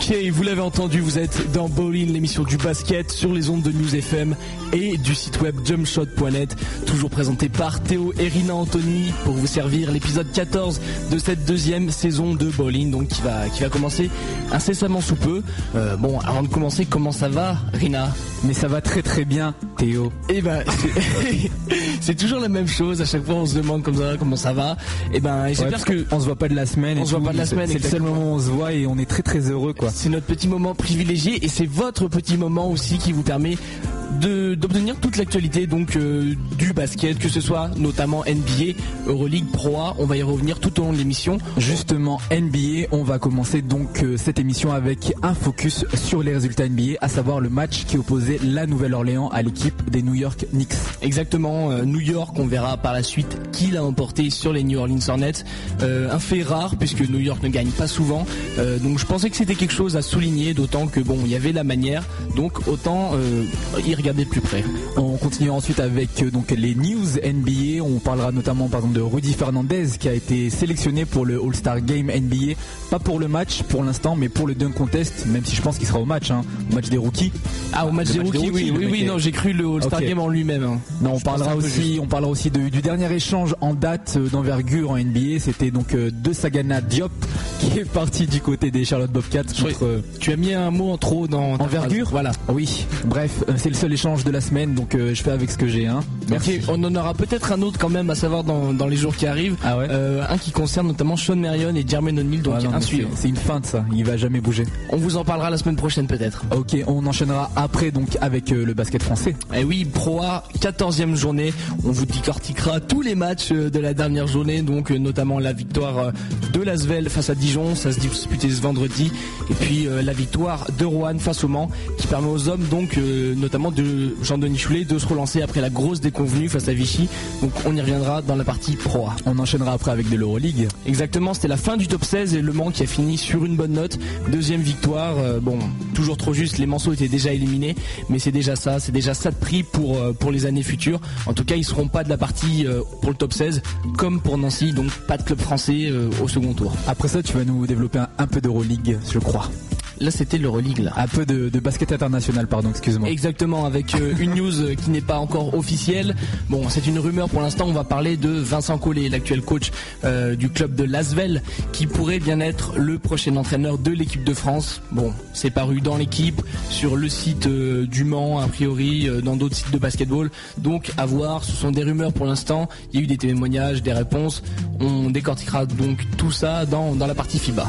Ok, vous l'avez entendu, vous êtes dans Ballin, l'émission du basket sur les ondes de News FM et du site web jumpshot.net, toujours présenté par Théo et Rina Anthony pour vous servir l'épisode 14 de cette deuxième saison de Ballin, donc qui va commencer incessamment sous peu. Bon, avant de commencer, comment ça va, Rina? Mais ça va très très bien, Théo. Et ben, c'est toujours la même chose. À chaque fois, on se demande comment ça va. Et ben, j'espère que on se voit pas de la semaine. C'est le seul moment où on se voit et on est très très heureux, quoi. C'est notre petit moment privilégié et c'est votre petit moment aussi qui vous permet d'obtenir toute l'actualité donc du basket, que ce soit notamment NBA, Euroleague, Pro A. On va y revenir tout au long de l'émission. Justement, NBA, on va commencer donc cette émission avec un focus sur les résultats NBA, à savoir le match qui opposait la Nouvelle-Orléans à l'équipe des New York Knicks. Exactement, New York, on verra par la suite qui l'a emporté sur les New Orleans Hornets. Un fait rare puisque New York ne gagne pas souvent. Donc je pensais que c'était quelque chose à souligner, d'autant que bon, il y avait la manière, donc autant y regarder de plus près. On continue ensuite avec donc les news NBA. On parlera notamment par exemple de Rudy Fernandez qui a été sélectionné pour le All-Star Game NBA, pas pour le match pour l'instant, mais pour le dunk contest, même si je pense qu'il sera au match, au match des rookies. Ah, au match des rookies, oui, non, j'ai cru le All-Star Game en lui-même. Non, on parlera aussi du dernier échange en date d'envergure en NBA. C'était donc de Sagana Diop qui est parti du côté des Charlotte Bobcats contre... Tu as mis un mot en trop dans envergure. Voilà. Oui. Bref, c'est le seul échange de la semaine, donc je fais avec ce que j'ai. Merci. Ok, on en aura peut-être un autre quand même à savoir dans les jours qui arrivent. Ah ouais. Un qui concerne notamment Sean Marion et Jermaine O'Neal, donc un suivre. C'est une feinte ça. Il va jamais bouger. On vous en parlera la semaine prochaine peut-être. Ok, on enchaînera après donc avec le basket français. Et oui, Pro A, 14e journée. On vous décortiquera tous les matchs de la dernière journée, donc notamment la victoire de l'Asvel face à Dijon, ça se disputait ce vendredi, et puis la victoire de Roanne face au Mans, qui permet aux hommes donc notamment de Jean-Denis Choulet de se relancer après la grosse déconvenue face à Vichy. Donc on y reviendra dans la partie Pro A. On enchaînera après avec de l'Euroleague. Exactement, c'était la fin du top 16 et Le Mans qui a fini sur une bonne note. Deuxième victoire, bon, toujours trop juste, les Manceaux étaient déjà éliminés, mais c'est déjà ça de prix pour les années futures. En tout cas, ils seront pas de la partie pour le top 16 comme pour Nancy, donc pas de club français au second tour. Après ça, tu vas nous développer un peu d'Euroleague, je crois. Là, c'était l'Euroleague, là. Un peu de basket international, pardon, excuse-moi. Exactement, avec une news qui n'est pas encore officielle. Bon, c'est une rumeur pour l'instant. On va parler de Vincent Collet, l'actuel coach du club de l'Asvel, qui pourrait bien être le prochain entraîneur de l'équipe de France. Bon, c'est paru dans l'équipe, sur le site du Mans, a priori, dans d'autres sites de basketball. Donc, à voir. Ce sont des rumeurs pour l'instant. Il y a eu des témoignages, des réponses. On décortiquera donc tout ça dans la partie FIBA.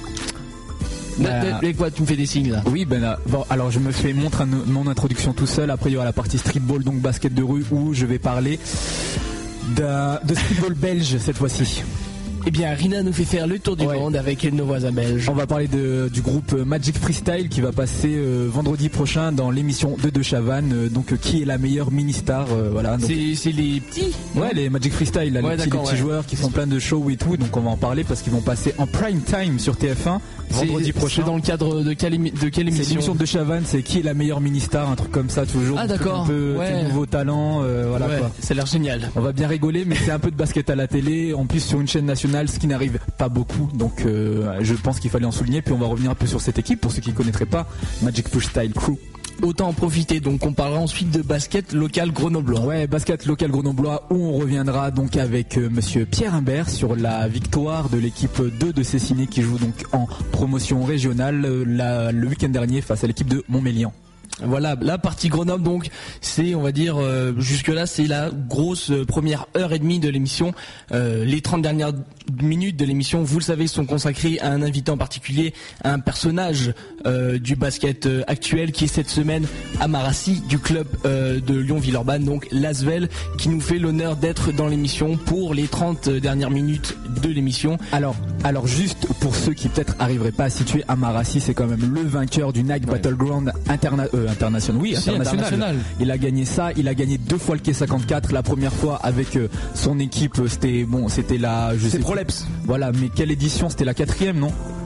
Quoi, tu me fais des signes là? Oui, ben là, bon, alors je me fais mon introduction tout seul. Après il y aura la partie streetball, donc basket de rue, où je vais parler de streetball belge cette fois-ci. Eh bien, Rina nous fait faire le tour du monde avec nos voisins belges. On va parler du groupe Magic Freestyle qui va passer vendredi prochain dans l'émission de Chavannes. Donc, qui est la meilleure mini-star, voilà. Donc, c'est les petits. Ouais, les Magic Freestyle, là, les petits joueurs qui font plein de shows et tout. Donc, on va en parler parce qu'ils vont passer en prime time sur TF1 vendredi prochain. C'est dans le cadre de quelle émission? C'est l'émission de Chavannes, c'est qui est la meilleure mini-star, un truc comme ça toujours. Ah d'accord. Un peu nouveaux talents, voilà quoi. Ça a l'air génial. On va bien rigoler, mais c'est un peu de basket à la télé, en plus sur une chaîne nationale, ce qui n'arrive pas beaucoup, donc je pense qu'il fallait en souligner. Puis on va revenir un peu sur cette équipe pour ceux qui ne connaîtraient pas Magic Freestyle Crew. Autant en profiter, donc on parlera ensuite de basket local grenoblois. Ouais, basket local grenoblois, où on reviendra donc avec monsieur Pierre Imbert sur la victoire de l'équipe 2 de Cessiné qui joue donc en promotion régionale le week-end dernier face à l'équipe de Montmélian. Voilà, la partie Grenoble donc, c'est, on va dire, jusque là c'est la grosse première heure et demie de l'émission. Les 30 dernières minutes de l'émission, vous le savez, sont consacrées à un invité en particulier, à un personnage du basket actuel qui est cette semaine Amarassi du club de Lyon-Villeurbanne, donc l'Asvel, qui nous fait l'honneur d'être dans l'émission pour les 30 dernières minutes de l'émission. Alors juste pour ceux qui peut-être arriveraient pas à situer, Amarassi c'est quand même le vainqueur du NAC Battleground international. Oui, international. Il a gagné ça, il a gagné 2 fois le K54, la première fois avec son équipe, c'était la... C'est Proleps. Voilà, mais quelle édition? C'était la 4e, non?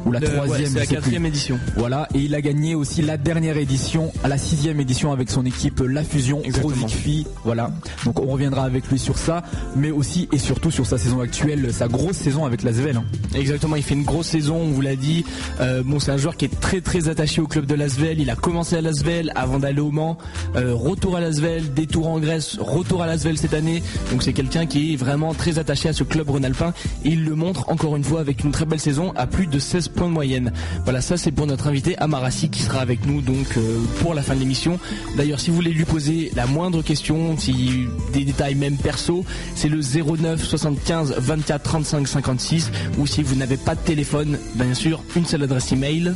ou la troisième. C'est la 4e édition. Voilà, et il a gagné aussi la dernière édition, à la 6e édition avec son équipe La Fusion Pro Zigfi. Voilà, donc on reviendra avec lui sur ça, mais aussi et surtout sur sa saison actuelle, sa grosse saison avec l'Asvel. Exactement, il fait une grosse saison, on vous l'a dit. C'est un joueur qui est très très attaché au club de l'Asvel. Il a commencé à l'Asvel avant d'aller au Mans, retour à l'Asvel, détour en Grèce, retour à l'Asvel cette année. Donc c'est quelqu'un qui est vraiment très attaché à ce club rhône-alpin et il le montre encore une fois avec une très belle saison à plus de 16 points de moyenne. Voilà, ça c'est pour notre invité Amarassi qui sera avec nous donc pour la fin de l'émission. D'ailleurs, si vous voulez lui poser la moindre question, si des détails même perso, c'est le 09 75 24 35 56, ou si vous n'avez pas de téléphone, bien sûr, une seule adresse email: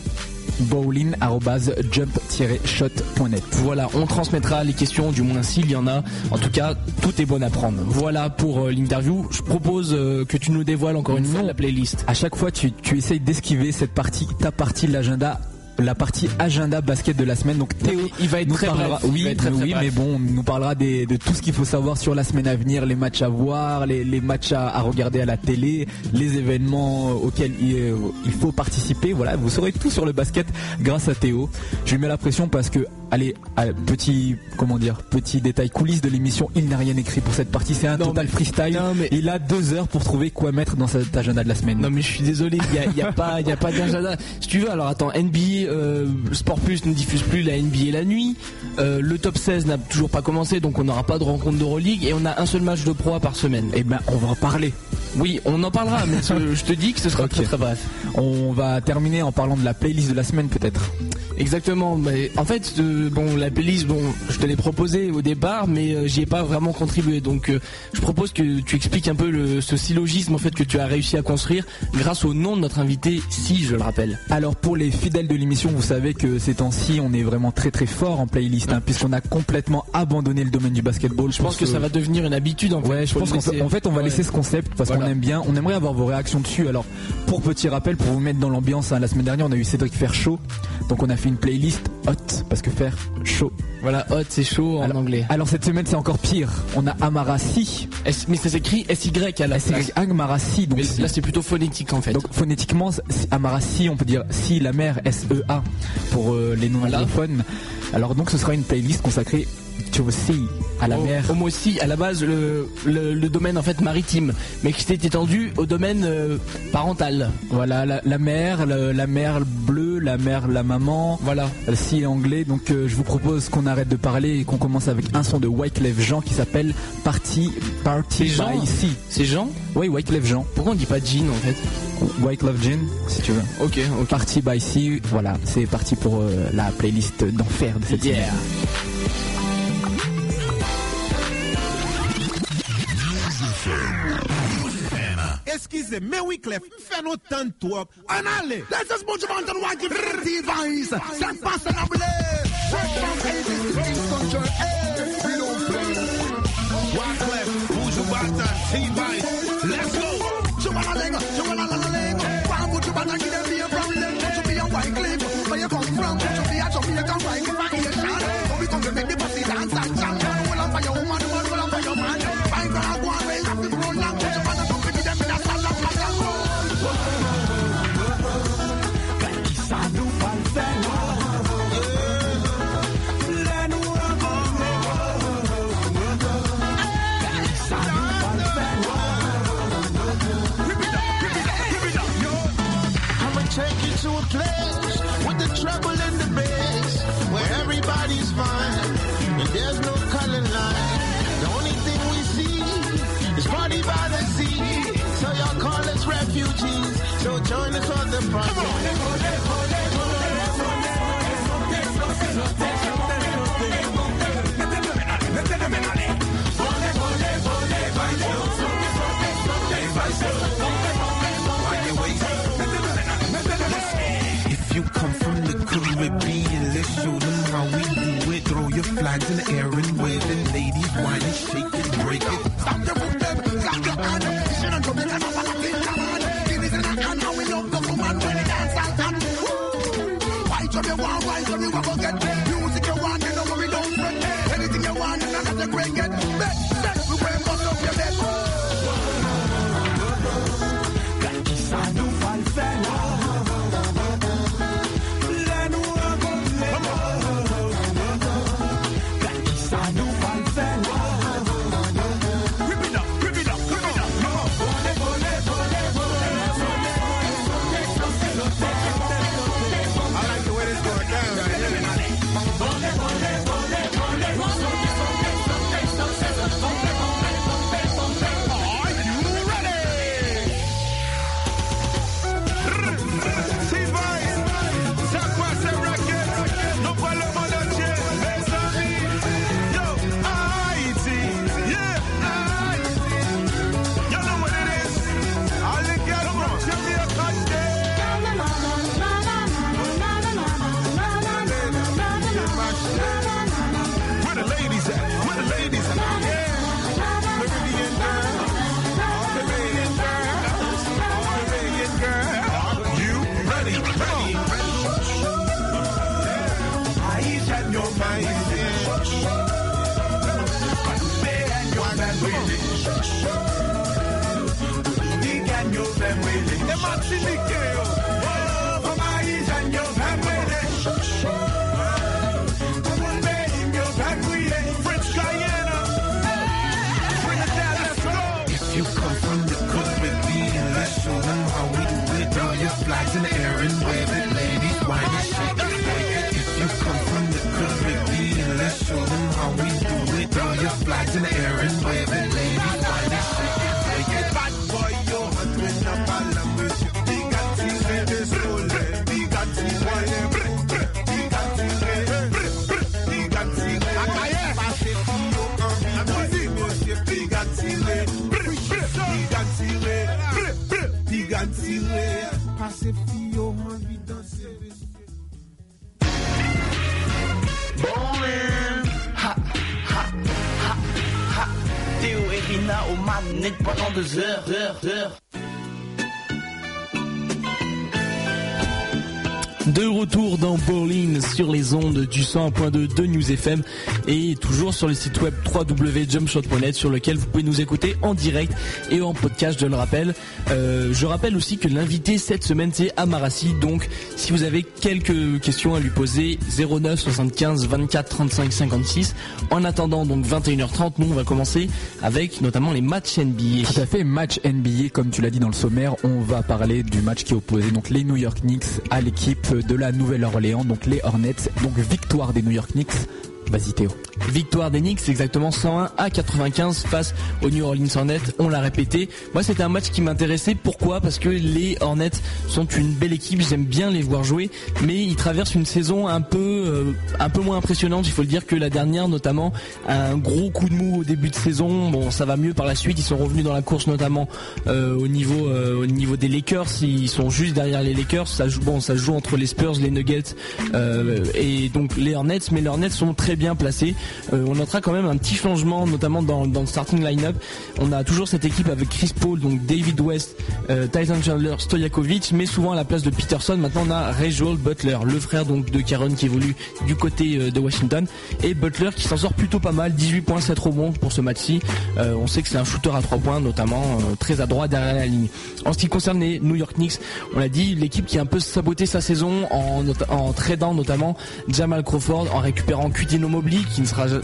bowling@jump-shot.net. Voilà, on transmettra les questions, du moins s'il y en a. En tout cas, tout est bon à prendre. Voilà pour l'interview. Je propose que tu nous dévoiles encore une fois la playlist. À chaque fois, tu essayes d'esquiver cette partie, ta partie de l'agenda. La partie agenda basket de la semaine. Donc Théo, il va être très bref. Mais bon, il nous parlera de tout ce qu'il faut savoir sur la semaine à venir, les matchs à voir, les matchs à regarder à la télé, les événements auxquels il faut participer. Voilà, vous saurez tout sur le basket grâce à Théo. Je lui mets la pression parce que, allez, petit détail coulisses de l'émission, il n'a rien écrit pour cette partie. C'est un total freestyle. Il a 2 heures pour trouver quoi mettre dans cet agenda de la semaine. Non mais je suis désolé, il y a pas d'agenda. Si tu veux, alors attends, NBA. Sport Plus ne diffuse plus la NBA la nuit. Le top 16 n'a toujours pas commencé, donc on n'aura pas de rencontre d'Euroleague et on a un seul match de Pro A par semaine. Eh ben, on va en parler. Oui, on en parlera, mais je te dis que ce sera très bref. On va terminer en parlant de la playlist de la semaine peut-être. Exactement, mais en fait, la playlist, je te l'ai proposée au départ, mais j'y ai pas vraiment contribué. Donc, je propose que tu expliques un peu ce syllogisme en fait que tu as réussi à construire grâce au nom de notre invité, si je le rappelle. Alors, pour les fidèles de l'émission, vous savez que ces temps-ci, on est vraiment très très fort en playlist, puisqu'on a complètement abandonné le domaine du basketball. Je pense que ça va devenir une habitude. En fait. Ouais, je pense qu'en fait, on va laisser ce concept parce qu'on aime bien. On aimerait avoir vos réactions dessus. Alors, pour petit rappel, pour vous mettre dans l'ambiance, la semaine dernière, on a eu Cédric Faire chaud, donc on a fait une playlist hot parce que faire chaud. Voilà, hot c'est chaud en anglais. Alors cette semaine c'est encore pire. On a Amarassi. Mais ça s'écrit SY à la place. Amarassi. Donc là c'est plutôt phonétique en fait. Donc phonétiquement Amarassi, on peut dire si la mer SEA pour les non anglophones. Alors donc ce sera une playlist consacrée to the sea, à la mer. Au mot sea, à la base le domaine en fait maritime, mais qui s'est étendu au domaine parental. Voilà, la mer bleue, la mer la maman. Voilà. Le sea anglais. Donc je vous propose qu'on arrête de parler et qu'on commence avec un son de Wyclef Jean qui s'appelle Party by Sea. C'est Jean? Oui, Wyclef Jean. Pourquoi on dit pas Jean en fait? Wyclef Jean, si tu veux. Ok. Party by Sea. Voilà, c'est parti pour la playlist d'enfer de cette semaine. Excusez, mais Wyclef, fais nos temps toi. En allez, let's just bunch of mountain white device. Ça passe en ablé. Wyclef, bouge ou batan, T-Vice. Let's go. Chualalenga, chualalenga. Why would you batan give them a problem? To be a Wyclef, where you come from? To be a Jamaican Wyclef, I hear shot. So we come to make the pussy dance and jam. Well, I'm for your woman, well, I'm for your man. I got one way, I'm for roll down. Take you to a place with the treble and the bass, where everybody's fine and there's no color line. The only thing we see is party by the sea. So y'all call us refugees. So join us on the party. Come on. You come from the Caribbean, let's show them how we do it. Throw your flags in the air and wave it. Ladies, whine and shake it, break it. Stop your foot, clap your hand. You shouldn't come in and have a Latin command. Give me the hand, now we love the woman when it dance and dance. Why job you want, why job you want to get? Music you want, you know we don't fret. Anything you want, you know that you great get. Bet, we wear most of your bed. If you come from the Caribbean, let's show them how we do it. Throw your flags in the air and wave it, ladies, wine and shake it. If you come from the Caribbean, let's show them how we do it. Throw your flags in the air and wave it, ladies, wine and shake it. Bad boy, you're hot when I'm balamous. Bigatti, baby, slowly. Bigatti, passez fio, envie de danser. Ballin', ha, ha, ha, ha. Théo et Rina aux manettes pendant 2 heures. De retour dans Bowling sur les ondes du 101.2 de News FM et toujours sur le site web www.jumpshot.net sur lequel vous pouvez nous écouter en direct et en podcast, je le rappelle. Je rappelle aussi que l'invité cette semaine c'est Amarassi, donc si vous avez quelques questions à lui poser, 09 75 24 35 56. En attendant donc 21h30, nous on va commencer avec notamment les matchs NBA. Tout à fait, match NBA comme tu l'as dit dans le sommaire, on va parler du match qui opposait donc les New York Knicks à l'équipe de la Nouvelle-Orléans, donc les Hornets, donc victoire des New York Knicks. Vas-y Théo. Victoire des Knicks, exactement 101-95 face aux New Orleans Hornets, on l'a répété. Moi c'était un match qui m'intéressait, pourquoi ? Parce que les Hornets sont une belle équipe, j'aime bien les voir jouer, mais ils traversent une saison un peu moins impressionnante, il faut le dire, que la dernière, notamment un gros coup de mou au début de saison. Bon, ça va mieux par la suite, ils sont revenus dans la course notamment au niveau des Lakers, ils sont juste derrière les Lakers, ça joue entre les Spurs, les Nuggets et donc les Hornets, mais les Hornets sont très bien placés. On notera quand même un petit changement, notamment dans le starting line-up. On a toujours cette équipe avec Chris Paul, donc David West, Tyson Chandler, Stojakovic, mais souvent à la place de Peterson, maintenant on a Rejol Butler, le frère donc de Caron qui évolue du côté de Washington, et Butler qui s'en sort plutôt pas mal, 18 points, 7 rebonds pour ce match-ci. On sait que c'est un shooter à 3 points, notamment très adroit derrière la ligne. En ce qui concerne les New York Knicks, on l'a dit, l'équipe qui a un peu saboté sa saison en tradant notamment Jamal Crawford, en récupérant Cuttino Mobley qui ne sera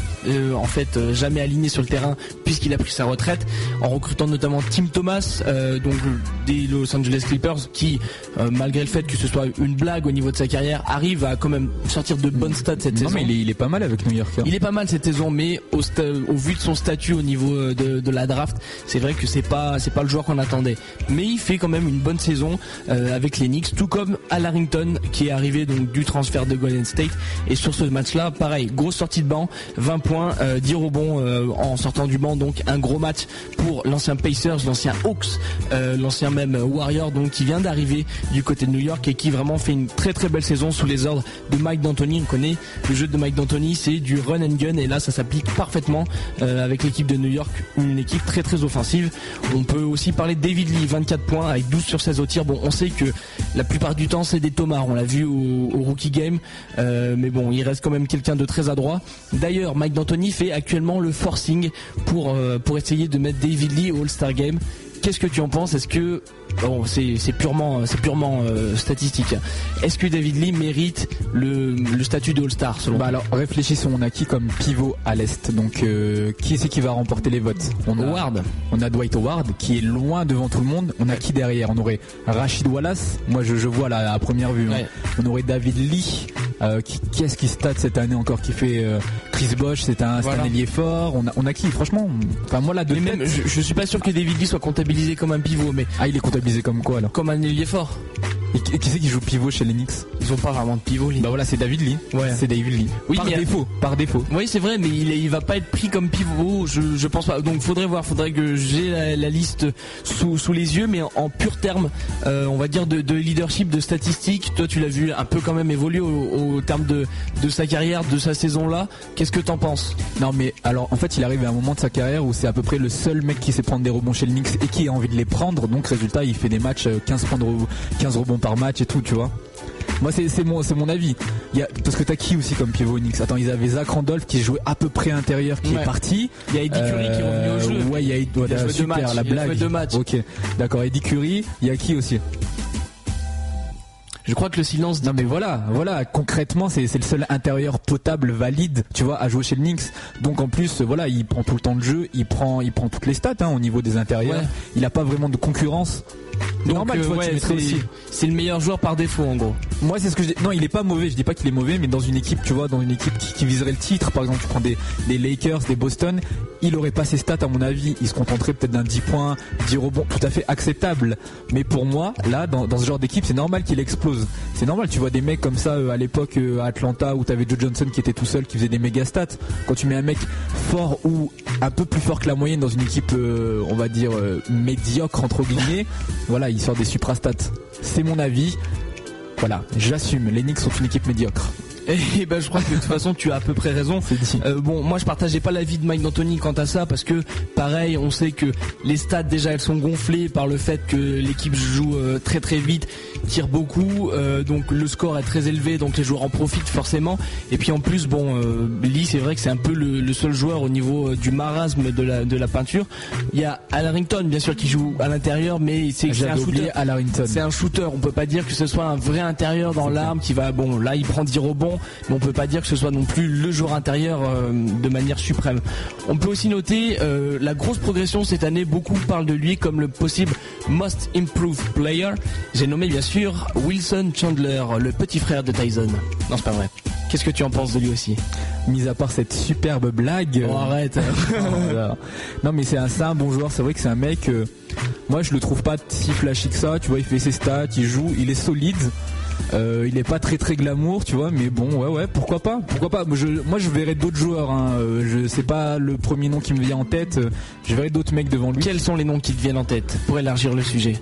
jamais aligné sur le terrain puisqu'il a pris sa retraite, en recrutant notamment Tim Thomas donc des Los Angeles Clippers qui malgré le fait que ce soit une blague au niveau de sa carrière arrive à quand même sortir de bonnes stats cette saison. Mais il est pas mal avec New York. Il est pas mal cette saison, mais au vu de son statut au niveau de la draft, c'est vrai que c'est pas le joueur qu'on attendait, mais il fait quand même une bonne saison avec les Knicks, tout comme Al Harrington qui est arrivé donc du transfert de Golden State. Et sur ce match là pareil, grosse sortie de banc, 20 points, 10 rebonds en sortant du banc, donc un gros match pour l'ancien Pacers, l'ancien Hawks, l'ancien même Warrior, donc qui vient d'arriver du côté de New York et qui vraiment fait une très très belle saison sous les ordres de Mike D'Antoni. On connaît le jeu de Mike D'Antoni, c'est du run and gun, et là ça s'applique parfaitement avec l'équipe de New York, une équipe très très offensive. On peut aussi parler de David Lee, 24 points avec 12 sur 16 au tir. Bon, on sait que la plupart du temps c'est des tomards, on l'a vu au rookie game, mais bon, il reste quand même quelqu'un de très adroit. D'ailleurs, Mike D'Antoni fait actuellement le forcing pour essayer de mettre David Lee au All-Star Game. Qu'est-ce que tu en penses ? Est-ce que c'est purement statistique. Est-ce que David Lee mérite le statut de All-Star selon toi ? Alors réfléchissons, on a qui comme pivot à l'Est ? Donc qui c'est qui va remporter les votes ? Howard. On a Dwight Howard qui est loin devant tout le monde. On a qui derrière ? On aurait Rashid Wallace. Moi je vois là à première vue. Ouais. On aurait David Lee. Qu'est-ce qui stat cette année encore qui fait Chris Bosh, c'est un ailier fort. On a qui franchement ? Enfin moi là de tête, même, je suis pas sûr que David Lee soit comptabilisé comme un pivot, mais il est comptabilisé comme quoi alors ? Comme un ailier fort. Et qui c'est qui joue pivot chez les Knicks ? Ils ont pas vraiment de pivot. Bah voilà, c'est David Lee. Ouais. C'est David Lee. Oui, par défaut. Oui, c'est vrai, mais il va pas être pris comme pivot. Je pense pas. Donc faudrait voir. Faudrait que j'ai la liste sous les yeux, mais en pur terme, on va dire de leadership, de statistiques. Toi, tu l'as vu un peu quand même évoluer au terme de sa carrière, de sa saison là. Qu'est-ce que t'en penses ? Non, mais alors en fait, il arrive à un moment de sa carrière où c'est à peu près le seul mec qui sait prendre des rebonds chez le Knicks et qui a envie de les prendre. Donc résultat, il fait des matchs 15 rebonds par match et tout, tu vois. Moi c'est mon avis. Parce que t'as qui aussi comme pivot Knicks? Attends, ils avaient Zach Randolph qui jouait à peu près intérieur qui est parti. Il y a Eddie Curry qui est revenu au jeu. Ouais, il y a super la blague. Il a joué 2 matchs. Ok, d'accord. Eddie Curry, il y a qui aussi? Je crois que le silence. Non mais voilà, concrètement c'est le seul intérieur potable valide, tu vois, à jouer chez le Knicks. Donc en plus, voilà, il prend tout le temps de jeu, il prend toutes les stats au niveau des intérieurs. Ouais. Il a pas vraiment de concurrence. Donc normal, tu vois, c'est le meilleur joueur par défaut en gros. Moi c'est ce que je dis. Non, il est pas mauvais, je dis pas qu'il est mauvais, mais dans une équipe, tu vois, qui viserait le titre, par exemple, tu prends des Lakers, des Boston, il aurait pas ses stats à mon avis, il se contenterait peut-être d'un 10 points, 10 rebonds, tout à fait acceptable. Mais pour moi, là, dans ce genre d'équipe, c'est normal qu'il explose. C'est normal, tu vois des mecs comme ça à l'époque à Atlanta où t'avais Joe Johnson qui était tout seul, qui faisait des méga stats. Quand tu mets un mec fort ou un peu plus fort que la moyenne dans une équipe, on va dire médiocre entre guillemets, voilà, il sort des suprastats. C'est mon avis. Voilà, j'assume. Les Knicks sont une équipe médiocre. Et ben je crois que de toute façon tu as à peu près raison. Bon, moi je partageais pas l'avis de Mike D'Antoni quant à ça parce que pareil, on sait que les stats déjà elles sont gonflées par le fait que l'équipe joue très très vite, tire beaucoup, donc le score est très élevé, donc les joueurs en profitent forcément. Et puis en plus Lee, c'est vrai que c'est un peu le seul joueur au niveau du marasme de la peinture. Il y a Al Harrington bien sûr qui joue à l'intérieur, mais c'est un shooter. Al Harrington. C'est un shooter. On peut pas dire que ce soit un vrai intérieur dans l'arme qui va là il prend 10 rebonds. Mais on peut pas dire que ce soit non plus le joueur intérieur de manière suprême. On peut aussi noter la grosse progression cette année. Beaucoup parlent de lui comme le possible Most Improved Player. J'ai nommé bien sûr Wilson Chandler, le petit frère de Tyson. Non, c'est pas vrai. Qu'est-ce que tu en penses de lui aussi? Mis à part cette superbe blague. Oh, arrête. Non mais c'est un bon joueur. C'est vrai que c'est un mec. Moi je le trouve pas si flashy que ça. Tu vois, il fait ses stats, il joue, il est solide. Il est pas très très glamour, tu vois, mais bon, ouais, pourquoi pas. Moi je verrais d'autres joueurs, je sais pas le premier nom qui me vient en tête, je verrais d'autres mecs devant lui. Quels sont les noms qui te viennent en tête pour élargir le sujet?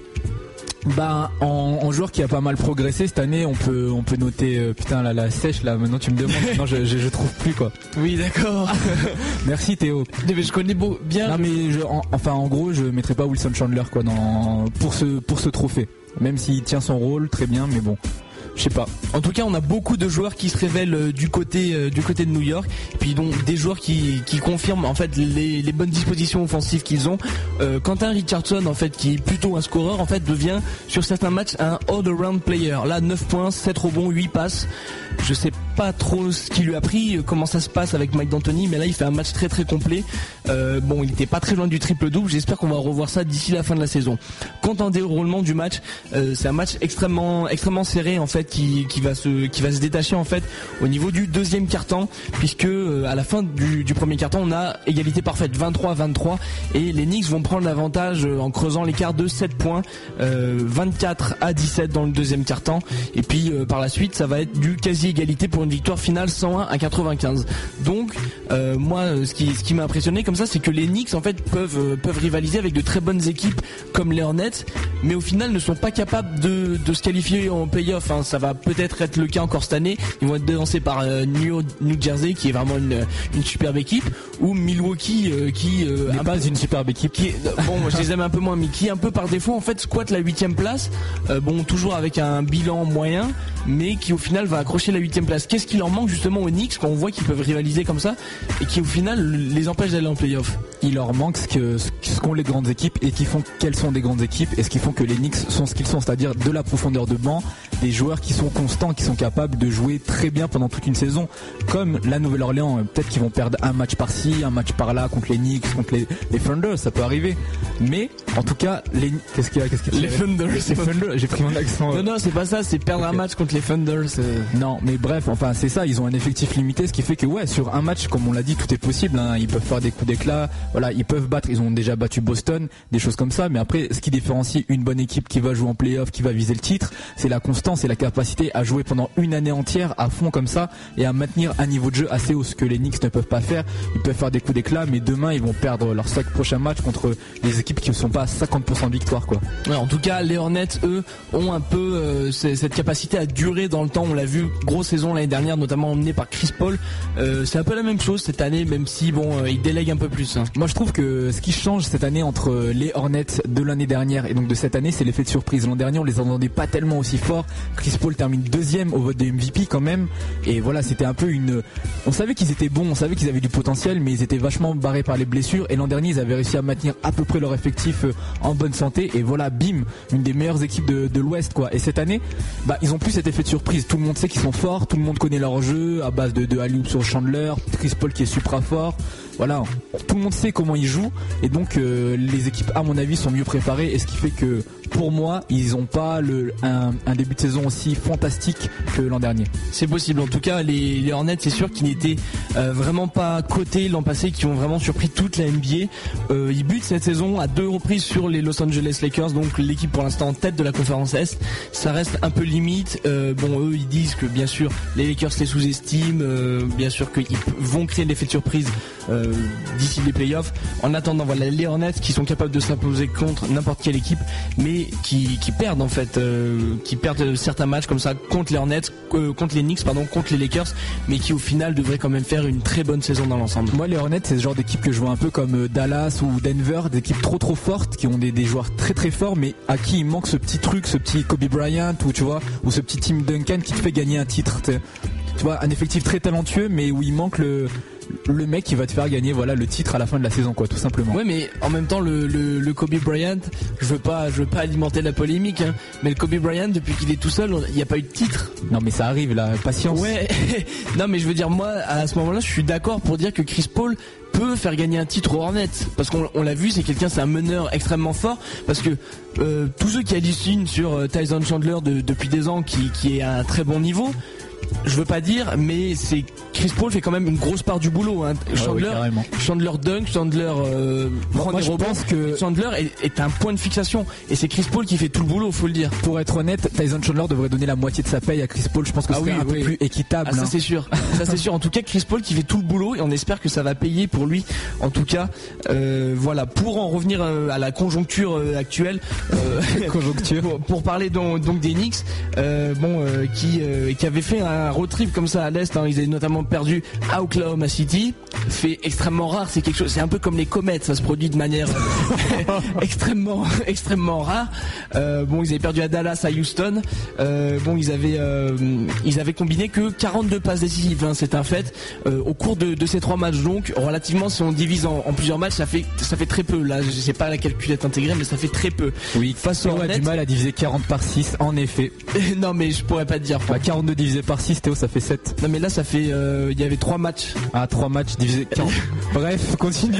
En joueur qui a pas mal progressé cette année, on peut noter la sèche là. Maintenant tu me demandes, non je trouve plus quoi. Oui d'accord. Merci Théo. Mais je connais bien. Non mais en gros je mettrais pas Wilson Chandler quoi pour ce trophée. Même s'il tient son rôle très bien, mais bon. Je sais pas. En tout cas, on a beaucoup de joueurs qui se révèlent du côté de New York. Et puis donc des joueurs qui confirment en fait les bonnes dispositions offensives qu'ils ont. Quentin Richardson en fait qui est plutôt un scoreur en fait devient sur certains matchs un all-around player. Là 9 points, 7 rebonds, 8 passes. Je sais pas trop ce qui lui a pris, comment ça se passe avec Mike D'Antoni, mais là il fait un match très très complet. Il était pas très loin du triple-double. J'espère qu'on va revoir ça d'ici la fin de la saison. Quant au déroulement du match, c'est un match extrêmement serré en fait qui va se détacher en fait au niveau du deuxième quart-temps, puisque à la fin du premier quart-temps on a égalité parfaite 23-23 et les Knicks vont prendre l'avantage en creusant l'écart de 7 points, 24-17 dans le deuxième quart-temps, et puis par la suite ça va être du quasi-égalité pour une victoire finale 101-95. Donc moi ce qui m'a impressionné comme ça, c'est que les Knicks en fait peuvent rivaliser avec de très bonnes équipes comme les Hornets, mais au final ne sont pas capables de se qualifier en play-off. Ça va peut-être être le cas encore cette année. Ils vont être devancés par New Jersey qui est vraiment une superbe équipe, ou Milwaukee qui n'est pas une superbe équipe. Je les aime un peu moins, mais qui un peu par défaut en fait squatte la 8e place. Toujours avec un bilan moyen, mais qui au final va accrocher la 8e place. Qu'est-ce qui leur manque justement aux Knicks quand on voit qu'ils peuvent rivaliser comme ça et qui au final les empêche d'aller en play-off? Il leur manque ce qu'ont les grandes équipes et qui font qu'elles sont des grandes équipes et ce qui font que les Knicks sont ce qu'ils sont, c'est-à-dire de la profondeur de banc, des joueurs qui sont constants, qui sont capables de jouer très bien pendant toute une saison, comme la Nouvelle-Orléans. Peut-être qu'ils vont perdre un match par-ci, un match par-là contre les Knicks, contre les Thunder, ça peut arriver. Mais en tout cas, qu'est-ce qu'il y a Les Thunder, j'ai pris mon accent. Non, c'est pas ça, c'est perdre un match contre les Thunder. Non, mais bref, enfin c'est ça, ils ont un effectif limité, ce qui fait que sur un match, comme on l'a dit, tout est possible. Ils peuvent faire des coups d'éclat, voilà, ils peuvent battre. Ils ont déjà battu Boston, des choses comme ça. Mais après, ce qui différencie une bonne équipe qui va jouer en play-off, qui va viser le titre, c'est la constance et la capacité à jouer pendant une année entière à fond comme ça et à maintenir un niveau de jeu assez haut, ce que les Knicks ne peuvent pas faire. Ils peuvent faire des coups d'éclat, mais demain ils vont perdre leurs 5 prochains matchs contre des équipes qui ne sont pas à 50% de victoire quoi. Ouais, en tout cas, les Hornets eux ont un peu cette capacité à durer dans le temps. On l'a vu, grosse saison l'année dernière, notamment emmené par Chris Paul. C'est un peu la même chose cette année, même si il délègue un peu plus. Moi je trouve que ce qui change cette année entre les Hornets de l'année dernière et donc de cette année, c'est l'effet de surprise. L'an dernier on les entendait pas tellement aussi fort. Chris Paul termine 2e au vote des MVP quand même, et voilà, c'était un peu on savait qu'ils étaient bons, on savait qu'ils avaient du potentiel, mais ils étaient vachement barrés par les blessures, et l'an dernier ils avaient réussi à maintenir à peu près leur effectif en bonne santé, et voilà, bim, une des meilleures équipes de l'Ouest quoi. Et cette année, ils ont plus cet effet de surprise. Tout le monde sait qu'ils sont forts, tout le monde connaît leur jeu à base de alley-oop sur Chandler, Chris Paul qui est supra fort. Voilà, tout le monde sait comment ils jouent, et donc les équipes à mon avis sont mieux préparées, et ce qui fait que pour moi ils n'ont pas un début de saison aussi fantastique que l'an dernier. C'est possible, en tout cas les Hornets c'est sûr qu'ils n'étaient vraiment pas cotés l'an passé, qui ont vraiment surpris toute la NBA. Ils butent cette saison à 2 reprises sur les Los Angeles Lakers, donc l'équipe pour l'instant en tête de la conférence Est. Ça reste un peu limite. Eux ils disent que bien sûr les Lakers les sous-estiment, bien sûr qu'ils vont créer l'effet de surprise d'ici les playoffs. En attendant, voilà les Hornets qui sont capables de s'imposer contre n'importe quelle équipe, mais qui perdent en fait, qui perdent certains matchs comme ça contre les Hornets, contre les Knicks, contre les Lakers, mais qui au final devraient quand même faire une très bonne saison dans l'ensemble. Moi les Hornets c'est ce genre d'équipe que je vois un peu comme Dallas ou Denver, des équipes trop fortes qui ont des joueurs très très forts, mais à qui il manque ce petit truc, ce petit Kobe Bryant ou tu vois, ou ce petit Tim Duncan qui te fait gagner un titre. Tu vois, un effectif très talentueux, mais où il manque le mec qui va te faire gagner le titre à la fin de la saison quoi, tout simplement. Ouais, mais en même temps le Kobe Bryant, je veux pas alimenter la polémique mais le Kobe Bryant depuis qu'il est tout seul, il n'y a pas eu de titre. Non mais ça arrive là, patience. Ouais. Non mais je veux dire, moi à ce moment-là je suis d'accord pour dire que Chris Paul peut faire gagner un titre aux Hornets, parce qu'on l'a vu, c'est un meneur extrêmement fort, parce que tous ceux qui hallucinent sur Tyson Chandler depuis des ans qui est à un très bon niveau, je veux pas dire, mais c'est Chris Paul fait quand même une grosse part du boulot. Chandler, oui, Chandler dunk, Chandler prend des rebonds. Pense que Chandler est un point de fixation, et c'est Chris Paul qui fait tout le boulot, faut le dire. Pour être honnête, Tyson Chandler devrait donner la moitié de sa paye à Chris Paul. Je pense que c'est un peu plus équitable. Ça c'est sûr. Ça c'est sûr. En tout cas, Chris Paul qui fait tout le boulot, et on espère que ça va payer pour lui. En tout cas, voilà. Pour en revenir à la conjoncture actuelle, pour parler donc des Knicks, qui avaient fait un road trip comme ça à l'est. Ils avaient notamment perdu à Oklahoma City. Fait extrêmement rare. C'est un peu comme les comètes. Ça se produit de manière extrêmement rare. Ils avaient perdu à Dallas, à Houston. Ils avaient combiné que 42 passes décisives. C'est un fait. Au cours de ces 3 matchs, donc relativement, si on divise en plusieurs matchs, ça fait très peu. Là, je sais pas la calculette intégrée, mais ça fait très peu. Oui. Face au Hornets, a du mal à diviser 40 par 6, en effet. Non, mais je pourrais pas te dire. 42 divisé par 6, Théo, ça fait 7. Non, mais là, ça fait. Il y avait 3 matchs. Ah, 3 matchs divisé 40. Bref, continue.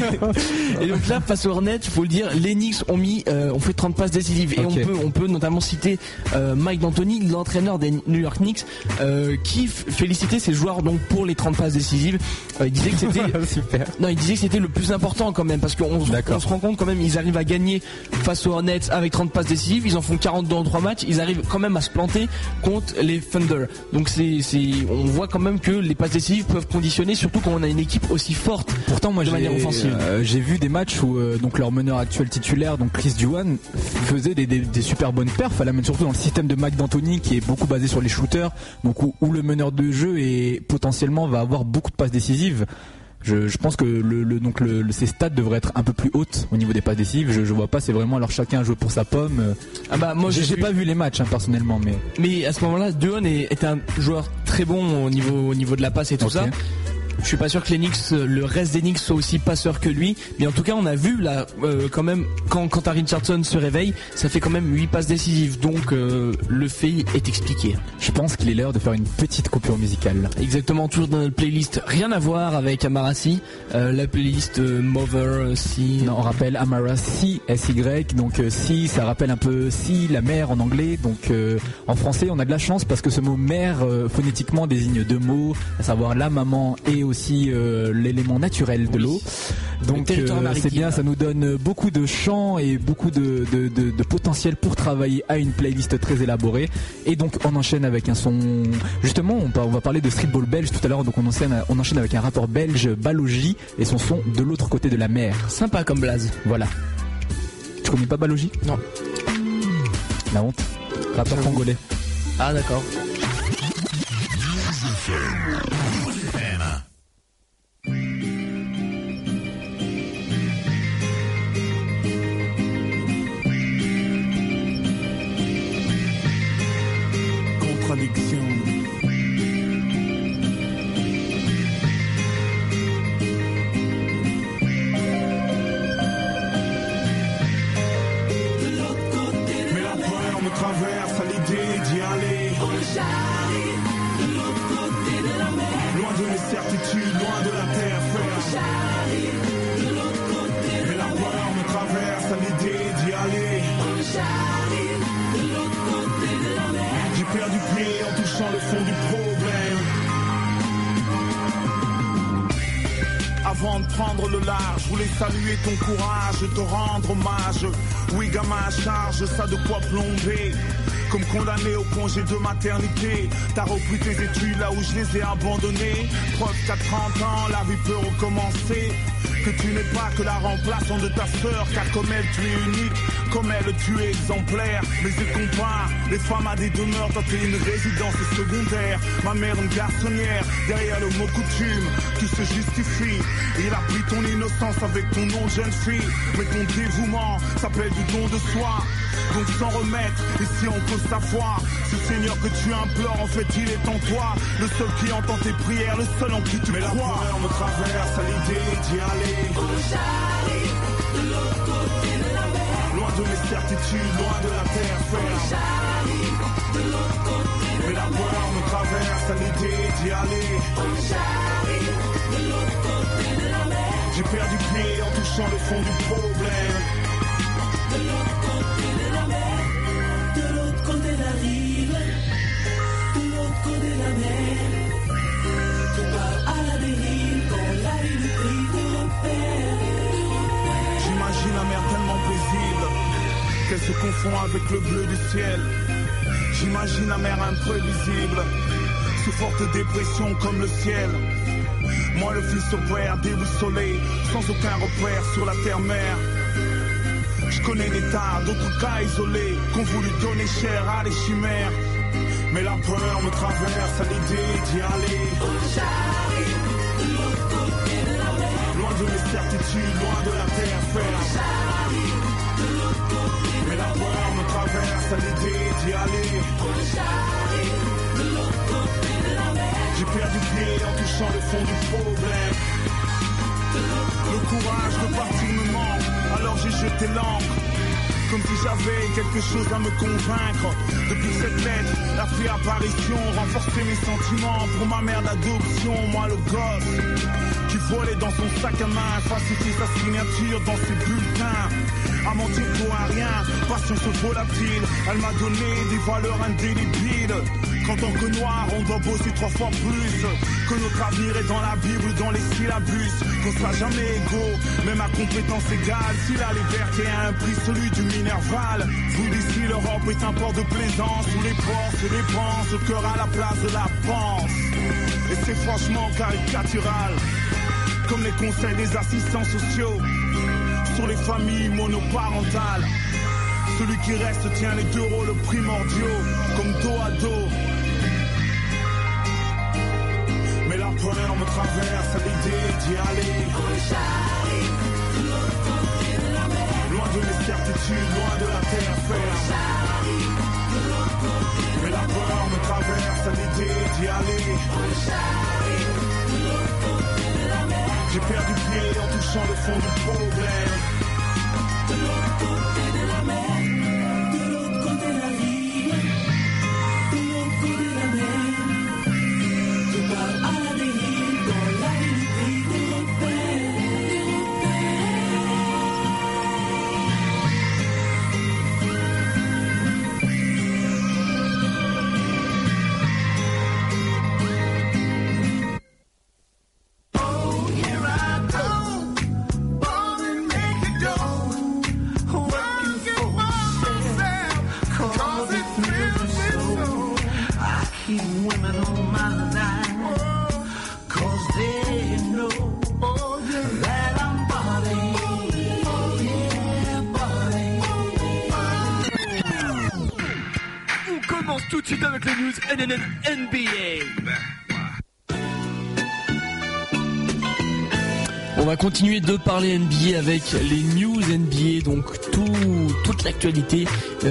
Et donc là, face aux Hornets, il faut le dire, les Knicks ont fait 30 passes décisives. Et on peut notamment citer Mike D'Antoni, l'entraîneur des New York Knicks, qui félicitait ses joueurs donc pour les 30 passes décisives. Il disait que c'était super. Non, il disait que c'était le plus important quand même, parce qu'on se rend compte quand même, ils arrivent à gagner face aux Hornets avec 30 passes décisives, ils en font 42 en 3 matchs, ils arrivent quand même à se planter contre les Thunder. Donc on voit quand même que les passes décisives peuvent conditionner, surtout quand on a une équipe aussi forte. Pourtant moi de manière offensive. J'ai vu des matchs où donc leur meneur actuel titulaire, donc Chris Duane, faisait des super bonnes perfs, surtout dans le système de Mike D'Antoni qui est beaucoup basé sur les shooters, donc où le meneur de jeu potentiellement va avoir beaucoup de passes décisives. Je pense que ces stats devraient être un peu plus hautes au niveau des passes décisives. Je vois pas, c'est vraiment alors chacun joue pour sa pomme. Moi j'ai pas vu les matchs personnellement, mais à ce moment-là, Duane est un joueur très bon au niveau de la passe et tout ça. Je suis pas sûr que le reste des Knicks soit aussi passeur que lui, mais en tout cas on a vu là quand même quand Richardson se réveille, ça fait quand même 8 passes décisives, donc le fait est expliqué. Je pense qu'il est l'heure de faire une petite coupure musicale. Exactement, toujours dans notre playlist, rien à voir avec Amara C, la playlist Mother C. Non, on rappelle Amara C, S-Y, donc C, ça rappelle un peu si, la mer en anglais, donc en français on a de la chance parce que ce mot mère phonétiquement désigne 2 mots, à savoir la maman et aussi l'élément naturel de l'eau. Donc c'est bien, ça nous donne beaucoup de chants et beaucoup de potentiel pour travailler à une playlist très élaborée. Et donc on enchaîne avec un son, justement on va parler de streetball belge tout à l'heure, donc on enchaîne avec un rappeur belge, Balogi, et son son De l'autre côté de la mer. Sympa comme blaze. Voilà. Tu connais pas Balogi? Non. La honte. Rappeur congolais. Ah d'accord. Contradiction. Mais la peur me traverse à l'idée d'y aller. Loin de mes certitudes, loin de la terre ferme. Mais la peur me traverse à l'idée d'y aller. J'ai perdu pied en touchant le fond du problème. Avant de prendre le large, je voulais saluer ton courage, te rendre hommage. Oui, gamin à charge, ça de quoi plomber. Comme condamné au congé de maternité, t'as repris tes études là où je les ai abandonnées. Preuve qu'à 30 ans, la vie peut recommencer. Que tu n'es pas que la remplaçante de ta sœur, car comme elle tu es unique, comme elle tu es exemplaire. Mais je compare les femmes à des demeures, toi t'es une résidence secondaire. Ma mère une garçonnière, derrière le mot coutume, tout se justifie. Il a pris ton innocence avec ton nom de jeune fille. Mais ton dévouement s'appelle du don de soi. Donc sans remettre, ici on peut savoir. Ce Seigneur que tu implores, en fait il est en toi. Le seul qui entend tes prières, le seul en qui tu crois. Mais la peur me traverse à l'idée d'y aller. Loin de mes certitudes, loin de la terre ferme. Mais la peur me traverse à l'idée d'y aller. J'ai perdu pied en touchant le fond du problème. De l'autre côté de la mer, de l'autre côté de la rive, de l'autre côté de la mer, tu pars à la dérive quand la vie nous prive de repère. J'imagine la mer tellement paisible qu'elle se confond avec le bleu du ciel. J'imagine la mer imprévisible, sous forte dépression comme le ciel. Moi le fils au père déboussolé, sans aucun repère sur la terre-mer. Je connais des tas d'autres cas isolés qu'on voulu donner cher à des chimères. Mais la peur me traverse à l'idée d'y aller. Loin de mes certitudes, loin de la terre ferme. Mais la peur me traverse à l'idée d'y aller. J'ai perdu pied en touchant le fond du problème. Le courage de partir me manque, alors j'ai jeté l'encre. Comme si j'avais quelque chose à me convaincre. Depuis cette lettre, la fait apparition, renforcer mes sentiments pour ma mère d'adoption. Moi le gosse, qui volait dans son sac à main, falsifie sa signature dans ses bulletins. À mentir pour un rien, patience volatile. Elle m'a donné des valeurs indélébiles. Qu'en tant que noir, on doit bosser 3 fois plus. Que notre avenir est dans la Bible, dans les syllabus. Qu'on sera jamais égaux, même à compétence égale. Si la liberté a un prix, celui du Minerval. Vous d'ici, l'Europe est un port de plaisance où les ports se dépensent, le cœur à la place de la panse. Et c'est franchement caricatural, comme les conseils des assistants sociaux sur les familles monoparentales. Celui qui reste tient les 2 rôles primordiaux, comme dos à dos. Mais la peur me traverse à l'idée d'y aller. Loin de mes certitudes, loin de la terre ferme. Mais la peur me traverse à l'idée d'y aller. J'ai perdu pied en touchant le fond du problème. De l'autre côté de la mer, de l'autre côté de la rive, de l'autre côté de la mer, tu pars à la dérive dans la vie du pays des repères. Oh, here I go, born and make it go. Working for myself, 'cause it thrills me so. I keep women on my line, 'cause they know that I'm balling. Oh yeah, balling. On commence tout de suite avec les news NNN NBA. va continuer de parler NBA avec les news NBA, donc toute l'actualité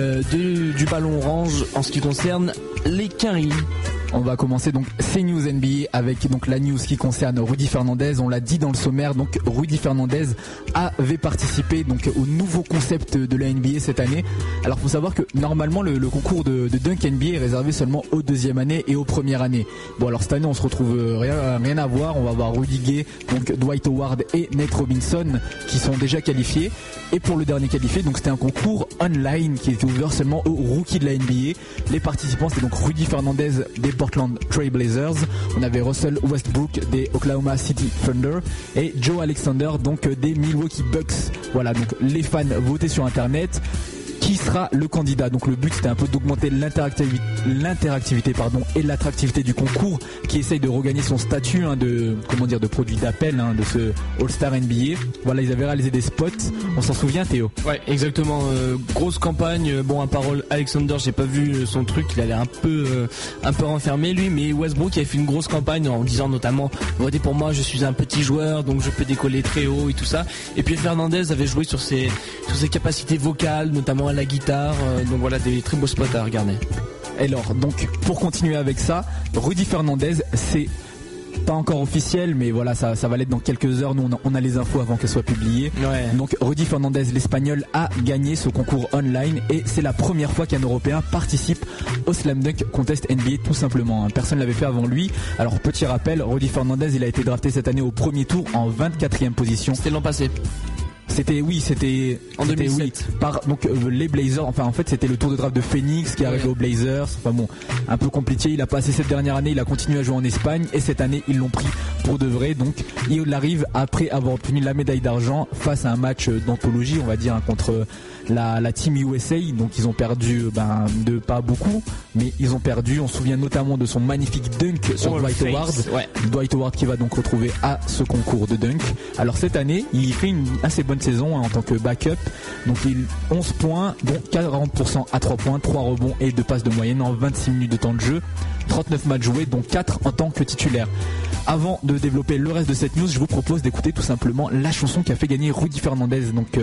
du ballon orange en ce qui concerne les Quinry. On va commencer donc ces news NBA avec donc la news qui concerne Rudy Fernandez. On l'a dit dans le sommaire, donc Rudy Fernandez avait participé donc au nouveau concept de la NBA cette année. Alors faut savoir que normalement le concours de dunk NBA est réservé seulement aux deuxième année et aux premières années. Bon alors cette année on se retrouve rien à voir. On va voir Rudy Gay, donc Dwight Howard et Nate Robinson qui sont déjà qualifiés. Et pour le dernier qualifié, donc c'était un concours online qui était ouvert seulement aux rookies de la NBA. Les participants c'était donc Rudy Fernandez des Portland Trail Blazers, on avait Russell Westbrook des Oklahoma City Thunder et Joe Alexander donc des Milwaukee Bucks. Voilà, donc les fans votaient sur internet. Qui sera le candidat? Donc le but c'était un peu d'augmenter l'interactivité et l'attractivité du concours qui essaye de regagner son statut de produit d'appel de ce All-Star NBA. Voilà, ils avaient réalisé des spots. On s'en souvient, Théo? Ouais, exactement. Grosse campagne. Bon, à parole Alexander, j'ai pas vu son truc. Il a l'air un peu renfermé lui, mais Westbrook avait fait une grosse campagne en disant notamment votez pour moi, je suis un petit joueur donc je peux décoller très haut et tout ça. Et puis Fernandez avait joué sur ses capacités vocales, notamment à la guitare, donc voilà des très beaux spots à regarder. Alors donc pour continuer avec ça, Rudy Fernandez, c'est pas encore officiel mais voilà ça va l'être dans quelques heures. Nous on a les infos avant qu'elles soient publiées. Ouais. Donc Rudy Fernandez l'espagnol a gagné ce concours online et c'est la première fois qu'un Européen participe au Slam Dunk Contest NBA tout simplement. Personne l'avait fait avant lui. Alors petit rappel, Rudy Fernandez il a été drafté cette année au premier tour en 24e position. C'était l'an passé. C'était en 2007 par donc les Blazers. Enfin en fait c'était le tour de draft de Phoenix qui est arrivé aux Blazers. Enfin bon, un peu compliqué. Il a passé cette dernière année, il a continué à jouer en Espagne et cette année ils l'ont pris pour de vrai. Donc il arrive après avoir obtenu la médaille d'argent face à un match d'anthologie, on va dire, contre la Team USA. Donc ils ont perdu de pas beaucoup, mais ils ont perdu. On se souvient notamment de son magnifique dunk sur Dwight Howard. Ouais. Dwight Howard qui va donc retrouver à ce concours de dunk. Alors cette année il fait une assez bonne saison en tant que backup. Donc il 11 points, dont 40% à 3 points, 3 rebonds et 2 passes de moyenne en 26 minutes de temps de jeu. 39 matchs joués, dont 4 en tant que titulaire. Avant de développer le reste de cette news, je vous propose d'écouter tout simplement la chanson qui a fait gagner Rudy Fernandez. Donc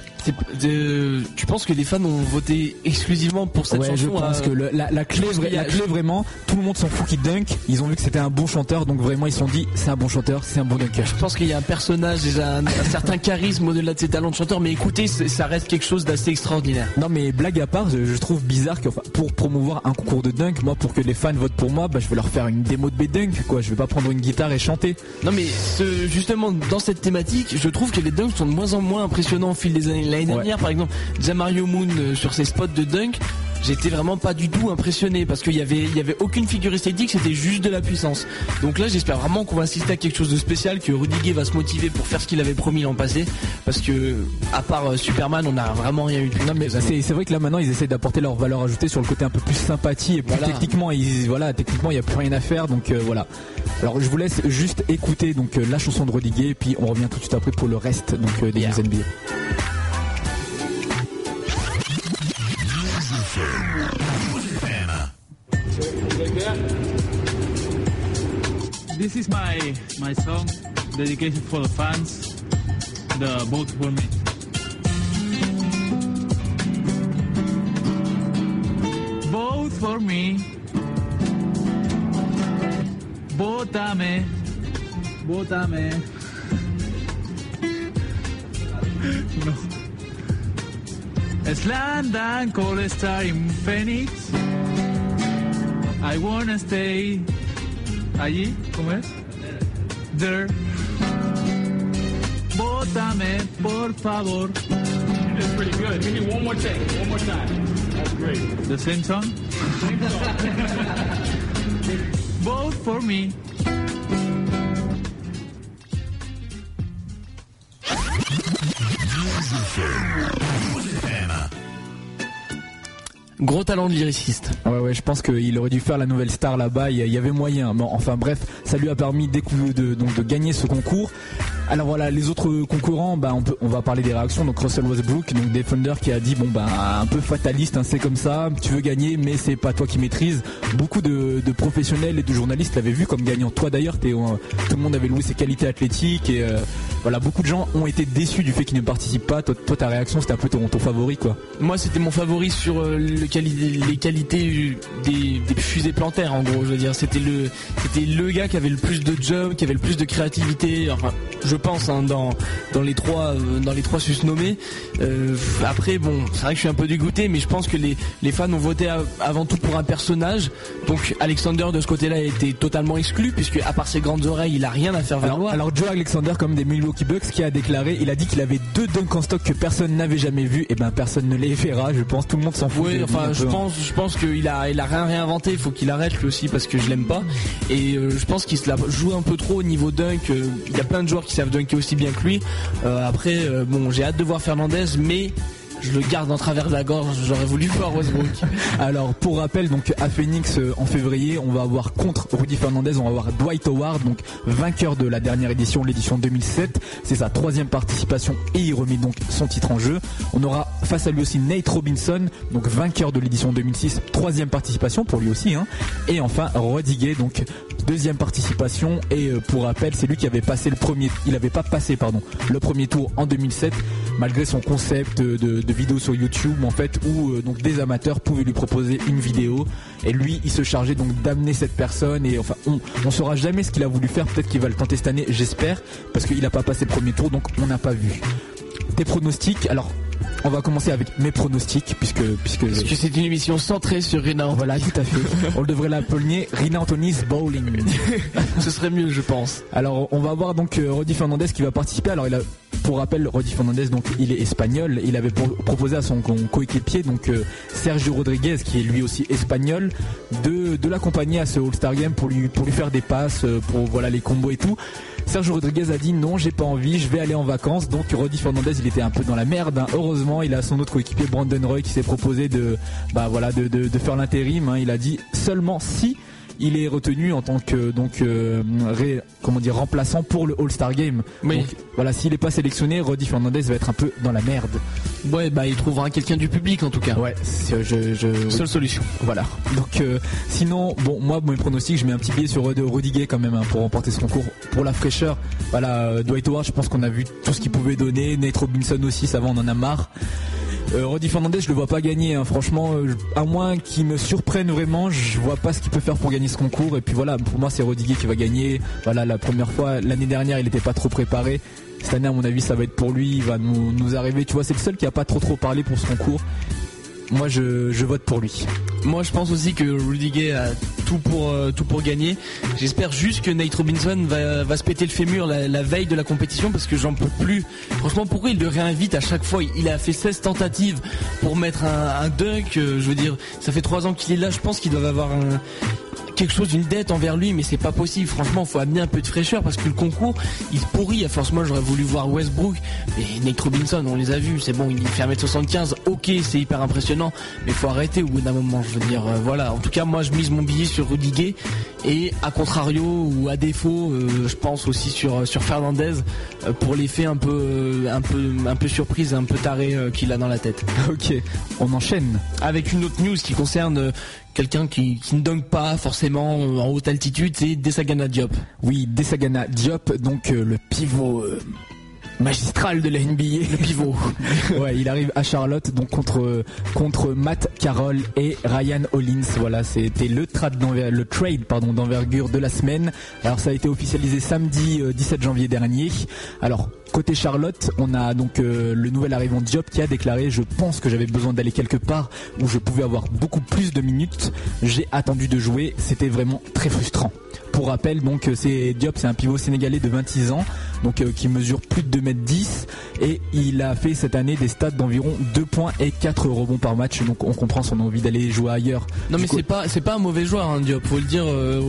tu penses que les fans ont voté exclusivement pour cette chanson? Je pense que la clé vraiment, tout le monde s'en fout qu'il dunk. Ils ont vu que c'était un bon chanteur, donc vraiment ils se sont dit c'est un bon chanteur, c'est un bon dunker. Je pense qu'il y a un personnage déjà, un certain charisme au-delà de ses talents de chanteur, mais écoutez, ça reste quelque chose d'assez extraordinaire. Non mais blague à part, je trouve bizarre que pour promouvoir un concours de dunk, moi pour que les fans votent pour moi, je vais leur faire une démo de B-Dunk quoi. Je vais pas prendre une guitare et chanter. Non mais justement dans cette thématique, je trouve que les dunks sont de moins en moins impressionnants au fil des années. L'année dernière, par exemple, Jamario Moon sur ses spots de dunk, j'étais vraiment pas du tout impressionné parce qu'il y avait aucune figure esthétique, c'était juste de la puissance. Donc là, j'espère vraiment qu'on va assister à quelque chose de spécial, que Rudy Gay va se motiver pour faire ce qu'il avait promis l'an passé, parce que à part Superman, on n'a vraiment rien eu de plus. Non mais c'est vrai que là maintenant ils essaient d'apporter leur valeur ajoutée sur le côté un peu plus sympathie et plus techniquement il y a plus rien à faire, donc voilà. Alors je vous laisse juste écouter donc la chanson de Rudy Gay et puis on revient tout de suite après pour le reste donc des news NBA. This is my song, dedication for the fans, the vote for me. Vote for me. Vótame. Vótame. No. Slam Dunk All-Star in Phoenix. I wanna stay. Allí, ¿cómo es? There. Vótame, por favor. That's pretty good. Give me one more take. One more time. That's great. The same song? Same song. Vote for me. Gros talent de lyriciste. Ouais, je pense qu'il aurait dû faire la nouvelle star là-bas, il y avait moyen. Bon, enfin bref, ça lui a permis de gagner ce concours. Alors voilà, les autres concurrents, on va parler des réactions. Donc Russell Westbrook, donc des Thunder, qui a dit un peu fataliste, c'est comme ça, tu veux gagner mais c'est pas toi qui maîtrise. Beaucoup de professionnels et de journalistes l'avaient vu comme gagnant. Toi d'ailleurs, tout le monde avait loué ses qualités athlétiques et voilà, beaucoup de gens ont été déçus du fait qu'il ne participe pas. Toi ta réaction, c'était un peu ton favori, quoi. Moi, c'était mon favori sur les qualités des fusées plantaires, en gros. Je veux dire, c'était le gars qui avait le plus de job, qui avait le plus de créativité. Enfin, je pense dans les trois susnommés. Après, bon, c'est vrai que je suis un peu dégoûté, mais je pense que les fans ont voté avant tout pour un personnage. Donc Alexander de ce côté-là a été totalement exclu, puisque à part ses grandes oreilles, il a rien à faire valoir. Alors Joe Alexander, comme des Milwaukee Bucks, qui a déclaré, il a dit qu'il avait 2 dunks en stock que personne n'avait jamais vu. Et ben personne ne les verra, je pense. Tout le monde s'en fout. Oui, enfin, je pense qu'il a rien réinventé. Il faut qu'il arrête lui aussi, parce que je l'aime pas. Et je pense qu'il se la joue un peu trop au niveau dunk. Il y a plein de joueurs qui savent dunker aussi bien que lui. Après, bon, j'ai hâte de voir Fernandez, mais je le garde en travers de la gorge, j'aurais voulu voir Westbrook. Alors pour rappel, donc à Phoenix en février, on va avoir contre Rudy Fernandez, on va avoir Dwight Howard, donc vainqueur de la dernière édition, l'édition 2007. C'est sa 3e participation et il remet donc son titre en jeu. On aura face à lui aussi Nate Robinson, donc vainqueur de l'édition 2006, 3e participation pour lui aussi, hein. Et enfin Rudy Gay, donc 2e participation, et pour rappel, c'est lui qui avait passé il avait pas passé le premier tour en 2007, malgré son concept de vidéo sur YouTube, en fait, où donc des amateurs pouvaient lui proposer une vidéo, et lui il se chargeait donc d'amener cette personne. Et enfin, on saura jamais ce qu'il a voulu faire. Peut-être qu'il va le tenter cette année, j'espère, parce qu'il a pas passé le premier tour, donc on n'a pas vu. Tes pronostics? Alors on va commencer avec mes pronostics, puisque c'est une émission centrée sur Rina Anthony. Voilà, tout à fait. On devrait l'appeler Rina Anthony's Bowling. Ce serait mieux, je pense. Alors on va voir donc Rudy Fernandez qui va participer. Alors pour rappel, Rudy Fernandez, donc il est espagnol. Il avait proposé à son coéquipier, donc Sergio Rodriguez, qui est lui aussi espagnol, de l'accompagner à ce All-Star Game pour lui faire des passes, pour voilà les combos et tout. Sergio Rodriguez a dit non, j'ai pas envie, je vais aller en vacances. Donc Rudy Fernandez, il était un peu dans la merde, hein. Heureusement, il a son autre coéquipier Brandon Roy qui s'est proposé de faire l'intérim, hein. Il a dit seulement si il est retenu en tant que remplaçant pour le All-Star Game. Oui. Donc voilà, s'il n'est pas sélectionné, Rudy Fernandez va être un peu dans la merde. Ouais, bah il trouvera quelqu'un du public en tout cas. Ouais, seule solution. Voilà. Donc sinon, bon, moi mes pronostics, je mets un petit billet sur Rudy Gay quand même, hein, pour remporter ce concours, pour la fraîcheur. Voilà, Dwight Howard, je pense qu'on a vu tout ce qu'il pouvait donner. Nate Robinson aussi, ça va, on en a marre. Rudy Fernandez, je le vois pas gagner, hein. Franchement, à moins qu'il me surprenne vraiment, je vois pas ce qu'il peut faire pour gagner ce concours. Et puis voilà, pour moi c'est Rudy Gay qui va gagner. Voilà, la première fois, l'année dernière il était pas trop préparé. Cette année à mon avis ça va être pour lui, il va nous arriver, tu vois, c'est le seul qui a pas trop parlé pour ce concours. Moi je vote pour lui. Moi je pense aussi que Rudy Gay a tout pour gagner. J'espère juste que Nate Robinson va se péter le fémur la veille de la compétition, parce que j'en peux plus. Franchement, pourquoi il le réinvite à chaque fois? Il a fait 16 tentatives pour mettre un dunk. Je veux dire, ça fait 3 ans qu'il est là. Je pense qu'il doit avoir quelque chose, une dette envers lui, mais c'est pas possible. Franchement, faut amener un peu de fraîcheur, parce que le concours il se pourrit à force. Moi j'aurais voulu voir Westbrook et Nate Robinson, on les a vus, c'est bon, il fait 1m75, ok, c'est hyper impressionnant, mais faut arrêter au bout d'un moment. Je veux dire, voilà, en tout cas moi je mise mon billet sur Rudy Gay, et à contrario ou à défaut, je pense aussi sur Fernandez, pour l'effet un peu surprise, un peu taré qu'il a dans la tête. Ok, on enchaîne avec une autre news qui concerne quelqu'un qui ne dunk pas forcément en haute altitude, c'est Desagana Diop. Oui, Desagana Diop, donc le pivot magistral de la NBA. Le pivot. Ouais, il arrive à Charlotte, donc contre Matt Carroll et Ryan Hollins. Voilà, c'était le trade d'envergure de la semaine. Alors ça a été officialisé samedi 17 janvier dernier. Alors côté Charlotte, on a donc le nouvel arrivant Diop qui a déclaré: je pense que j'avais besoin d'aller quelque part où je pouvais avoir beaucoup plus de minutes. J'ai attendu de jouer, c'était vraiment très frustrant. Pour rappel, donc Diop, c'est un pivot sénégalais de 26 ans, donc qui mesure plus de 2m10, et il a fait cette année des stats d'environ 2 points et 4 rebonds par match. Donc on comprend son envie d'aller jouer ailleurs. Non, mais c'est pas un mauvais joueur, hein, Diop, faut le dire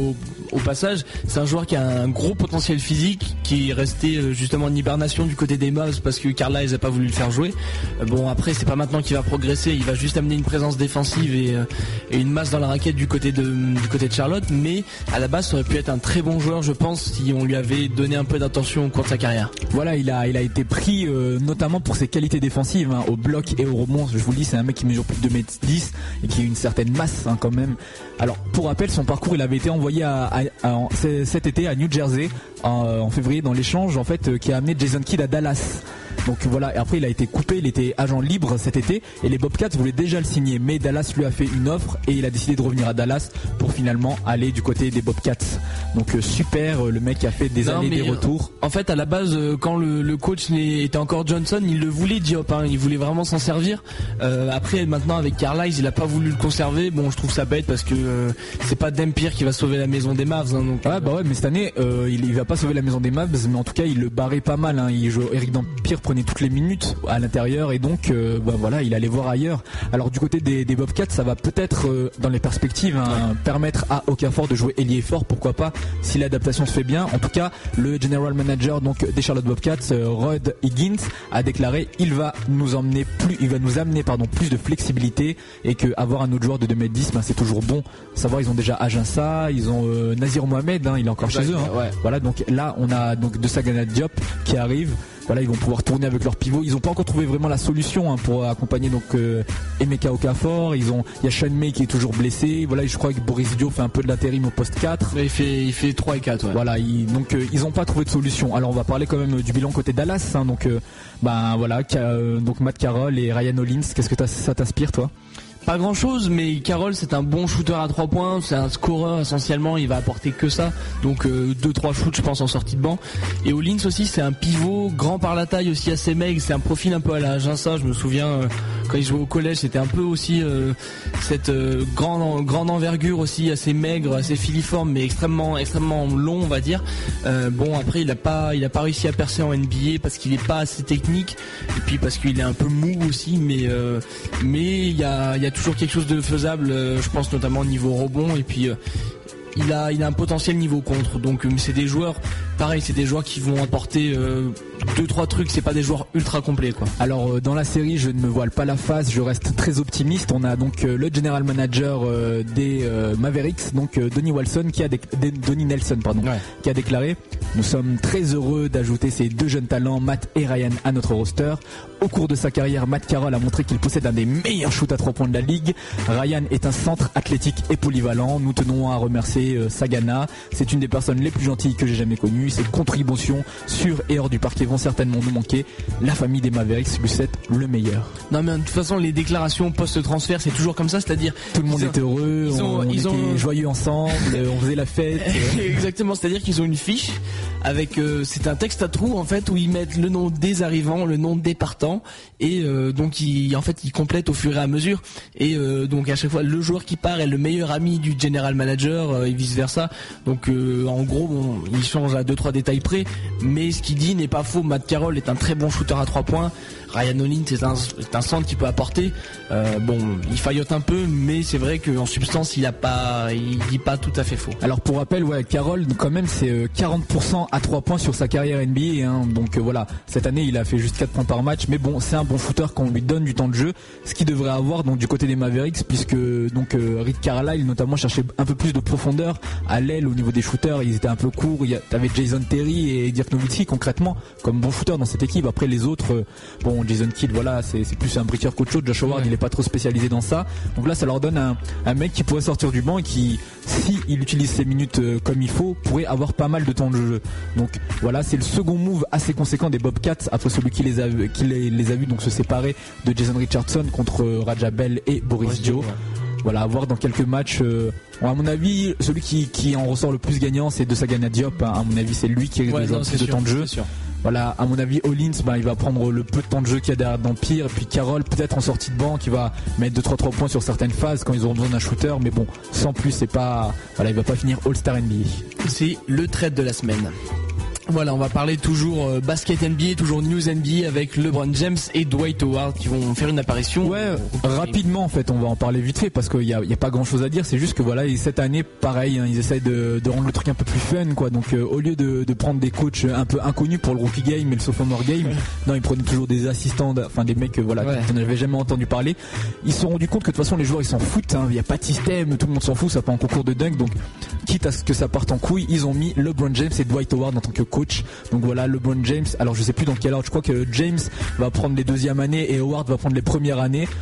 au passage. C'est un joueur qui a un gros potentiel physique, qui est resté justement en hibernation du côté des Mavs parce que Carlisle n'a pas voulu le faire jouer. Bon, après c'est pas maintenant qu'il va progresser, il va juste amener une présence défensive et une masse dans la raquette du côté de Charlotte, mais à la base ça aurait pu être un très bon joueur, je pense, si on lui avait donné un peu d'attention au cours de sa carrière. Voilà, il a été pris notamment pour ses qualités défensives, hein, au bloc et au rebond. Je vous le dis, c'est un mec qui mesure plus de 2m10 et qui a une certaine masse, hein, quand même. Alors pour rappel, son parcours, il avait été envoyé à cet été à New Jersey en février dans l'échange en fait qui a amené Jason Kidd à Dallas. Donc voilà, et après il a été coupé, il était agent libre cet été et les Bobcats voulaient déjà le signer, mais Dallas lui a fait une offre et il a décidé de revenir à Dallas pour finalement aller du côté des Bobcats. Donc super, le mec a fait des allers des retours. En fait à la base quand le coach était encore Johnson, il le voulait Diop, hein, il voulait vraiment s'en servir. Après maintenant avec Carlisle il a pas voulu le conserver. Bon je trouve ça bête parce que c'est pas Dampier qui va sauver la maison des Mavs, hein, donc, ouais mais cette année il va pas sauver la maison des Mavs, mais en tout cas il le barrait pas mal, hein. Eric Dampier prenait toutes les minutes à l'intérieur et donc voilà, il allait voir ailleurs. Alors du côté des Bobcats, ça va peut-être dans les perspectives permettre à Okafor de jouer ailier fort, pourquoi pas si l'adaptation se fait bien. En tout cas, le general manager donc des Charlotte Bobcats, Rod Higgins, a déclaré il va nous amener plus de flexibilité et que avoir un autre joueur de 2m10, c'est toujours bon. Savoir ils ont déjà Aginsa, ils ont Nazir Mohamed, il est encore chez eux. Ouais. Voilà, donc là on a donc de Sagana Diop qui arrive. Voilà, ils vont pouvoir tourner avec leur pivot. Ils n'ont pas encore trouvé vraiment la solution pour accompagner donc Emeka Okafor. Il y a Sean May qui est toujours blessé. Voilà, je crois que Boris Dio fait un peu de l'intérim au poste 4. Il fait 3 et 4. Ouais. Voilà, ils n'ont pas trouvé de solution. Alors on va parler quand même du bilan côté Dallas. Donc donc Matt Carroll et Ryan Hollins. Qu'est-ce que ça t'inspire toi? Pas grand chose, mais Carroll c'est un bon shooter à 3 points, c'est un scoreur essentiellement, il va apporter que ça, donc 2-3 shoots je pense en sortie de banc. Et Hollins aussi c'est un pivot, grand par la taille aussi assez maigre, c'est un profil un peu à la Aginsa, je me souviens quand il jouait au collège c'était un peu aussi cette grande envergure aussi, assez maigre, assez filiforme mais extrêmement long on va dire. Bon après il a pas réussi à percer en NBA parce qu'il est pas assez technique et puis parce qu'il est un peu mou aussi, mais il y a toujours quelque chose de faisable, je pense notamment au niveau rebond et puis il a un potentiel niveau contre, donc c'est des joueurs pareil, c'est des joueurs qui vont apporter 2-3 trucs, c'est pas des joueurs ultra complets quoi. Alors dans la série je ne me voile pas la face, je reste très optimiste. On a donc le general manager des Mavericks, donc Donnie Nelson qui a déclaré: nous sommes très heureux d'ajouter ces deux jeunes talents Matt et Ryan à notre roster. Au cours de sa carrière, Matt Carroll a montré qu'il possède un des meilleurs shoots à 3 points de la ligue. Ryan est un centre athlétique et polyvalent. Nous tenons à remercier Sagana, c'est une des personnes les plus gentilles que j'ai jamais connues. Ses contributions sur et hors du parquet vont certainement nous manquer. La famille des Mavericks lui souhaite le meilleur. Non mais de toute façon les déclarations post-transfert c'est toujours comme ça, c'est-à-dire tout le monde était heureux, on était joyeux ensemble, on faisait la fête. Exactement, c'est-à-dire qu'ils ont une fiche avec c'est un texte à trous en fait où ils mettent le nom des arrivants, le nom des partants et donc ils complètent au fur et à mesure et donc à chaque fois le joueur qui part est le meilleur ami du general manager et vice versa. Donc en gros il change à 2-3 détails près, mais ce qu'il dit n'est pas faux. Matt Carroll est un très bon shooter à 3 points. Ryan Hollins est un centre qui peut apporter. Il faillote un peu, mais c'est vrai qu'en substance, il dit pas tout à fait faux. Alors pour rappel, Carroll quand même c'est 40% à 3 points sur sa carrière NBA. Donc voilà, cette année il a fait juste 4 points par match, mais bon, c'est un bon shooter quand on lui donne du temps de jeu, ce qu'il devrait avoir donc du côté des Mavericks, puisque donc Rick Carlisle notamment cherchait un peu plus de profondeur à l'aile au niveau des shooters. Ils étaient un peu courts. T'avais Jason Terry et Dirk Nowitzki concrètement comme bon shooter dans cette équipe. Après les autres, Jason Kidd, voilà, c'est plus un briqueur qu'autre chose. Josh Howard, il est pas trop spécialisé dans ça. Donc là, ça leur donne un mec qui pourrait sortir du banc et qui, si il utilise ses minutes comme il faut, pourrait avoir pas mal de temps de jeu. Donc voilà, c'est le second move assez conséquent des Bobcats après celui qui les a vus donc se séparer de Jason Richardson contre Raja Bell et Boris Dio. Ouais. Voilà, à voir dans quelques matchs. À mon avis, celui qui en ressort le plus gagnant, c'est de Sagana Diop. À mon avis, c'est lui qui a plus de temps de jeu. Voilà, à mon avis, Hollins, il va prendre le peu de temps de jeu qu'il y a derrière d'Empire. Et puis Carroll, peut-être en sortie de banc, qui va mettre 2-3 points sur certaines phases quand ils auront besoin d'un shooter. Mais bon, sans plus, il va pas finir All-Star NBA. C'est le trade de la semaine. Voilà, on va parler toujours basket NBA, toujours news NBA avec LeBron James et Dwight Howard qui vont faire une apparition. Ouais, rapidement en fait, on va en parler vite fait parce qu'il y a pas grand chose à dire. C'est juste que voilà, cette année, pareil, ils essayent de rendre le truc un peu plus fun, quoi. Donc au lieu de prendre des coachs un peu inconnus pour le rookie game et le sophomore game, non, ils prenaient toujours des assistants, des mecs qu'on n'avait jamais entendu parler. Ils se sont rendus compte que de toute façon les joueurs ils s'en foutent. Il y a pas de système, tout le monde s'en fout, ça part en concours de dunk. Donc quitte à ce que ça parte en couille, ils ont mis LeBron James et Dwight Howard en tant que coach. Donc voilà, LeBron James, alors je sais plus dans quel ordre, je crois que James va prendre les deuxièmes années et Howard va prendre les premières années.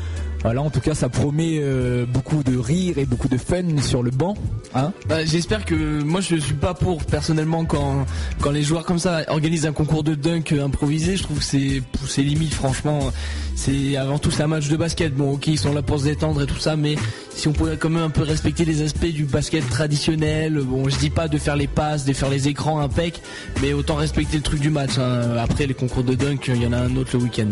Voilà, en tout cas, ça promet beaucoup de rire et beaucoup de fun sur le banc. Hein, j'espère que moi je suis pas pour personnellement quand les joueurs comme ça organisent un concours de dunk improvisé. Je trouve que c'est limite, franchement. C'est avant tout c'est un match de basket. Bon, ok, ils sont là pour se détendre et tout ça, mais si on pouvait quand même un peu respecter les aspects du basket traditionnel. Bon, je dis pas de faire les passes, de faire les écrans impec, mais autant respecter le truc du match. Hein. Après les concours de dunk, il y en a un autre le week-end.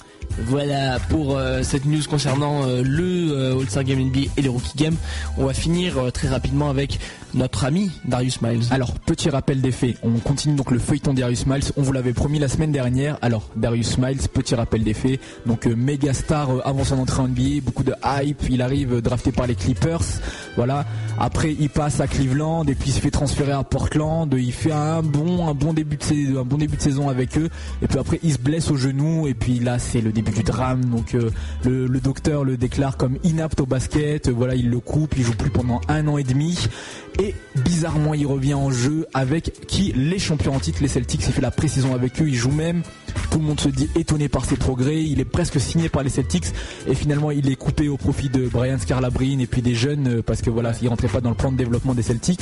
Voilà pour cette news concernant le All-Star Game NBA et les Rookie Games. On va finir très rapidement avec notre ami Darius Miles. Alors, petit rappel des faits. On continue donc le feuilleton Darius Miles. On vous l'avait promis la semaine dernière. Alors, Darius Miles, petit rappel des faits. Donc, méga star avant son entrée en NBA. Beaucoup de hype. Il arrive drafté par les Clippers. Voilà. Après, il passe à Cleveland et puis il se fait transférer à Portland. Il fait un bon début de saison avec eux. Et puis après, il se blesse au genou. Et puis là, c'est le début du drame. Donc, le docteur le déclare comme inapte au basket. Voilà, il le coupe. Il joue plus pendant 1 an et demi. Et bizarrement il revient en jeu avec les champions en titre, les Celtics. Il fait la pré-saison avec eux, il joue même. Tout le monde se dit étonné par ses progrès. Il est presque signé par les Celtics et finalement il est coupé au profit de Brian Scalabrine et puis des jeunes parce que voilà, il rentrait pas dans le plan de développement des Celtics.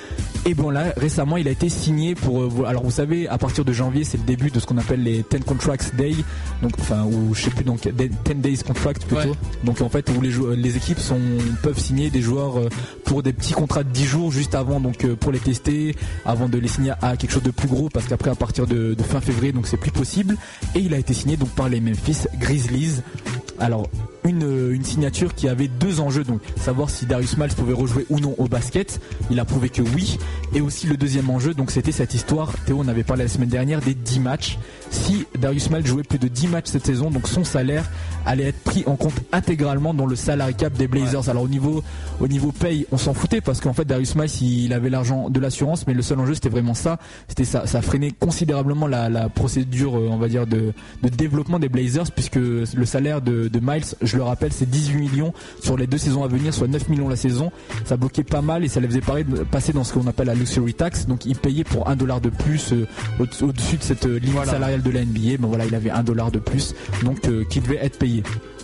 Et bon là récemment il a été signé pour alors vous savez à partir de janvier c'est le début de ce qu'on appelle les 10 contracts day, donc enfin ou je sais plus donc 10 days contract plutôt. Ouais. Donc en fait où les équipes peuvent signer des joueurs pour des petits contrats de 10 jours juste avant donc pour les tester avant de les signer à quelque chose de plus gros parce qu'après à partir de fin février donc c'est plus possible et il a été signé donc par les Memphis Grizzlies. Alors une signature qui avait 2 enjeux, donc savoir si Darius Miles pouvait rejouer ou non au basket. Il a prouvé que oui. Et aussi le deuxième enjeu, donc c'était cette histoire, Théo en avait parlé la semaine dernière, des 10 matchs. Si Darius Miles jouait plus de 10 matchs cette saison, donc son salaire allait être pris en compte intégralement dans le salary cap des Blazers. Ouais. Alors au niveau paye, on s'en foutait parce qu'en fait Darius Miles il avait l'argent de l'assurance, mais le seul enjeu c'était vraiment ça. C'était ça freinait considérablement la procédure, on va dire de développement des Blazers, puisque le salaire de Miles, je le rappelle, c'est 18 millions sur les 2 saisons à venir, soit 9 millions la saison. Ça bloquait pas mal et ça les faisait passer dans ce qu'on appelle la luxury tax. Donc ils payaient pour $1 de plus au-dessus de cette limite salariale de la NBA. Ben voilà, il avait $1 de plus, donc qui devait être payé.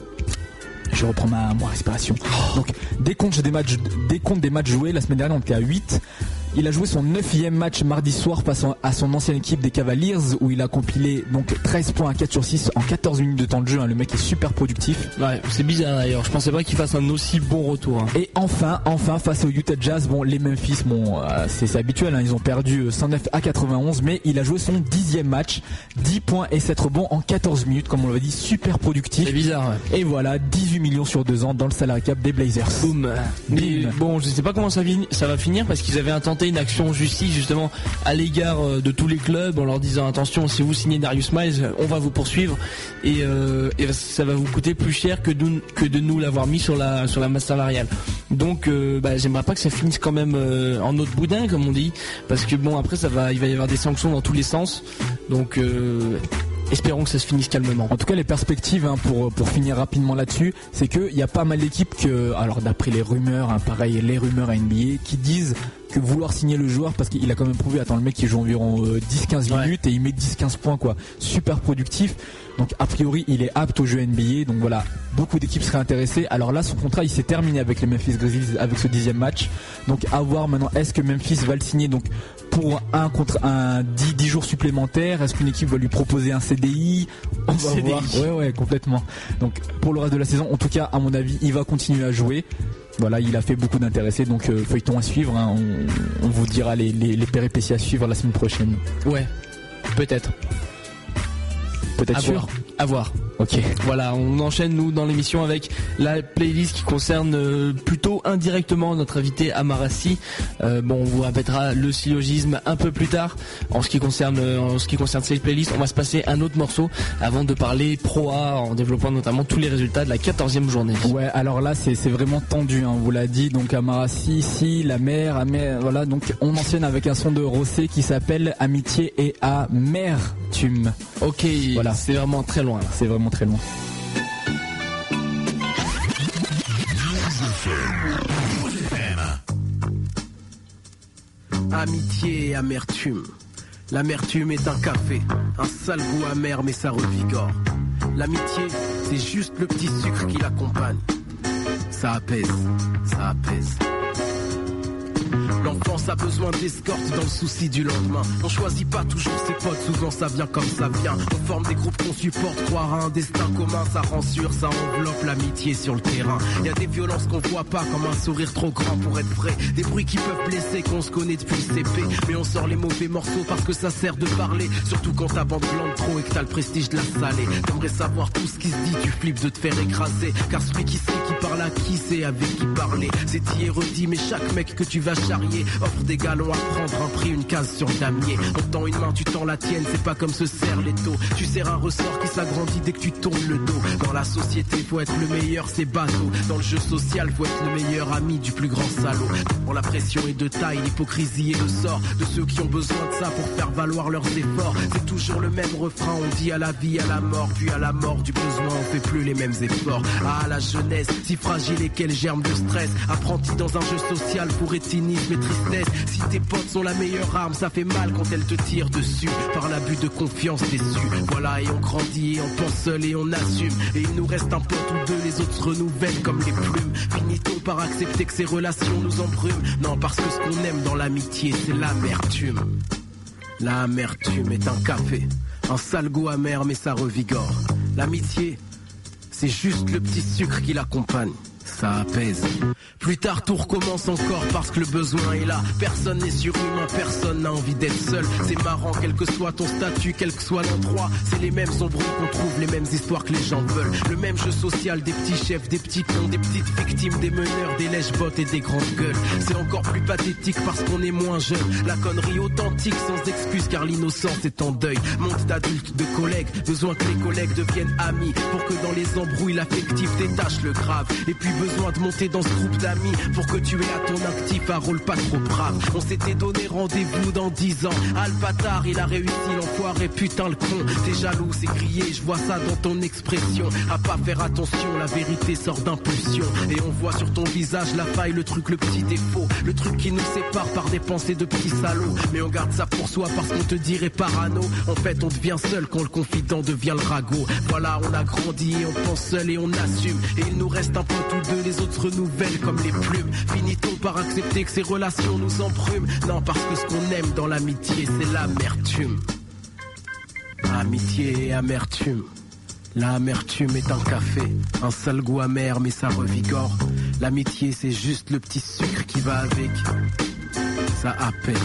Je reprends ma respiration. Donc décompte des matchs joués. La semaine dernière on était à 8. Il a joué son 9e match mardi soir face à son ancienne équipe des Cavaliers où il a compilé donc 13 points à 4 sur 6 en 14 minutes de temps de jeu. Le mec est super productif. Ouais, c'est bizarre d'ailleurs. Je pensais pas qu'il fasse un aussi bon retour. Et enfin, face au Utah Jazz, bon, les Memphis, c'est habituel, ils ont perdu 109 à 91, mais il a joué son 10e match, 10 points et 7 rebonds en 14 minutes, comme on l'avait dit, super productif. C'est bizarre, ouais. Et voilà, 18 millions sur 2 ans dans le salary cap des Blazers. Boum. Mais bon, je sais pas comment ça va finir parce qu'ils avaient intenté une action en justice justement à l'égard de tous les clubs en leur disant attention, si vous signez Darius Miles, on va vous poursuivre et ça va vous coûter plus cher que de nous l'avoir mis sur la masse salariale. Donc j'aimerais pas que ça finisse quand même en autre boudin comme on dit, parce que bon après il va y avoir des sanctions dans tous les sens. Donc espérons que ça se finisse calmement. En tout cas, les perspectives, pour finir rapidement là-dessus, c'est qu'il y a pas mal d'équipes alors d'après les rumeurs, pareil, les rumeurs à NBA, qui disent que vouloir signer le joueur parce qu'il a quand même prouvé, le mec il joue environ 10-15 minutes et il met 10-15 points quoi, super productif. Donc a priori il est apte au jeu NBA, donc voilà, beaucoup d'équipes seraient intéressées. Alors là son contrat il s'est terminé avec les Memphis Grizzlies avec ce 10e match. Donc à voir maintenant, est-ce que Memphis va le signer donc pour un 10 jours supplémentaires, est-ce qu'une équipe va lui proposer un CDI? On va voir. Ouais complètement. Donc pour le reste de la saison, en tout cas à mon avis il va continuer à jouer. Voilà, il a fait beaucoup d'intéressés, donc feuilleton à suivre, on vous dira les péripéties à suivre la semaine prochaine. Ouais, peut-être sûr. À voir. Ok. Voilà, on enchaîne nous dans l'émission avec la playlist qui concerne plutôt indirectement notre invité Amarassi. On vous répétera le syllogisme un peu plus tard. En ce qui concerne cette playlist, on va se passer un autre morceau avant de parler Pro A en développant notamment tous les résultats de la 14e journée. Ouais, alors là c'est vraiment tendu, on vous l'a dit. Donc Amarassi ici, la mer, voilà. Donc on enchaîne avec un son de Rossé qui s'appelle Amitié et Amertume. Ok, voilà. C'est vraiment très loin là. C'est vraiment très loin. Amitié et amertume. L'amertume est un café, un sale goût amer mais ça revigore. L'amitié, c'est juste le petit sucre qui l'accompagne. Ça apaise, ça apaise. L'enfance a besoin d'escorte dans le souci du lendemain. On choisit pas toujours ses potes, souvent ça vient comme ça vient. On forme des groupes qu'on supporte, croire à un destin commun. Ça rend sûr, ça enveloppe l'amitié sur le terrain. Y a des violences qu'on voit pas, comme un sourire trop grand pour être vrai. Des bruits qui peuvent blesser, qu'on se connaît depuis le CP. Mais on sort les mauvais morceaux parce que ça sert de parler. Surtout quand ta bande blande trop et que t'as le prestige de la salée. T'aimerais savoir tout ce qui se dit, tu flippes de te faire écraser. Car celui qui sait qui parle à qui sait avec qui parler. C'est dit et redit, mais chaque mec que tu vas charrier offre des galons à prendre, un prix, une case sur le damier. On tend une main, tu tends la tienne, c'est pas comme se serrent les taux. Tu serres un ressort qui s'agrandit dès que tu tournes le dos. Dans la société, faut être le meilleur, c'est bateau. Dans le jeu social, faut être le meilleur ami du plus grand salaud. Pour la pression est de taille, l'hypocrisie est le sort de ceux qui ont besoin de ça pour faire valoir leurs efforts. C'est toujours le même refrain, on dit à la vie, à la mort, puis à la mort du besoin, on fait plus les mêmes efforts. Ah, la jeunesse, si fragile et qu'elle germe de stress. Apprenti dans un jeu social pour cynisme et tristesse. Si tes potes sont la meilleure arme, ça fait mal quand elles te tirent dessus. Par l'abus de confiance déçu. Voilà, et on grandit, et on pense seul et on assume. Et il nous reste un pote ou deux, les autres se renouvellent comme les plumes. Finit-on par accepter que ces relations nous embrument? Non, parce que ce qu'on aime dans l'amitié, c'est l'amertume. L'amertume est un café, un sale goût amer mais ça revigore. L'amitié, c'est juste le petit sucre qui l'accompagne. Ça apaise. Plus tard tout recommence encore parce que le besoin est là. Personne n'est surhumain, personne n'a envie d'être seul. C'est marrant, quel que soit ton statut, quel que soit l'endroit. C'est les mêmes embrouilles qu'on trouve, les mêmes histoires que les gens veulent. Le même jeu social, des petits chefs, des petits cons, des petites victimes, des meneurs, des lèche-bottes et des grandes gueules. C'est encore plus pathétique parce qu'on est moins jeune. La connerie authentique sans excuse car l'innocence est en deuil. Monde d'adultes, de collègues, besoin que les collègues deviennent amis pour que dans les embrouilles l'affectif détache le grave. Et puis besoin de monter dans ce groupe d'amis pour que tu aies à ton actif un rôle pas trop brave. On s'était donné rendez-vous dans 10 ans. Ah le bâtard il a réussi, l'enfoiré putain le con. T'es jaloux, c'est crié, je vois ça dans ton expression. À pas faire attention, la vérité sort d'impulsion. Et on voit sur ton visage la faille, le truc, le petit défaut. Le truc qui nous sépare par des pensées de petits salauds. Mais on garde ça pour soi parce qu'on te dirait parano. En fait on devient seul quand le confident devient le ragot. Voilà, on a grandi et on pense seul et on assume. Et il nous reste un peu tous deux, les autres se renouvellent comme les plumes. Finit-on par accepter que ces relations nous embrument? Non, parce que ce qu'on aime dans l'amitié, c'est l'amertume. Amitié et amertume. L'amertume est un café, un sale goût amer mais ça revigore. L'amitié c'est juste le petit sucre qui va avec. Ça apaise.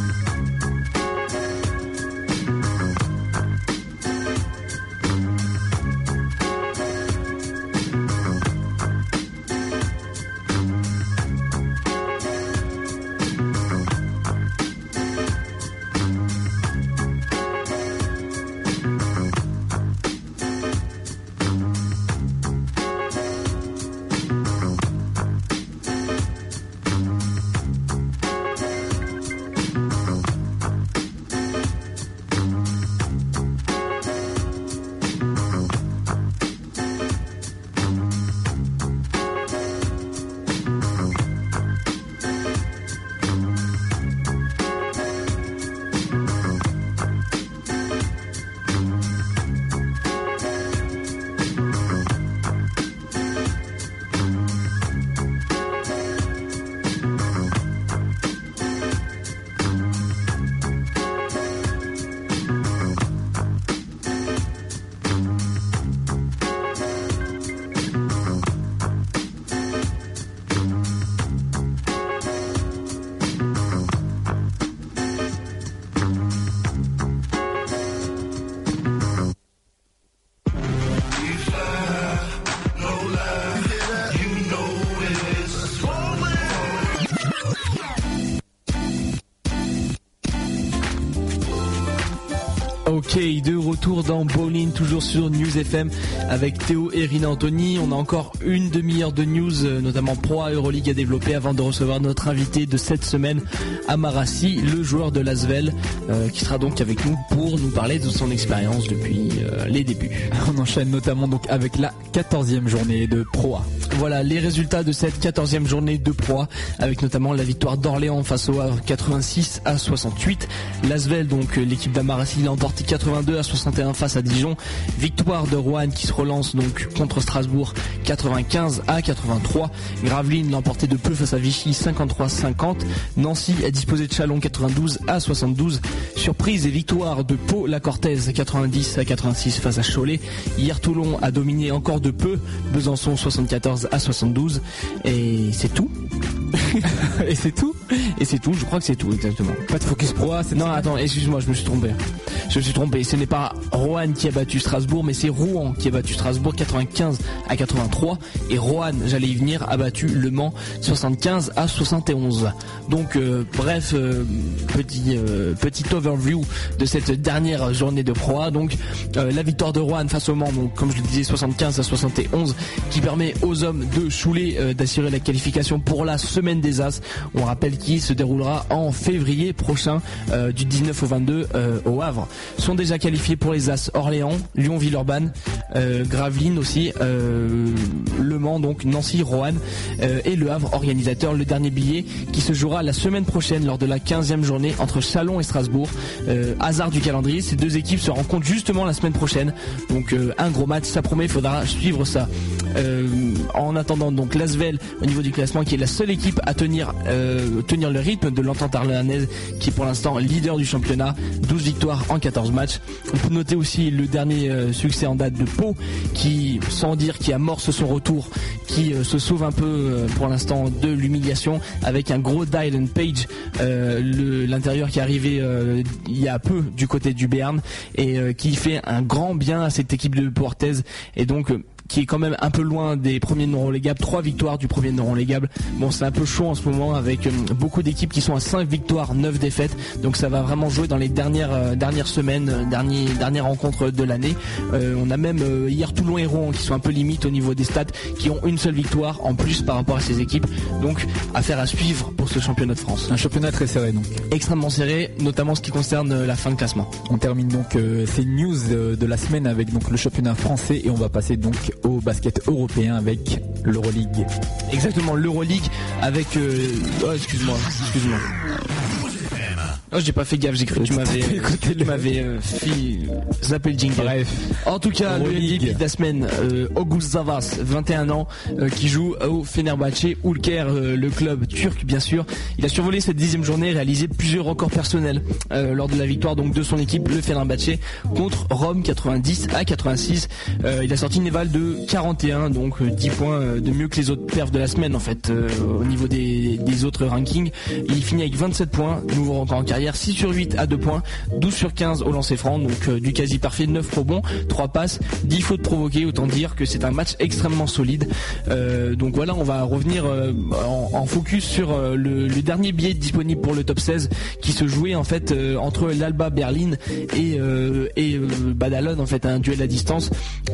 Ok, de retour dans Ballin, toujours sur News FM avec Théo et Rina Anthony. On a encore une demi-heure de news, notamment Pro A Euroleague à développer avant de recevoir notre invité de cette semaine, Amarassi, le joueur de l'Asvel, qui sera donc avec nous pour nous parler de son expérience depuis les débuts. On enchaîne notamment donc avec la 14e journée de Pro A. Voilà les résultats de cette 14e journée de Pro A, avec notamment la victoire d'Orléans face au Havre 86-68. L'Asvel, donc l'équipe d'Amarassi, l'a emporté 82-61 face à Dijon. Victoire de Roanne qui se relance donc contre Strasbourg 95-83. Gravelines l'a emporté de peu face à Vichy 53-50. Nancy a disposé de Châlons 92-72. Surprise et victoire de Pau-la-Cortèze 90-86 face à Cholet. Hier Toulon a dominé encore de peu Besançon 74-72. Et c'est tout. Et c'est tout. Et c'est tout, je crois que c'est tout exactement. Pas de focus pro A, Non, attends, excuse-moi, je me suis trompé. Ce n'est pas Roanne qui a battu Strasbourg, mais c'est Rouen qui a battu Strasbourg 95-83. Et Roanne, j'allais y venir, a battu Le Mans 75-71. Donc bref, petit overview de cette dernière journée de Pro A. Donc la victoire de Roanne face au Mans, donc comme je le disais 75-71, qui permet aux hommes de Cholet d'assurer la qualification pour la semaine des As. On rappelle qui se déroulera en février prochain, du 19 au 22 au Havre. Sont déjà qualifiés pour les As Orléans, Lyon-Villeurbanne, Gravelines aussi, Le Mans, donc Nancy, Roanne et Le Havre organisateur. Le dernier billet qui se jouera la semaine prochaine lors de la 15e journée entre Châlons et Strasbourg. Hasard du calendrier, ces deux équipes se rencontrent justement la semaine prochaine. Donc un gros match, ça promet, il faudra suivre ça. En attendant donc l'Asvel au niveau du classement, qui est la seule équipe à tenir le rythme de l'Entente Arléanaise, qui est pour l'instant leader du championnat, 12 victoires en 14 matchs. On peut noter aussi le dernier succès en date de Pau, qui, sans dire, qui amorce son retour, qui se sauve un peu pour l'instant de l'humiliation avec un gros Dylan Page, l'intérieur qui est arrivé il y a peu du côté du Béarn et qui fait un grand bien à cette équipe de Portez, et donc qui est quand même un peu loin des premiers non relégables. 3 victoires du premier non relégable. Bon, c'est un peu chaud en ce moment avec beaucoup d'équipes qui sont à 5 victoires, 9 défaites. Donc ça va vraiment jouer dans les dernières semaines, dernières rencontres de l'année. On a même hier Toulon et Rouen qui sont un peu limites au niveau des stats, qui ont une seule victoire en plus par rapport à ces équipes. Donc affaire à suivre pour ce championnat de France. Un championnat très serré donc. Extrêmement serré, notamment ce qui concerne la fin de classement. On termine donc ces news de la semaine avec donc le championnat français, et on va passer donc au basket européen avec l'Euroleague. Exactement, l'Euroleague avec excuse-moi. Oh, j'ai pas fait gaffe, j'ai cru que tu m'avais zappé le jingle. Bref. En tout cas, le MVP de la semaine, August Zavas, 21 ans, qui joue au Fenerbahçe Ülker, le club turc bien sûr. Il a survolé cette 10e journée et réalisé plusieurs records personnels lors de la victoire donc de son équipe, le Fenerbahçe, contre Rome 90-86. Il a sorti une éval de 41, donc 10 points de mieux que les autres perfs de la semaine en fait, au niveau des autres rankings. Il finit avec 27 points, nouveau record en carrière, 6 sur 8 à 2 points, 12 sur 15 au lancer franc, donc du quasi parfait, 9 rebonds, 3 passes, 10 fautes provoquées, autant dire que c'est un match extrêmement solide. Donc voilà, on va revenir en focus sur le dernier billet disponible pour le top 16 qui se jouait en fait entre l'Alba Berlin et Badalone, en fait un duel à distance,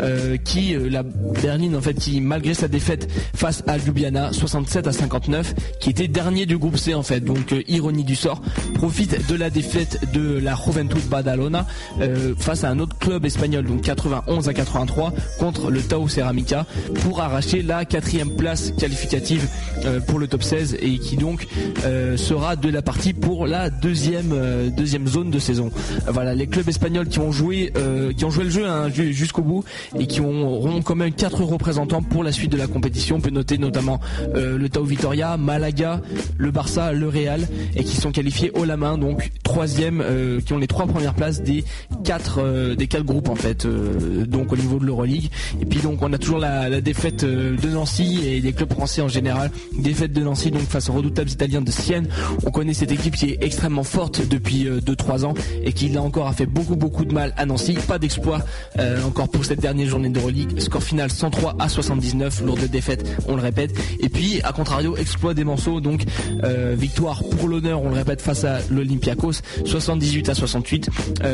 la Berlin en fait qui, malgré sa défaite face à Ljubljana 67-59, qui était dernier du groupe C en fait, donc ironie du sort, profite de la défaite de la Juventud Badalona face à un autre club espagnol, donc 91-83 contre le Tau Ceramica, pour arracher la 4e place qualificative pour le top 16, et qui donc sera de la partie pour la deuxième zone de saison. Voilà, les clubs espagnols qui ont joué le jeu jusqu'au bout et qui auront quand même 4 représentants pour la suite de la compétition. On peut noter notamment le Tau Vitoria, Malaga, le Barça, le Real, et qui sont qualifiés haut la main, donc 3e, qui ont les 3 premières places des 4 groupes en fait, donc au niveau de l'Euroleague. Et puis donc on a toujours la défaite de Nancy et des clubs français en général, défaite de Nancy donc face aux redoutables italiens de Sienne. On connaît cette équipe qui est extrêmement forte depuis 2-3 ans et qui là encore a fait beaucoup de mal à Nancy. Pas d'exploit encore pour cette dernière journée d'Euroleague, score final 103-79, lourde défaite, on le répète. Et puis à contrario, exploit des Manceaux, donc victoire pour l'honneur, on le répète, face à l'Olympiakos 78-68.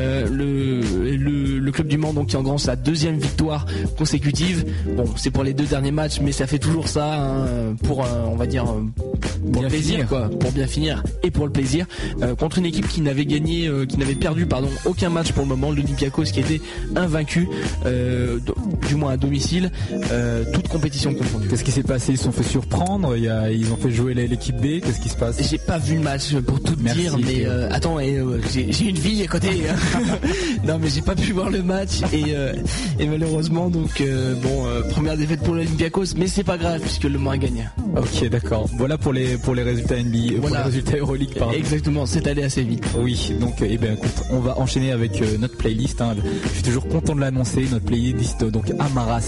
Le club du Mans donc qui engrange sa 2e victoire consécutive. Bon, c'est pour les 2 derniers matchs, mais ça fait toujours ça hein, pour on va dire pour le plaisir, quoi, pour bien finir et pour le plaisir, contre une équipe qui n'avait perdu aucun match pour le moment, l'Olympiakos qui était invaincu, du moins à domicile, toute compétition confondue. Qu'est-ce qui s'est passé? Ils se sont fait surprendre, ils ont fait jouer l'équipe B, qu'est-ce qui se passe? J'ai pas vu le match pour tout dire, mais attends, j'ai une vie à côté. Non, mais j'ai pas pu voir le match et malheureusement donc première défaite pour l'Olympiakos, mais c'est pas grave puisque Le Mans a gagné. Ok, d'accord. Voilà pour les résultats NBA, pour les résultats Euroleague, pardon. Exactement, c'est allé assez vite. Oui, donc écoute, on va enchaîner avec notre playlist. Je suis toujours content de l'annoncer, notre playlist donc Amara,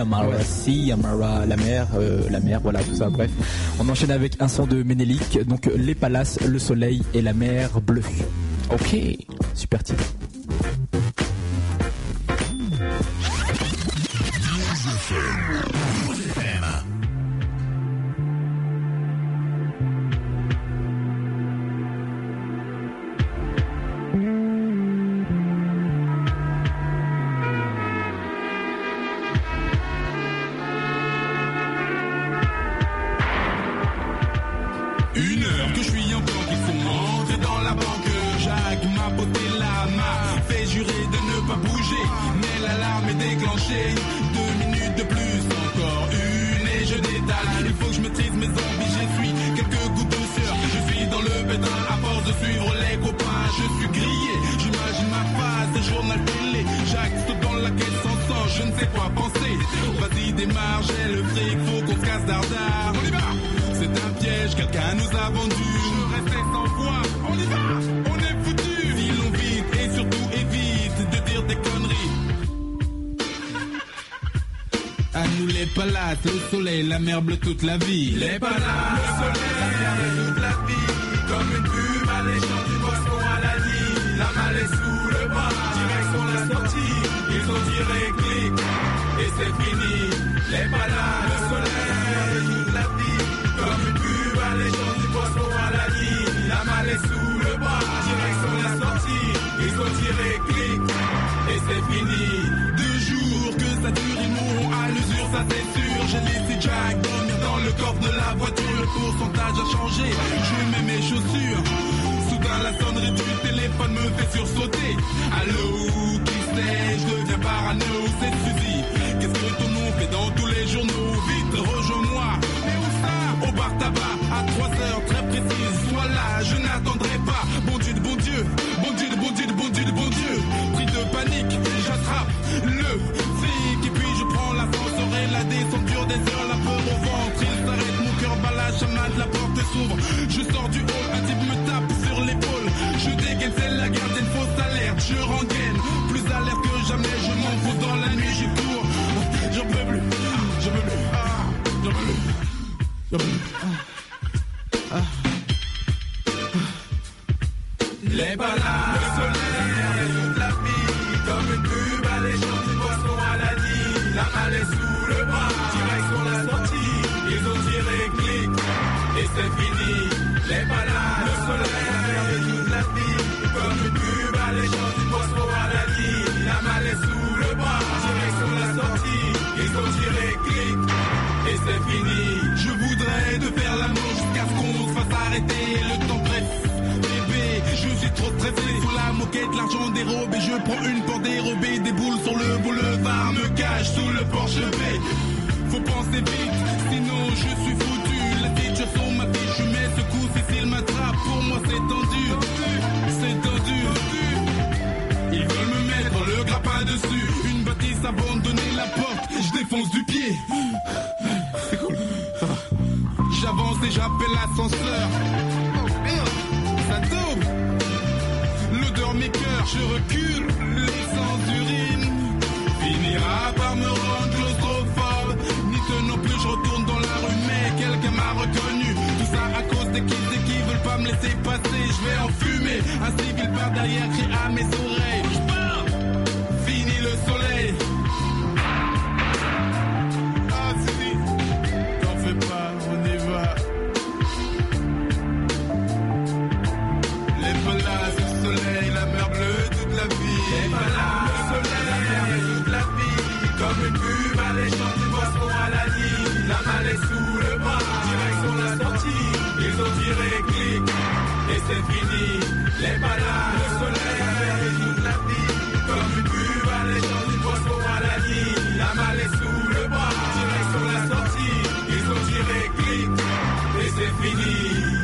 la mer, voilà tout ça. Bref, on enchaîne avec un son de Ménélique, donc les palaces, le soleil et la mer bleue. Ok, super titre. Une heure que je suis en banque, il faut entrer dans la banque. Jacques m'a posé la main, fait jurer de ne pas bouger, mais l'alarme est déclenchée. 2 minutes de plus, encore une et je détale. Il faut que je maîtrise mes envies, j'essuie quelques gouttes de sueur. Je suis dans le pétrin à force de suivre les copains. Je suis grillé, j'imagine ma face, journal télé. Jacques saute dans la caisse sans sang, je ne sais quoi penser. Vas-y démarre, j'ai le fric, faut qu'on se casse dardard. On y va! C'est un piège, quelqu'un nous a vendu. Je restais sans foi, on y va, on est foutu. Filons vite et surtout évite de dire des conneries. À nous les palaces, le soleil, la mer bleue toute la vie. Les palaces, le soleil, la mer bleue toute la vie. Comme une pub alléchante du Boston à la nuit. La malle est sous le bras, direction la sortie. Ils ont tiré clic et c'est fini. Les palaces, le soleil, la mer bleue toute la vie. Comme une pub alléchante du poisson à la nuit. La malle est sous le bras, direction la sortie. Ils ont tiré clic et c'est fini. 2 jours que ça dure, ils mourront à l'usure, ça c'est sûr. J'ai laissé Jack dormir dans le coffre de la voiture. Le pourcentage a changé, je mets mes chaussures. Soudain la sonnerie du téléphone me fait sursauter. Allô, qui c'est? Je deviens parano, c'est Suzy. Qu'est-ce que ton nom fait dans tous les journaux? Vite, rejoins-moi. Mais où ça? Au bar tabac, à 3 heures très précises. Sois là, je n'attendrai pas. Bon Dieu de bon Dieu, bon Dieu de bon Dieu de bon Dieu de bon Dieu. Pris de panique, j'attrape le fric. Et puis je prends l'ascenseur et la descente dure des heures. La peur au ventre, il s'arrête, mon cœur bat la chamade, la porte s'ouvre. Je sors du hall, un type me tape sur l'épaule. Je dégaine, c'est la gardienne, fausse alerte. Je rengaine, plus alerte que jamais. Je m'enfonce dans la nuit, je cours. J'en peux plus, j'en peux plus, j'en peux plus. Les balades, le soleil, toute la vie. Comme une pub alléchante du poisson à la nuit. La malle est sous le bras, direction la sortie. Ils ont tiré clic et c'est fini. Les balades, le soleil, toute la vie. Comme une pub alléchante du poisson à la nuit. La malle est sous le bras, direction la sortie. Ils ont tiré clic et c'est fini. Je voudrais de faire l'amour jusqu'à ce qu'on se fasse arrêter. Le temps presse, bébé, je suis trop stressé. Sous la moquette, l'argent dérobé. Je prends une porte dérobée, des boules sur le boulevard. Me cache sous le porche-bée. Faut penser vite, sinon je suis foutu. La situation m'affiche, je mets ce coup. Si s'il m'attrape, pour moi c'est tendu. C'est tendu. Ils veulent me mettre le grappin dessus. Une bâtisse abandonnée, la porte, je défonce du pied. C'est cool, ça va. J'avance et j'appelle l'ascenseur. Ça tombe. L'odeur m'écoeure, je recule. L'essence d'urine finira par me rendre claustrophobe. Ni tenant plus, je retourne dans la rue, mais quelqu'un m'a reconnu. Tout ça à cause des kids qui veulent pas me laisser passer. Je vais en fumer. Un civil par derrière crie à mes oreilles. Fini le soleil. Ah si, t'en fais pas, on y va. Les palaces, le soleil, la mer bleue, toute la vie. Les palaces, le soleil, la mer bleue, toute la vie. Comme une pub alléchante du poisson à la nuit. La malle est sous le bras, direction la sortie. les malades, le soleil avait toute la vie, comme une buve à l'échange d'une poisson maladie. La malle est sous le bras, direct sur la sortie, ils ont tiré clic, et c'est fini.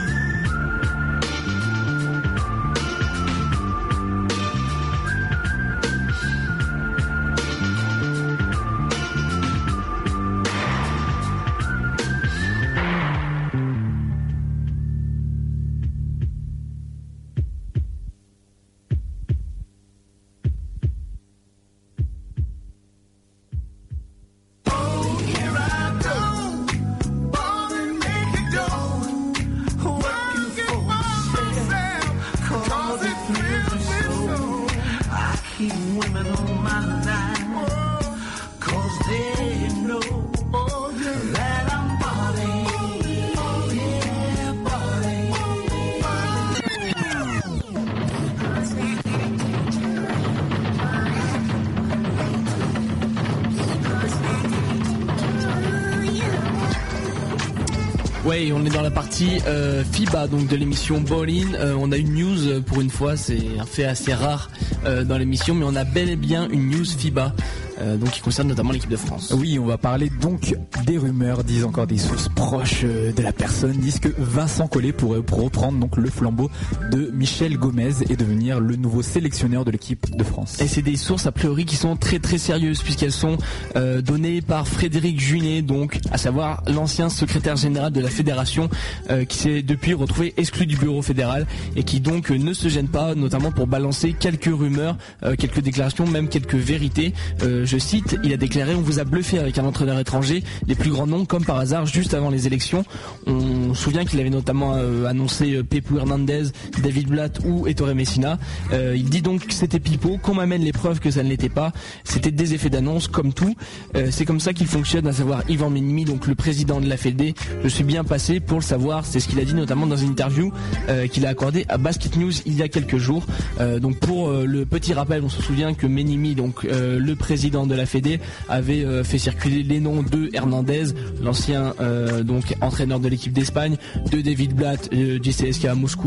Ouais, on est dans la partie FIBA donc de l'émission Ball-In. On a une news pour une fois, c'est un fait assez rare dans l'émission, mais on a bel et bien une news FIBA. Donc qui concerne notamment l'équipe de France. Oui, on va parler donc des rumeurs, disent encore des sources proches de la personne, disent que Vincent Collet pourrait reprendre donc le flambeau de Michel Gomez et devenir le nouveau sélectionneur de l'équipe de France. Et c'est des sources a priori qui sont très très sérieuses puisqu'elles sont données par Frédéric Junet, donc à savoir l'ancien secrétaire général de la fédération qui s'est depuis retrouvé exclu du bureau fédéral et qui donc ne se gêne pas, notamment pour balancer quelques rumeurs, quelques déclarations, même quelques vérités. Je cite, il a déclaré: on vous a bluffé avec un entraîneur étranger, les plus grands noms comme par hasard juste avant les élections. On se souvient qu'il avait notamment annoncé Pepe Hernandez, David Blatt ou Ettore Messina. Il dit donc que c'était pipeau, qu'on m'amène les preuves que ça ne l'était pas. C'était des effets d'annonce comme tout. C'est comme ça qu'il fonctionne, à savoir Yvan Menimi, donc le président de la Fédé. Je suis bien passé pour le savoir, c'est ce qu'il a dit notamment dans une interview qu'il a accordée à Basket News il y a quelques jours. Donc pour le petit rappel, on se souvient que Menimi, donc le président de la Fédé, avait fait circuler les noms de Hernandez, l'ancien donc entraîneur de l'équipe d'Espagne, de David Blatt du CSKA Moscou,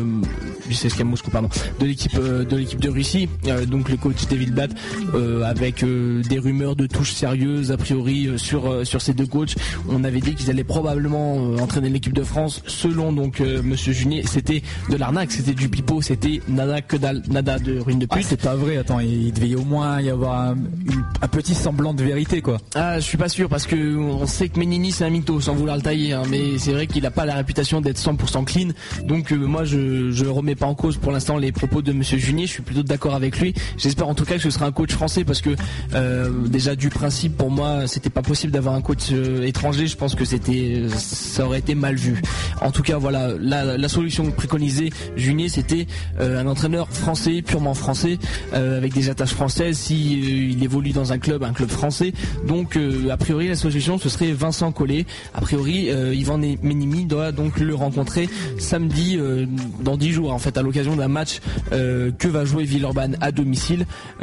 de l'équipe de Russie, donc le coach David Blatt, avec des rumeurs de touches sérieuses a priori sur ces deux coachs. On avait dit qu'ils allaient probablement entraîner l'équipe de France. Selon donc Monsieur Junier, c'était de l'arnaque, c'était du pipeau, c'était nada que dalle, nada de ruine de pute. C'est pas vrai, attends, il devait au moins y avoir un petit semblant de vérité, quoi. Ah, je suis pas sûr parce que on sait que Menini c'est un mytho, sans vouloir le tailler, hein, mais c'est vrai qu'il a pas la réputation d'être 100% clean. Donc moi je remets pas en cause pour l'instant les propos de Monsieur Junier. Je suis plutôt d'accord avec lui. J'espère en tout cas que ce sera un coach français parce que déjà du principe pour moi c'était pas possible d'avoir un coach étranger. Je pense que ça aurait été mal vu. En tout cas voilà, la solution préconisée Junier c'était un entraîneur français, purement français, avec des attaches françaises. Si il évolue dans un club français, donc a priori la solution ce serait Vincent Collet. A priori Yvan Menimi doit donc le rencontrer samedi dans 10 jours en fait à l'occasion d'un match que va jouer Villeurbanne à domicile.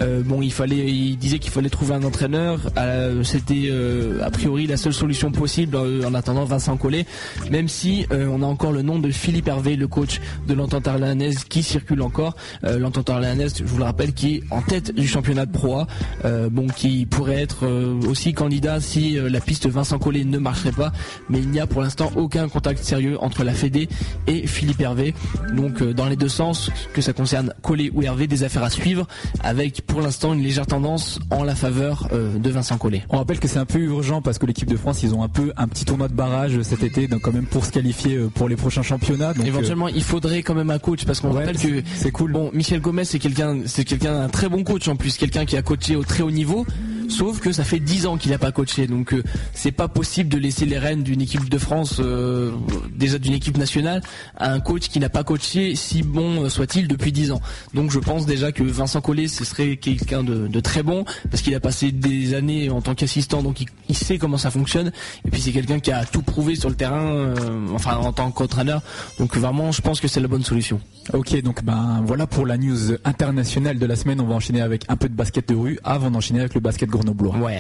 Il disait qu'il fallait trouver un entraîneur, c'était a priori la seule solution possible en attendant Vincent Collet, même si on a encore le nom de Philippe Hervé, le coach de l'Entente Orléanaise qui circule encore. L'Entente Orléanaise, je vous le rappelle, qui est en tête du championnat de Pro A, qui pourrait être aussi candidat si la piste Vincent Collet ne marcherait pas, mais il n'y a pour l'instant aucun contact sérieux entre la Fédé et Philippe Hervé. Donc dans les deux sens, que ça concerne Collet ou Hervé, des affaires à suivre, avec pour l'instant une légère tendance en la faveur de Vincent Collet. On rappelle que c'est un peu urgent parce que l'équipe de France, ils ont un petit tournoi de barrage cet été, donc quand même pour se qualifier pour les prochains championnats. Donc éventuellement il faudrait quand même un coach parce qu'on rappelle que c'est cool. Bon, Michel Gomez c'est quelqu'un un très bon coach en plus, quelqu'un qui a coaché au très haut niveau. Sauf que ça fait 10 ans qu'il n'a pas coaché, donc c'est pas possible de laisser les rênes d'une équipe de France, déjà d'une équipe nationale, à un coach qui n'a pas coaché, si bon soit-il, depuis 10 ans. Donc je pense déjà que Vincent Collet ce serait quelqu'un de très bon, parce qu'il a passé des années en tant qu'assistant, donc il sait comment ça fonctionne, et puis c'est quelqu'un qui a tout prouvé sur le terrain, en tant qu'entraîneur, donc vraiment je pense que c'est la bonne solution. Ok, donc voilà pour la news internationale de la semaine. On va enchaîner avec un peu de basket de rue avant d'enchaîner avec le basket grenoblois. Ouais.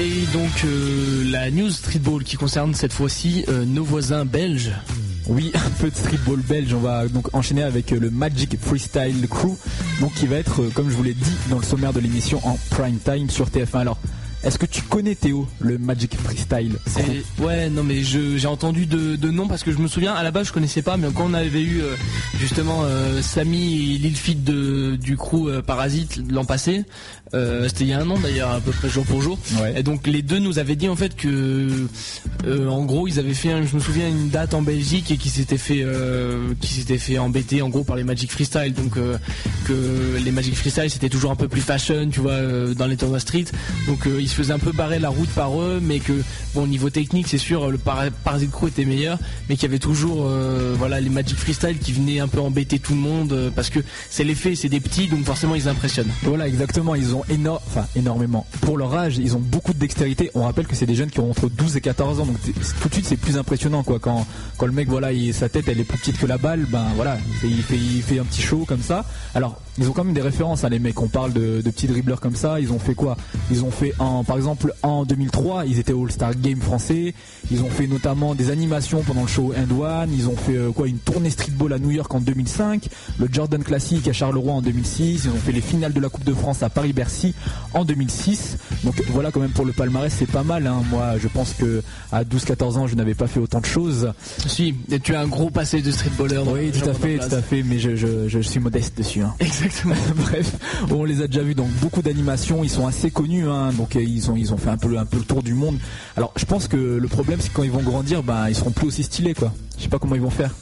Et donc la news streetball qui concerne cette fois-ci nos voisins belges. Oui, un peu de streetball belge. On va donc enchaîner avec le Magic Freestyle Crew, donc qui va être, comme je vous l'ai dit, dans le sommaire de l'émission en prime time sur TF1. Alors, est-ce que tu connais, Théo, le Magic Freestyle Crew? Ouais, non mais j'ai entendu de nom parce que je me souviens, à la base je connaissais pas, mais quand on avait eu justement Samy et Lil Fit du crew Parasite l'an passé, c'était il y a un an d'ailleurs, à peu près jour pour jour. Ouais. Et donc les deux nous avaient dit en fait que en gros ils avaient fait je me souviens une date en Belgique et qui s'était fait embêter en gros par les Magic Freestyle, donc que les Magic Freestyle c'était toujours un peu plus fashion, tu vois, dans les tournois street, donc ils se faisaient un peu barrer la route par eux, mais que bon, au niveau technique c'est sûr le Parasite Crew était meilleur, mais qu'il y avait toujours voilà les Magic Freestyle qui venaient un peu embêter tout le monde parce que c'est l'effet, c'est des petits, donc forcément ils impressionnent. Voilà, exactement, ils ont énormément. Pour leur âge, ils ont beaucoup de dextérité. On rappelle que c'est des jeunes qui ont entre 12 et 14 ans, donc tout de suite c'est plus impressionnant quoi. Quand le mec, voilà, sa tête elle est plus petite que la balle, ben voilà, il fait un petit show comme ça. Alors ils ont quand même des références, hein, les mecs. On parle de petits dribbleurs comme ça. Ils ont fait quoi? Ils ont fait par exemple en 2003, ils étaient au All-Star Game français. Ils ont fait notamment des animations pendant le show End One. Ils ont fait une tournée streetball à New York en 2005, le Jordan Classic à Charleroi en 2006. Ils ont fait les finales de la Coupe de France à Paris-Bercy en 2006. Donc voilà, quand même pour le palmarès c'est pas mal, hein. Moi je pense que à 12-14 ans je n'avais pas fait autant de choses. Si, et tu as un gros passé de streetballer. Oui, tout à fait, mais je suis modeste dessus, hein. Exactement. Bref, on les a déjà vus dans beaucoup d'animations, ils sont assez connus, hein, donc ils ont fait un peu le tour du monde. Alors je pense que le problème c'est que quand ils vont grandir, ils seront plus aussi stylés quoi. Je sais pas comment ils vont faire.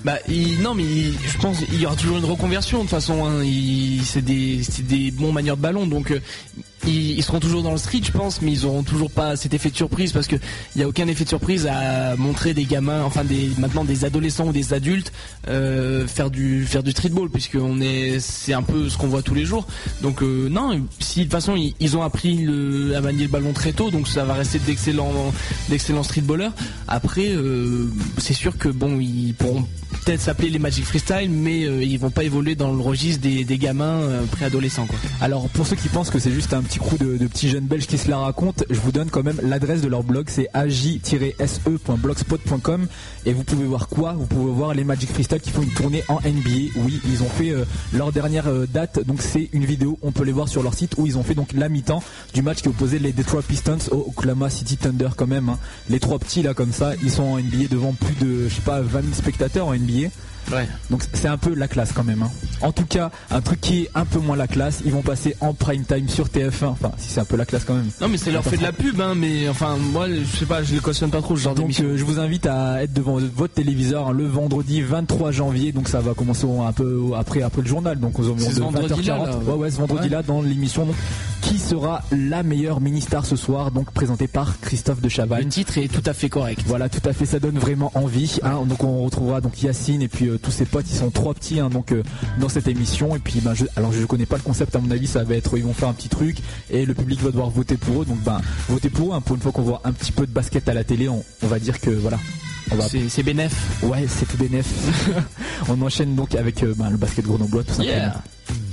Je pense qu'il y aura toujours une reconversion de toute façon, hein. C'est des bons manieurs de ballon, donc ils seront toujours dans le street je pense, mais ils auront toujours pas cet effet de surprise, parce que il y a aucun effet de surprise à montrer des gamins, enfin maintenant des adolescents ou des adultes faire du streetball, puisque c'est un peu ce qu'on voit tous les jours. Donc non, si de toute façon ils ont appris à manier le ballon très tôt, donc ça va rester d'excellents streetballers. Après c'est sûr que bon, ils pourront peut-être s'appeler les Magic Freestyle, mais ils vont pas évoluer dans le registre des gamins préadolescents quoi. Alors pour ceux qui pensent que c'est juste un petit crew de petits jeunes belges qui se la racontent, je vous donne quand même l'adresse de leur blog, c'est aj-se.blogspot.com, et vous pouvez voir quoi? Vous pouvez voir les Magic Freestyle qui font une tournée en NBA. Oui, ils ont fait leur dernière date, donc c'est une vidéo, on peut les voir sur leur site, où ils ont fait donc la mi-temps du match qui opposait les Detroit Pistons au Oklahoma City Thunder quand même, hein. Les trois petits là comme ça, ils sont en NBA devant plus de 20 000 spectateurs en NBA. Ouais. Donc c'est un peu la classe quand même, hein. En tout cas, un truc qui est un peu moins la classe, ils vont passer en prime time sur TF1. Enfin, si c'est un peu la classe quand même. Non mais c'est leur fait de la pub, hein, mais enfin moi je sais pas, je les cautionne pas trop ce genre d'émission. Donc je vous invite à être devant votre téléviseur, hein, le vendredi 23 janvier. Donc ça va commencer un peu après le journal. Donc aux environs de 20h40. Ouais, ce vendredi là dans l'émission. Donc, qui sera la meilleure mini-star ce soir, donc présentée par Christophe de Chavannes. Le titre est tout à fait correct. Voilà, tout à fait, ça donne vraiment envie, hein. Donc on retrouvera donc Yacine et puis tous ses potes, ils sont trois petits, hein, donc dans cette émission. Et puis je connais pas le concept, à mon avis ça va être, ils vont faire un petit truc et le public va devoir voter pour eux. Donc votez pour eux, hein. Pour une fois qu'on voit un petit peu de basket à la télé, on va dire que voilà. C'est bénef. Ouais, c'est tout bénef. On enchaîne donc avec le basket grenoblois tout simplement. Yeah.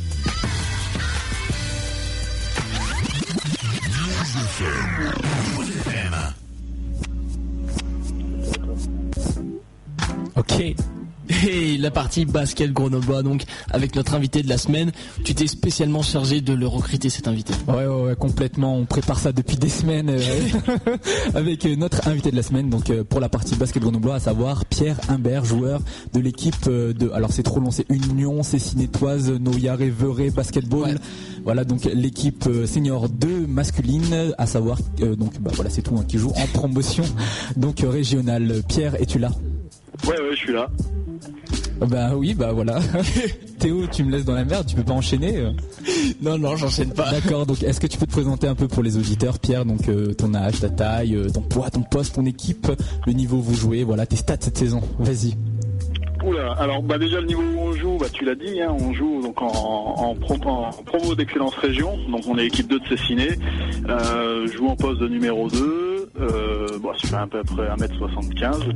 Ok. Et la partie basket grenoblois, donc avec notre invité de la semaine. Tu t'es spécialement chargé de le recruter, cet invité. Ouais, complètement. On prépare ça depuis des semaines avec notre invité de la semaine. Donc pour la partie basket grenoblois, à savoir Pierre Humbert, joueur de l'équipe alors c'est trop long, c'est Union, c'est Cinétoise, Noyare-Verret Basketball. Ouais. Voilà, donc l'équipe senior 2 masculine, à savoir voilà, c'est tout, hein, qui joue en promotion donc régionale. Pierre, es-tu là? Ouais, je suis là. Oui, voilà. Théo, tu me laisses dans la merde, tu peux pas enchaîner? Non, j'enchaîne pas. D'accord, donc est-ce que tu peux te présenter un peu pour les auditeurs, Pierre? Donc ton âge, ta taille, ton poids, ton poste, ton équipe, le niveau où vous jouez, voilà, tes stats cette saison. Vas-y. Oula, alors déjà le niveau où on joue, tu l'as dit, hein, on joue donc en promo d'excellence région, donc on est équipe 2 de Cessiné, je joue en poste de numéro 2, je fais à peu près 1m75,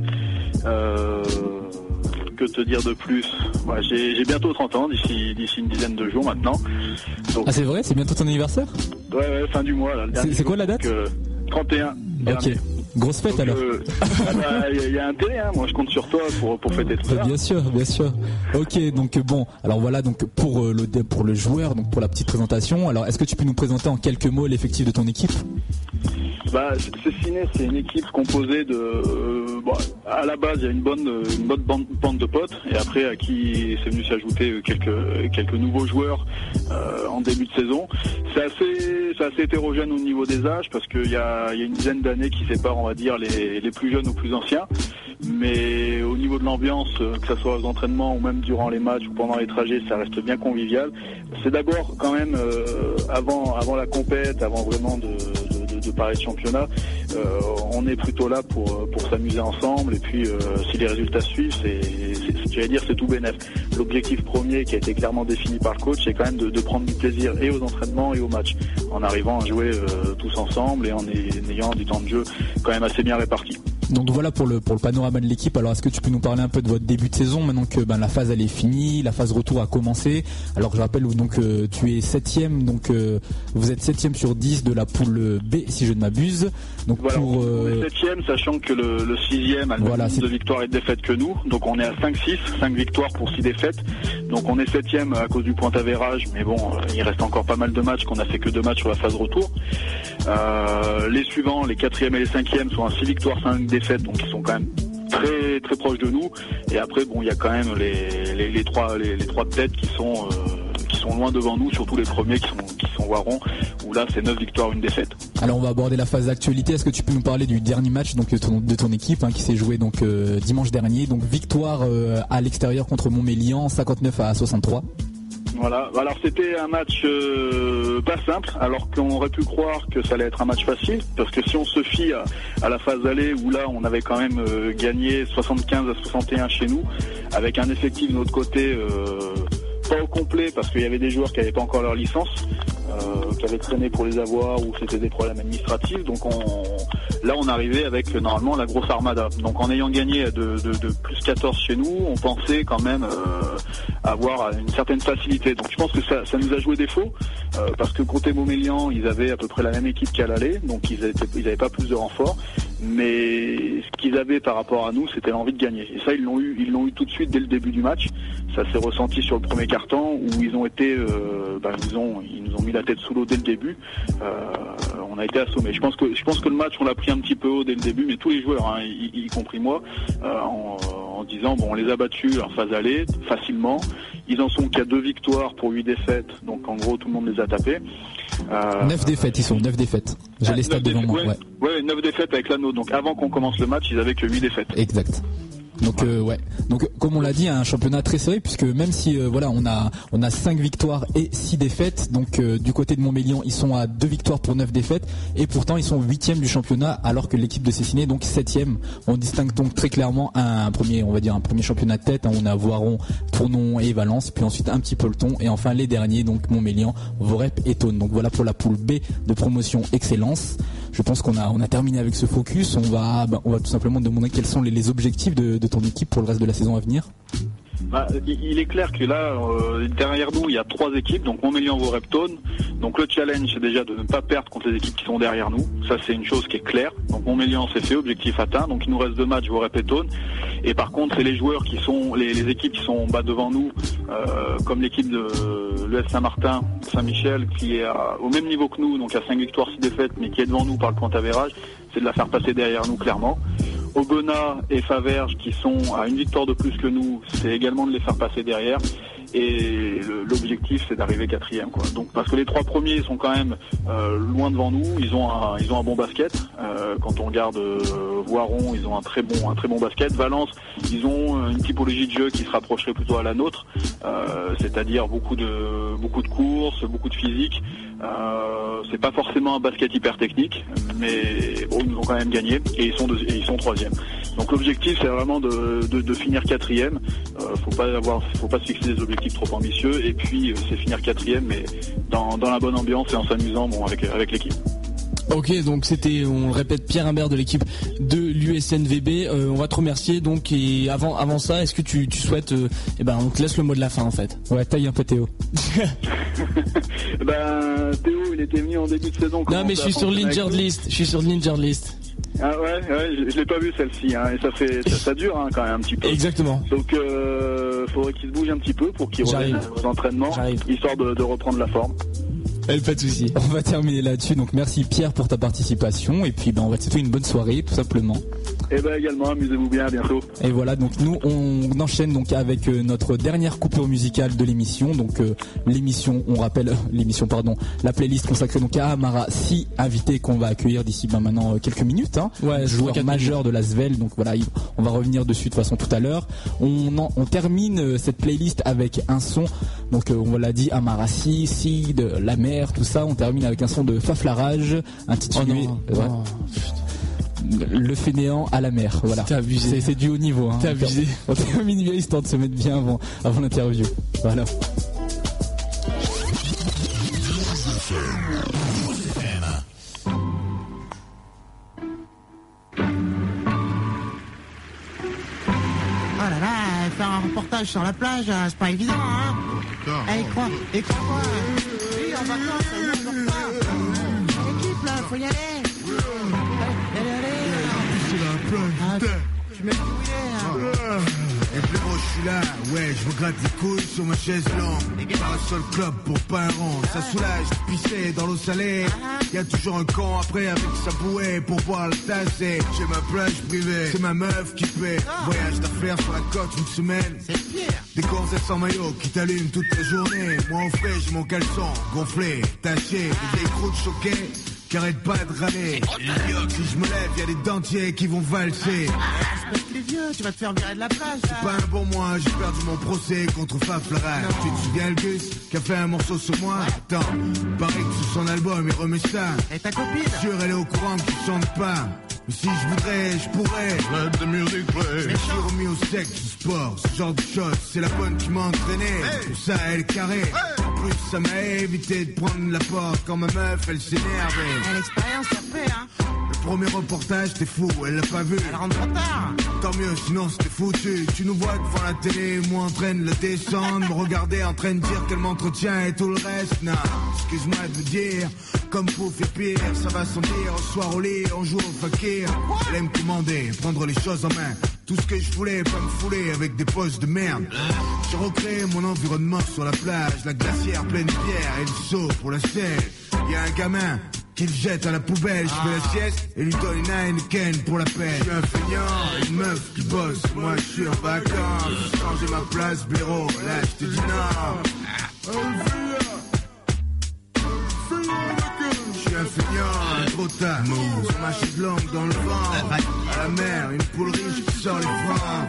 que te dire de plus? J'ai bientôt 30 ans, d'ici une dizaine de jours maintenant. Donc, c'est vrai, c'est bientôt ton anniversaire? Ouais, fin du mois là. C'est quoi la date? 31. Ok. Grosse fête. Donc, alors. Il y a intérêt, hein. Moi je compte sur toi pour fêter tout ça. Bien sûr. Ok, donc bon, alors voilà donc pour le joueur, donc pour la petite présentation. Alors est-ce que tu peux nous présenter en quelques mots l'effectif de ton équipe? Cessiné, c'est une équipe composée de. À la base, il y a une bonne bande de potes, et après à qui c'est venu s'ajouter quelques nouveaux joueurs en début de saison. C'est assez hétérogène au niveau des âges parce qu'il y a une dizaine d'années qui séparent, on va dire, les plus jeunes aux plus anciens. Mais au niveau de l'ambiance, que ce soit aux entraînements ou même durant les matchs ou pendant les trajets, ça reste bien convivial. C'est d'abord quand même avant la compète, avant vraiment de parler de championnat, on est plutôt là pour s'amuser ensemble, et puis si les résultats suivent, c'est tout bénef. L'objectif premier qui a été clairement défini par le coach, c'est quand même de prendre du plaisir et aux entraînements et aux matchs, en arrivant à jouer tous ensemble et en ayant du temps de jeu quand même assez bien réparti. Donc voilà pour le panorama de l'équipe. Alors est-ce que tu peux nous parler un peu de votre début de saison maintenant que la phase elle est finie, la phase retour a commencé. Alors je rappelle donc tu es 7ème, donc vous êtes 7ème sur 10 de la poule B si je ne m'abuse. Donc voilà, on est 7ème, sachant que le 6ème a le même nombre de victoires et de défaites que nous. Donc on est à 5-6, 5 victoires pour 6 défaites. Donc on est 7ème à cause du point avérage, mais bon, il reste encore pas mal de matchs, qu'on a fait que 2 matchs sur la phase retour. Les suivants, les 4e et les 5e sont à 6 victoires, 5 défaites, donc ils sont quand même très très proches de nous. Et après, bon, il y a quand même les trois têtes qui sont loin devant nous, surtout les premiers qui sont Waron, où là c'est 9 victoires, 1 défaite. Alors on va aborder la phase d'actualité. Est-ce que tu peux nous parler du dernier match donc de ton équipe qui s'est joué donc dimanche dernier, donc victoire à l'extérieur contre Montmélian 59-63. Voilà, alors c'était un match pas simple, alors qu'on aurait pu croire que ça allait être un match facile, parce que si on se fie à la phase aller, où là on avait quand même gagné 75-61 chez nous, avec un effectif de notre côté pas au complet, parce qu'il y avait des joueurs qui n'avaient pas encore leur licence, qui avaient traîné pour les avoir, ou c'était des problèmes administratifs, donc là on arrivait avec normalement la grosse armada. Donc en ayant gagné de plus 14 chez nous, on pensait quand même avoir une certaine facilité. Donc je pense que ça nous a joué défaut, parce que côté Montmélian, ils avaient à peu près la même équipe qu'à l'aller, donc ils n'avaient pas plus de renforts, mais ce qu'ils avaient par rapport à nous, c'était l'envie de gagner. Et ça, ils l'ont eu tout de suite dès le début du match. Ça s'est ressenti sur le premier quart-temps, où ils ont été, ils nous ont mis la tête sous l'eau dès le début. On a été assommés. Je pense que le match, on l'a pris un petit peu haut dès le début, mais tous les joueurs, y compris moi, en disant on les a battus en phase aller facilement. Ils en sont qu'à 2 victoires pour 8 défaites, donc en gros tout le monde les a tapés. 9 défaites, ils sont 9 défaites. J'ai les stats devant moi. Ouais, 9 défaites avec l'anneau. Donc avant qu'on commence le match, ils avaient que 8 défaites. Exact. Donc donc comme on l'a dit, un championnat très serré, puisque même si on a 5 victoires et 6 défaites, donc du côté de Montmélian ils sont à 2 victoires pour 9 défaites, et pourtant ils sont 8e du championnat, alors que l'équipe de Cessiné donc 7e. On distingue donc très clairement un premier championnat de tête, on a Voiron, Tournon et Valence, puis ensuite un petit peloton, et enfin les derniers donc Montmélian, Vorep et Thônes. Donc voilà pour la poule B de promotion excellence. Je pense qu'on a terminé avec ce focus. On va tout simplement demander quels sont les objectifs de ton équipe pour le reste de la saison à venir. Il est clair que là, derrière nous, il y a 3 équipes, donc Montmélian, Vorep, Thônes. Donc le challenge, c'est déjà de ne pas perdre contre les équipes qui sont derrière nous. Ça, c'est une chose qui est claire. Donc Montmélian, c'est fait, objectif atteint. Donc il nous reste 2 matchs, Vorep et Thônes. Et par contre, c'est les joueurs qui sont, les équipes qui sont devant nous, comme l'équipe de l'US Saint-Martin, Saint-Michel, qui est au même niveau que nous, donc à 5 victoires, 6 défaites, mais qui est devant nous par le point avérage. C'est de la faire passer derrière nous, clairement. Aubenas et Faverges qui sont à 1 victoire de plus que nous, c'est également de les faire passer derrière. Et l'objectif, c'est d'arriver 4e, quoi. Donc parce que les 3 premiers sont quand même loin devant nous. Ils ont un bon basket. Quand on regarde Voiron, ils ont un très bon basket. Valence, ils ont une typologie de jeu qui se rapprocherait plutôt à la nôtre, c'est-à-dire beaucoup de courses, beaucoup de physique. C'est pas forcément un basket hyper technique, mais bon, ils nous ont quand même gagné, et ils sont 3e. Donc l'objectif, c'est vraiment de finir 4e. Faut pas se fixer des objectifs trop ambitieux, et puis c'est finir 4e, mais dans la bonne ambiance et en s'amusant avec l'équipe. Ok, donc c'était, on le répète, Pierre Imbert de l'équipe de l'USNVB. On va te remercier. Donc, et avant ça, est-ce que tu souhaites, on te laisse le mot de la fin en fait. Ouais, taille un peu Théo. Théo, il était venu en début de saison. Non, mais je suis sur l'injured list. Ah ouais, je l'ai pas vu celle-ci, hein, et ça dure hein, quand même un petit peu. Exactement. Donc faudrait qu'il se bouge un petit peu pour qu'il revienne aux entraînements, histoire de reprendre la forme. Pas de souci. On va terminer là-dessus. Donc merci Pierre pour ta participation et puis on va te souhaiter une bonne soirée tout simplement. Et également, amusez-vous bien, à bientôt. Et voilà, donc nous on enchaîne donc avec notre dernière coupure musicale de l'émission. Donc on rappelle la playlist consacrée donc à Amara, 6 invités qu'on va accueillir d'ici maintenant quelques minutes. Hein. Ouais, joueur majeur de l'Asvel. Donc voilà, on va revenir dessus de toute façon tout à l'heure. On termine cette playlist avec un son. Donc on l'a dit, Amara, si de la mer. Tout ça, on termine avec un son de Faflarage intitulé Le fainéant à la mer. Voilà. T'es abusé. C'est du haut niveau. Hein. T'es abusé. On termine bien histoire de se mettre bien avant l'interview. Voilà. Oh là là, faire un reportage sur la plage, c'est pas évident, hein. Crois-moi. Oui, en vacances, on ne pas. L'équipe, là, faut y aller. Allez. C'est la plage, tu m'as dit où il est, hein. Et frérot, je suis là, ouais, je me gratte les couilles sur ma chaise longue. Parasol club pour pas un rond, ça soulage de pisser dans l'eau salée. Y'a toujours un con après avec sa bouée pour boire le tasser. J'ai ma plage privée, c'est ma meuf qui paie. Voyage d'affaires sur la côte une semaine. C'est pire. Des gonzesses sans maillot qui t'allument toute la journée. Moi en frais, j'ai mon caleçon gonflé, taché, des vieilles croûtes choquées qui arrêtent pas de râler. Si je me lève, y'a des dentiers qui vont valser. Respecte les vieux, tu vas te faire virer de la plage. C'est pas un bon mois, j'ai perdu mon procès contre Faflarage. Tu te souviens le Gus qui a fait un morceau sur moi? Attends, paraît que sur son album il remet ça. Et ta copine? Sûr, elle est au courant qu'il chante pas. Mais si je voudrais, je pourrais. Let the music play. Je suis remis au sexe, au sport, ce genre de choses. C'est la bonne qui m'a entraîné. Pour ça, elle est carrée. En plus, ça m'a évité de prendre la porte quand ma meuf, elle s'énervait. L'expérience, ça fait, hein. Le premier reportage, t'es fou, elle l'a pas vu. Elle rentre trop tard. Tant mieux, sinon c'était foutu. Tu nous vois devant la télé, moi en train de le descendre, me regarder en train de dire qu'elle m'entretient et tout le reste. Non, excuse-moi de le dire, comme pour faire pire, ça va sans dire. Au soir au lit, on joue au fakir. Elle aime commander, prendre les choses en main. Tout ce que je voulais, pas me fouler avec des postes de merde. J'ai recréé mon environnement sur la plage, la glacière pleine de pierres et le seau pour la selle. Y a un gamin qu'il jette à la poubelle, je fais la sieste et lui donne une Heineken pour la peine. Je suis un feignant, une meuf qui bosse, moi je suis en vacances. J'ai changé ma place, blaireau, là je te dis non. Je suis un feignant, un gros tas, sur ma chaise longue dans le vent. À la mer, une poule riche qui sort les francs.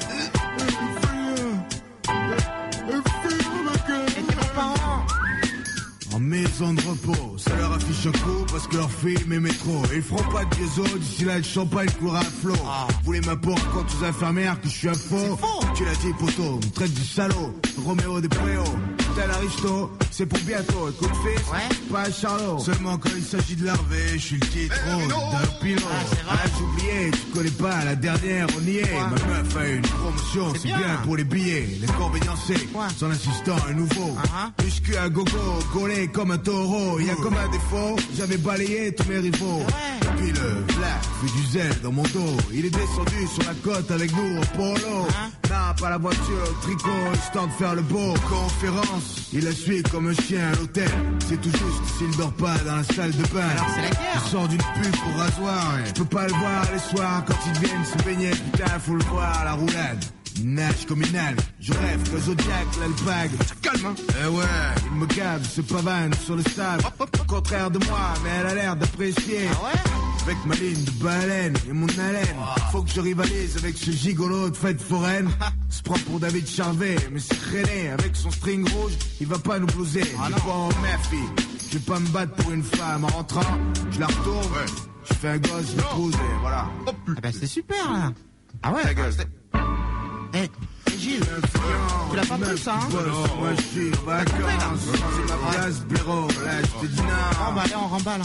Et tes parents? En maison de repos, ça leur affiche un coup parce que leur fille m'aimait trop. Ils feront pas de biaiseaux, d'ici là le champagne coulera à flot. Vous voulez ma peau, raconte aux infirmières que je suis un faux. Tu l'as dit poteau, me traite du salaud. Roméo des Préaux, tel Aristo, c'est pour bientôt. Écoute fils, pas à Charlot. Seulement quand il s'agit de larver, je suis le titre d'un pilote. Ah j'ai oublié, tu connais pas, la dernière on y est. Ma meuf a une promotion, c'est bien pour les billets. L'inconvénient c'est, son assistant est nouveau. Muscu à gogo, gaulé comme un taureau. Y'a comme un défaut, j'avais balayé tous mes rivaux. Et puis le black fait du zèle dans mon dos. Il est descendu sur la côte avec nous au polo. Non, pas la voiture, le tricot, histoire de faire le beau. Conférence, il la suit comme un chien à l'hôtel. C'est tout juste s'il dort pas dans la salle de bain. Alors c'est la guerre. Il sort d'une pub pour rasoir. Je peux pas le voir les soirs quand ils viennent se baigner. Putain, faut le voir, la roulade. Il nage comme une algue. Je rêve que Zodiac l'alpague. Calme, hein. Eh ouais, il me gave, se pavane sur le sable. Au contraire de moi, mais elle a l'air d'apprécier. Ah ouais? Avec ma ligne de baleine et mon haleine. Faut que je rivalise avec ce gigolo de fête foraine. Se prend pour David Charvet, mais c'est René. Avec son string rouge, il va pas nous blouser. Ah non. Bon, ma fille, je vais pas me battre pour une femme. En rentrant, je la retourne. Je fais un gosse, je l'épouse et voilà. Ah bah c'est super là. Ah ouais. Eh, Gilles, tu l'as pas pris ça, hein? Moi je suis en vacances, c'est ma place, blaireau. Là je te dis non. Oh bah allez, on remballe.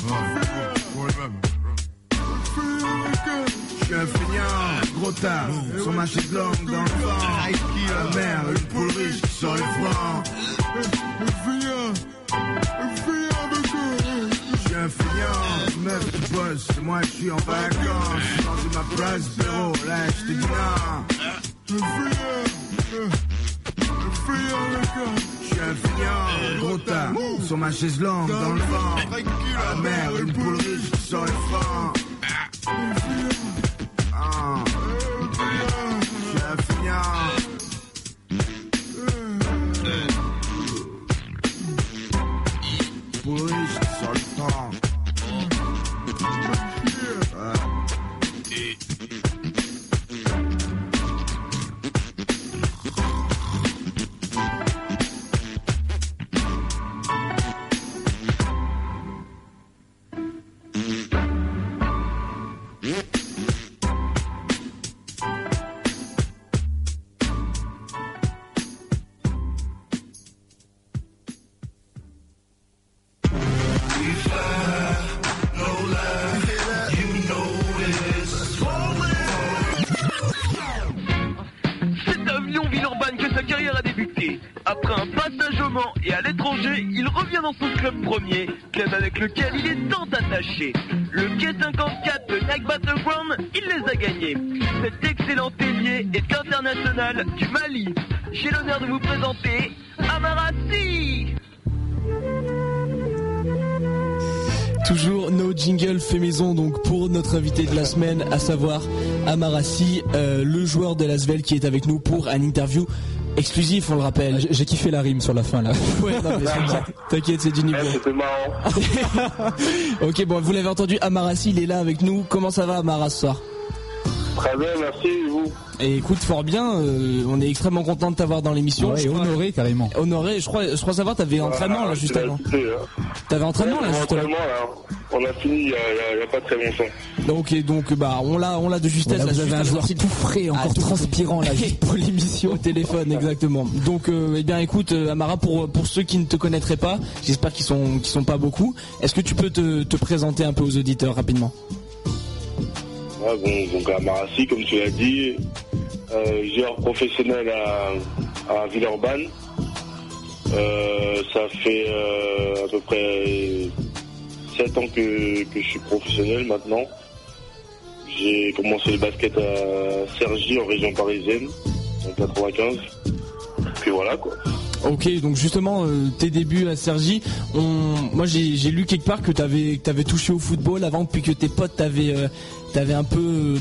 Je suis un feignant, gros tas, sur ma chaise longue dans le vent. À la mer, une poule riche qui sort les francs. Je un feignant, meuf qui bosse, moi je suis en vacances. J'ai vendu ma place, bureau, là je te dis non. Je suis un feignant, gros tas, sur ma chaise longue, dans le vent. À la mer, une poule riche qui sort les francs. Je suis un feignant. Poule riche qui sort les francs. Après un passage au Mans et à l'étranger, il revient dans son club premier, club avec lequel il est tant attaché. Le K54 de Nike Battleground, il les a gagnés. Cet excellent ailier est international du Mali. J'ai l'honneur de vous présenter Amarassi. Toujours nos jingles fait maison donc pour notre invité de la semaine, à savoir Amarassi, le joueur de l'Asvel qui est avec nous pour un interview exclusif, on le rappelle. J'ai kiffé la rime sur la fin là. Ouais, non, mais t'inquiète, c'est du niveau. C'était marrant. Ok, bon, vous l'avez entendu, Amarassi, il est là avec nous. Comment ça va, Amara, ce soir? Très bien, merci, et vous? Et écoute, fort bien, on est extrêmement content de t'avoir dans l'émission. Ouais, et honoré carrément. Honoré, je crois savoir, t'avais entraînement là juste avant. T'avais entraînement là juste avant. On a fini il y a pas très longtemps. Donc bah on l'a de justesse. Voilà, là, vous avez un joueur tout frais, encore tout transpirant là, juste pour l'émission. Au téléphone, exactement. Donc eh bien écoute, Amara, pour ceux qui ne te connaîtraient pas, j'espère qu'ils sont pas beaucoup. Est-ce que tu peux te présenter un peu aux auditeurs rapidement? Ouais, bon, donc Amarassi, comme tu l'as dit, joueur professionnel à Villeurbanne. Ça fait à peu près 7 ans que je suis professionnel maintenant. J'ai commencé le basket à Cergy en région parisienne en 95. Puis voilà quoi. Ok, donc justement tes débuts à Cergy, moi j'ai lu quelque part que t'avais touché au football avant, puis que tes potes t'avaient un peu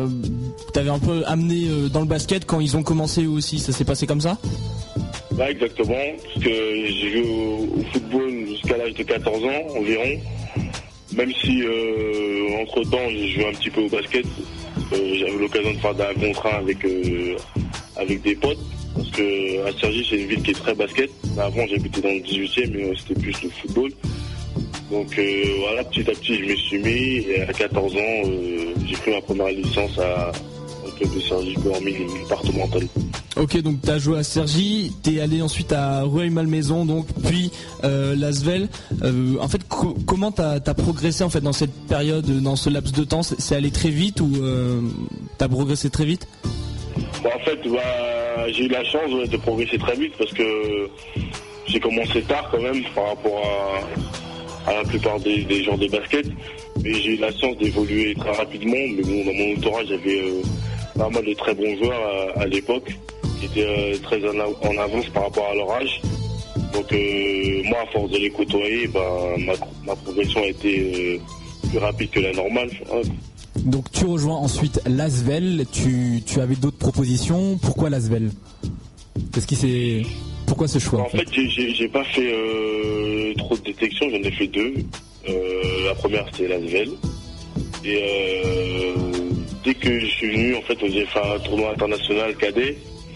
amené dans le basket quand ils ont commencé eux aussi. Ça s'est passé comme ça? Ouais, exactement, parce que j'ai joué au football jusqu'à l'âge de 14 ans environ. Même si entre temps j'ai joué un petit peu au basket, j'avais l'occasion de faire un contrat avec des potes. Parce que à Cergy c'est une ville qui est très basket. Avant j'habitais dans le 18e mais c'était plus le football. Donc voilà, petit à petit je me suis mis et à 14 ans j'ai pris ma première licence au club de Cergy en milieu départemental. Ok, donc t'as joué à Cergy, t'es allé ensuite à Rueil-Malmaison, donc puis l'Asvel. En fait, comment t'as progressé en fait dans cette période, dans ce laps de temps? C'est allé très vite ou t'as progressé très vite? Bon, en fait, j'ai eu la chance de progresser très vite parce que j'ai commencé tard quand même par rapport à la plupart des joueurs de basket. Mais j'ai eu la chance d'évoluer très rapidement. Mais bon, dans mon entourage, j'avais pas mal de très bons joueurs à l'époque qui étaient très en avance par rapport à leur âge. Donc moi, à force de les côtoyer, ma progression a été plus rapide que la normale. Donc tu rejoins ensuite l'Asvel, tu avais d'autres propositions, pourquoi l'Asvel? Pourquoi ce choix? En fait, j'ai pas fait trop de détection, j'en ai fait 2. La première c'était l'Asvel. Et dès que je suis venu, en fait, j'ai fait un tournoi international cadet.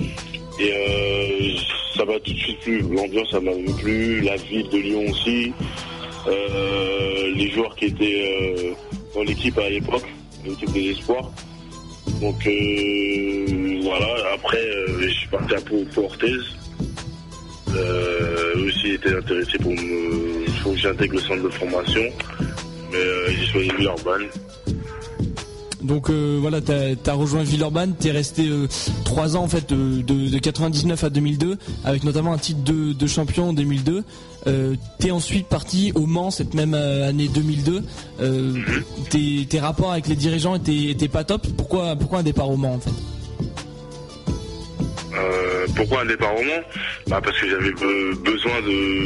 Et ça m'a tout de suite plu, l'ambiance ça m'a plu, la ville de Lyon aussi, les joueurs qui étaient dans l'équipe à l'époque, l'équipe des espoirs. Donc voilà, après je suis parti pour Orthez. Eux aussi étaient intéressés pour il faut que j'intègre le centre de formation, mais j'ai choisi Villeurbanne. Donc voilà, t'as rejoint Villeurbanne, t'es resté 3 ans en fait, de 99 à 2002, avec notamment un titre de champion en 2002. T'es ensuite parti au Mans cette même année 2002. Tes rapports avec les dirigeants étaient pas top. Pourquoi un départ au Mans en fait? Pourquoi un départ au Mans? Parce que j'avais besoin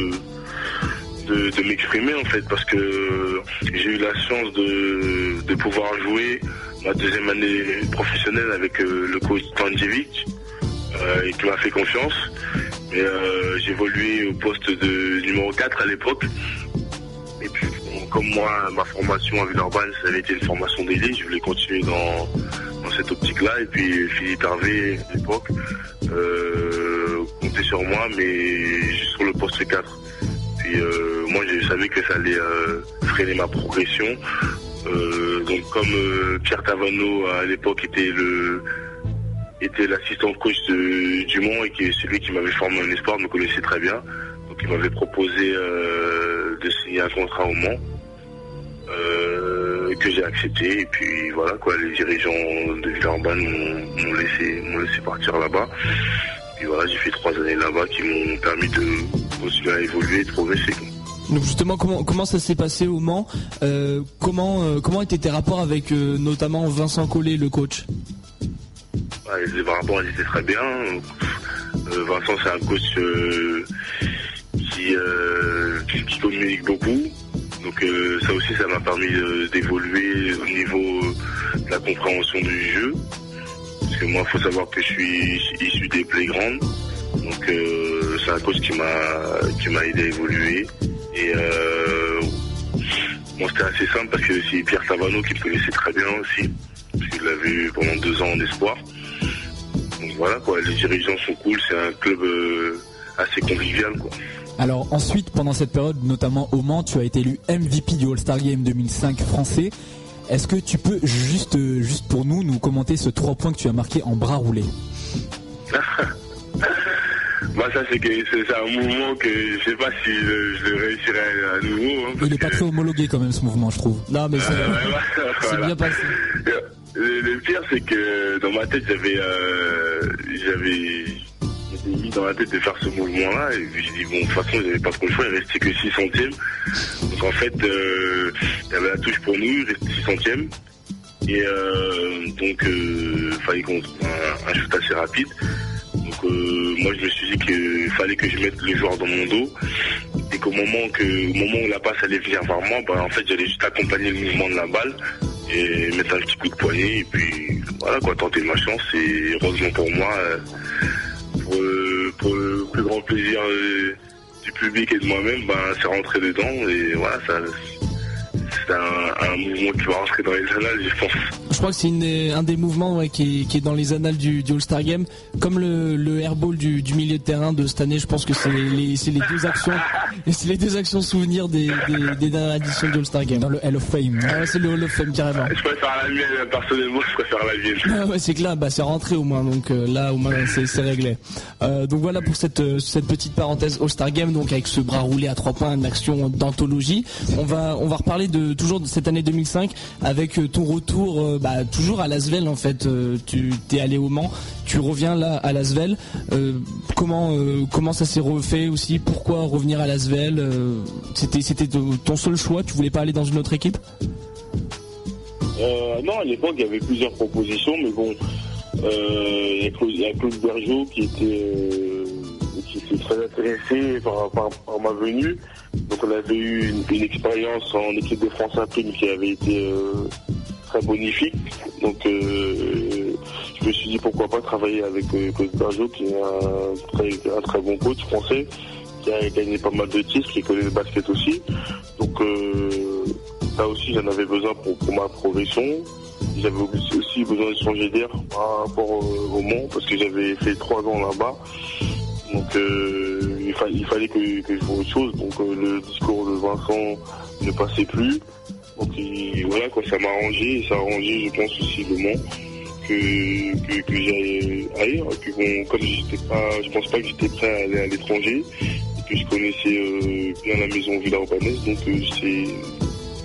de m'exprimer en fait, parce que j'ai eu la chance de pouvoir jouer ma deuxième année professionnelle avec le coach Tanjevic, et qui m'a fait confiance. Mais j'ai évolué au poste de numéro 4 à l'époque. Et puis comme moi, ma formation à Villeurbanne, ça avait été une formation d'élite, je voulais continuer dans cette optique-là. Et puis Philippe Hervé à l'époque comptait sur moi, mais juste sur le poste 4. Puis moi je savais que ça allait freiner ma progression. Donc comme Pierre Tavano à l'époque était l'assistant coach du Mans et qui est celui qui m'avait formé en espoir, me connaissait très bien. Donc il m'avait proposé de signer un contrat au Mans, que j'ai accepté. Et puis voilà quoi, les dirigeants de Villeurbanne m'ont laissé partir là-bas. Et voilà, j'ai fait 3 années là-bas qui m'ont permis de continuer à évoluer et de progresser. Donc justement, comment ça s'est passé au Mans? Comment étaient tes rapports avec notamment Vincent Collet, le coach? Les rapports étaient très bien. Vincent, c'est un coach qui communique beaucoup. Donc ça aussi, ça m'a permis d'évoluer au niveau de la compréhension du jeu. Parce que moi, il faut savoir que je suis issu des Playgrounds. Donc c'est un coach qui m'a aidé à évoluer. Et bon, c'était assez simple parce que c'est Pierre Tavano qui me connaissait très bien aussi. Parce qu'il l'avait eu pendant 2 ans en espoir. Donc voilà quoi, les dirigeants sont cool, c'est un club assez convivial quoi. Alors ensuite, pendant cette période, notamment au Mans, tu as été élu MVP du All-Star Game 2005 français. Est-ce que tu peux juste pour nous commenter ce 3 points que tu as marqué en bras roulés? Ça c'est un mouvement que je sais pas si je le réussirai à nouveau. Il est pas très homologué quand même ce mouvement, je trouve. Non mais c'est bien passé. Le pire c'est que dans ma tête j'avais mis dans la tête de faire ce mouvement-là et puis j'ai dit bon de toute façon j'avais pas trop le choix, il restait que 6 centièmes. Donc en fait il y avait la touche pour nous, il restait 6 centièmes et donc fallait qu'on trouve un shoot assez rapide. Donc moi je me suis dit qu'il fallait que je mette le joueur dans mon dos et qu'au moment où la passe allait venir vers moi, en fait j'allais juste accompagner le mouvement de la balle et mettre un petit coup de poignet et puis voilà quoi, tenter ma chance. Et heureusement pour moi, pour le plus grand plaisir du public et de moi-même, c'est rentré dedans et voilà, c'est un mouvement qui va rentrer dans les annales, je pense. Je crois que c'est un des mouvements qui est dans les annales du All-Star Game, comme le airball du milieu de terrain de cette année. Je pense que c'est les deux actions souvenirs des dernières éditions du All-Star Game. Dans le Hall of Fame. Ah ouais, c'est le Hall of Fame carrément. Je préfère la mienne, personnellement, je préfère la mienne. Ah ouais, c'est clair, c'est rentré au moins, donc là au moins c'est réglé. Donc voilà pour cette petite parenthèse All-Star Game, donc avec ce bras roulé à 3 points, une action d'anthologie. On va reparler toujours de cette année 2005 avec ton retour toujours à l'Asvel en fait. Tu t'es allé au Mans, tu reviens là à l'Asvel. Comment ça s'est refait aussi? Pourquoi revenir à l'Asvel? C'était ton seul choix? Tu voulais pas aller dans une autre équipe? Non, à l'époque il y avait plusieurs propositions, mais bon, il y a Claude Bergeau qui s'est très intéressé par ma venue. Donc on avait eu une expérience en équipe de France Prime qui avait été très bonifique. Donc je me suis dit pourquoi pas travailler avec Claude Bergeau qui est un très bon coach français, qui a gagné pas mal de titres, qui connaît le basket aussi. Donc ça aussi j'en avais besoin pour ma progression. J'avais aussi besoin de changer d'air par rapport au Mans parce que j'avais fait 3 ans là-bas. Donc il fallait que je fasse autre chose. Donc le discours de Vincent ne passait plus. Donc voilà quoi, ça m'a arrangé et ça a arrangé je pense aussi le Mans que j'allais ailleurs. Et puis bon, comme je pense pas que j'étais prêt à aller à l'étranger et que je connaissais bien la maison villeurbannaise, donc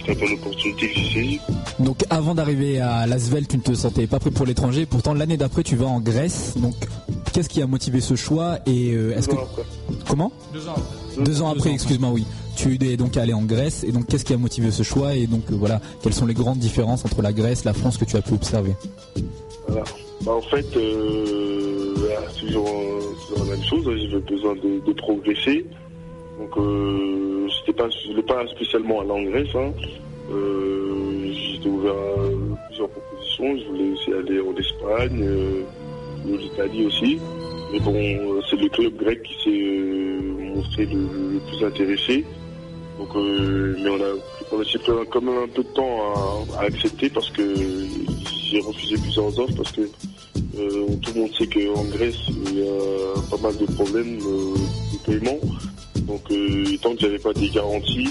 très bonne opportunité que j'ai saisie. Donc avant d'arriver à l'Asvel, tu ne te sentais pas prêt pour l'étranger. Pourtant l'année d'après, tu vas en Grèce. Donc qu'est-ce qui a motivé ce choix et est-ce que comment 2 ans après. 2 ans après, excuse-moi, oui. Tu es donc allé en Grèce et donc qu'est-ce qui a motivé ce choix et donc voilà, quelles sont les grandes différences entre la Grèce, la France que tu as pu observer? Voilà. En fait, c'est toujours la même chose. J'avais besoin de progresser. Donc, je voulais pas spécialement aller en Grèce. J'étais ouvert à plusieurs propositions. Je voulais aussi aller en Espagne, en Italie aussi. Mais bon, c'est le club grec qui s'est montré le plus intéressé. Donc, mais on a pris quand même un peu de temps à accepter parce que j'ai refusé plusieurs offres parce que tout le monde sait qu'en Grèce il y a pas mal de problèmes de paiement. Donc, tant que j'avais pas des garanties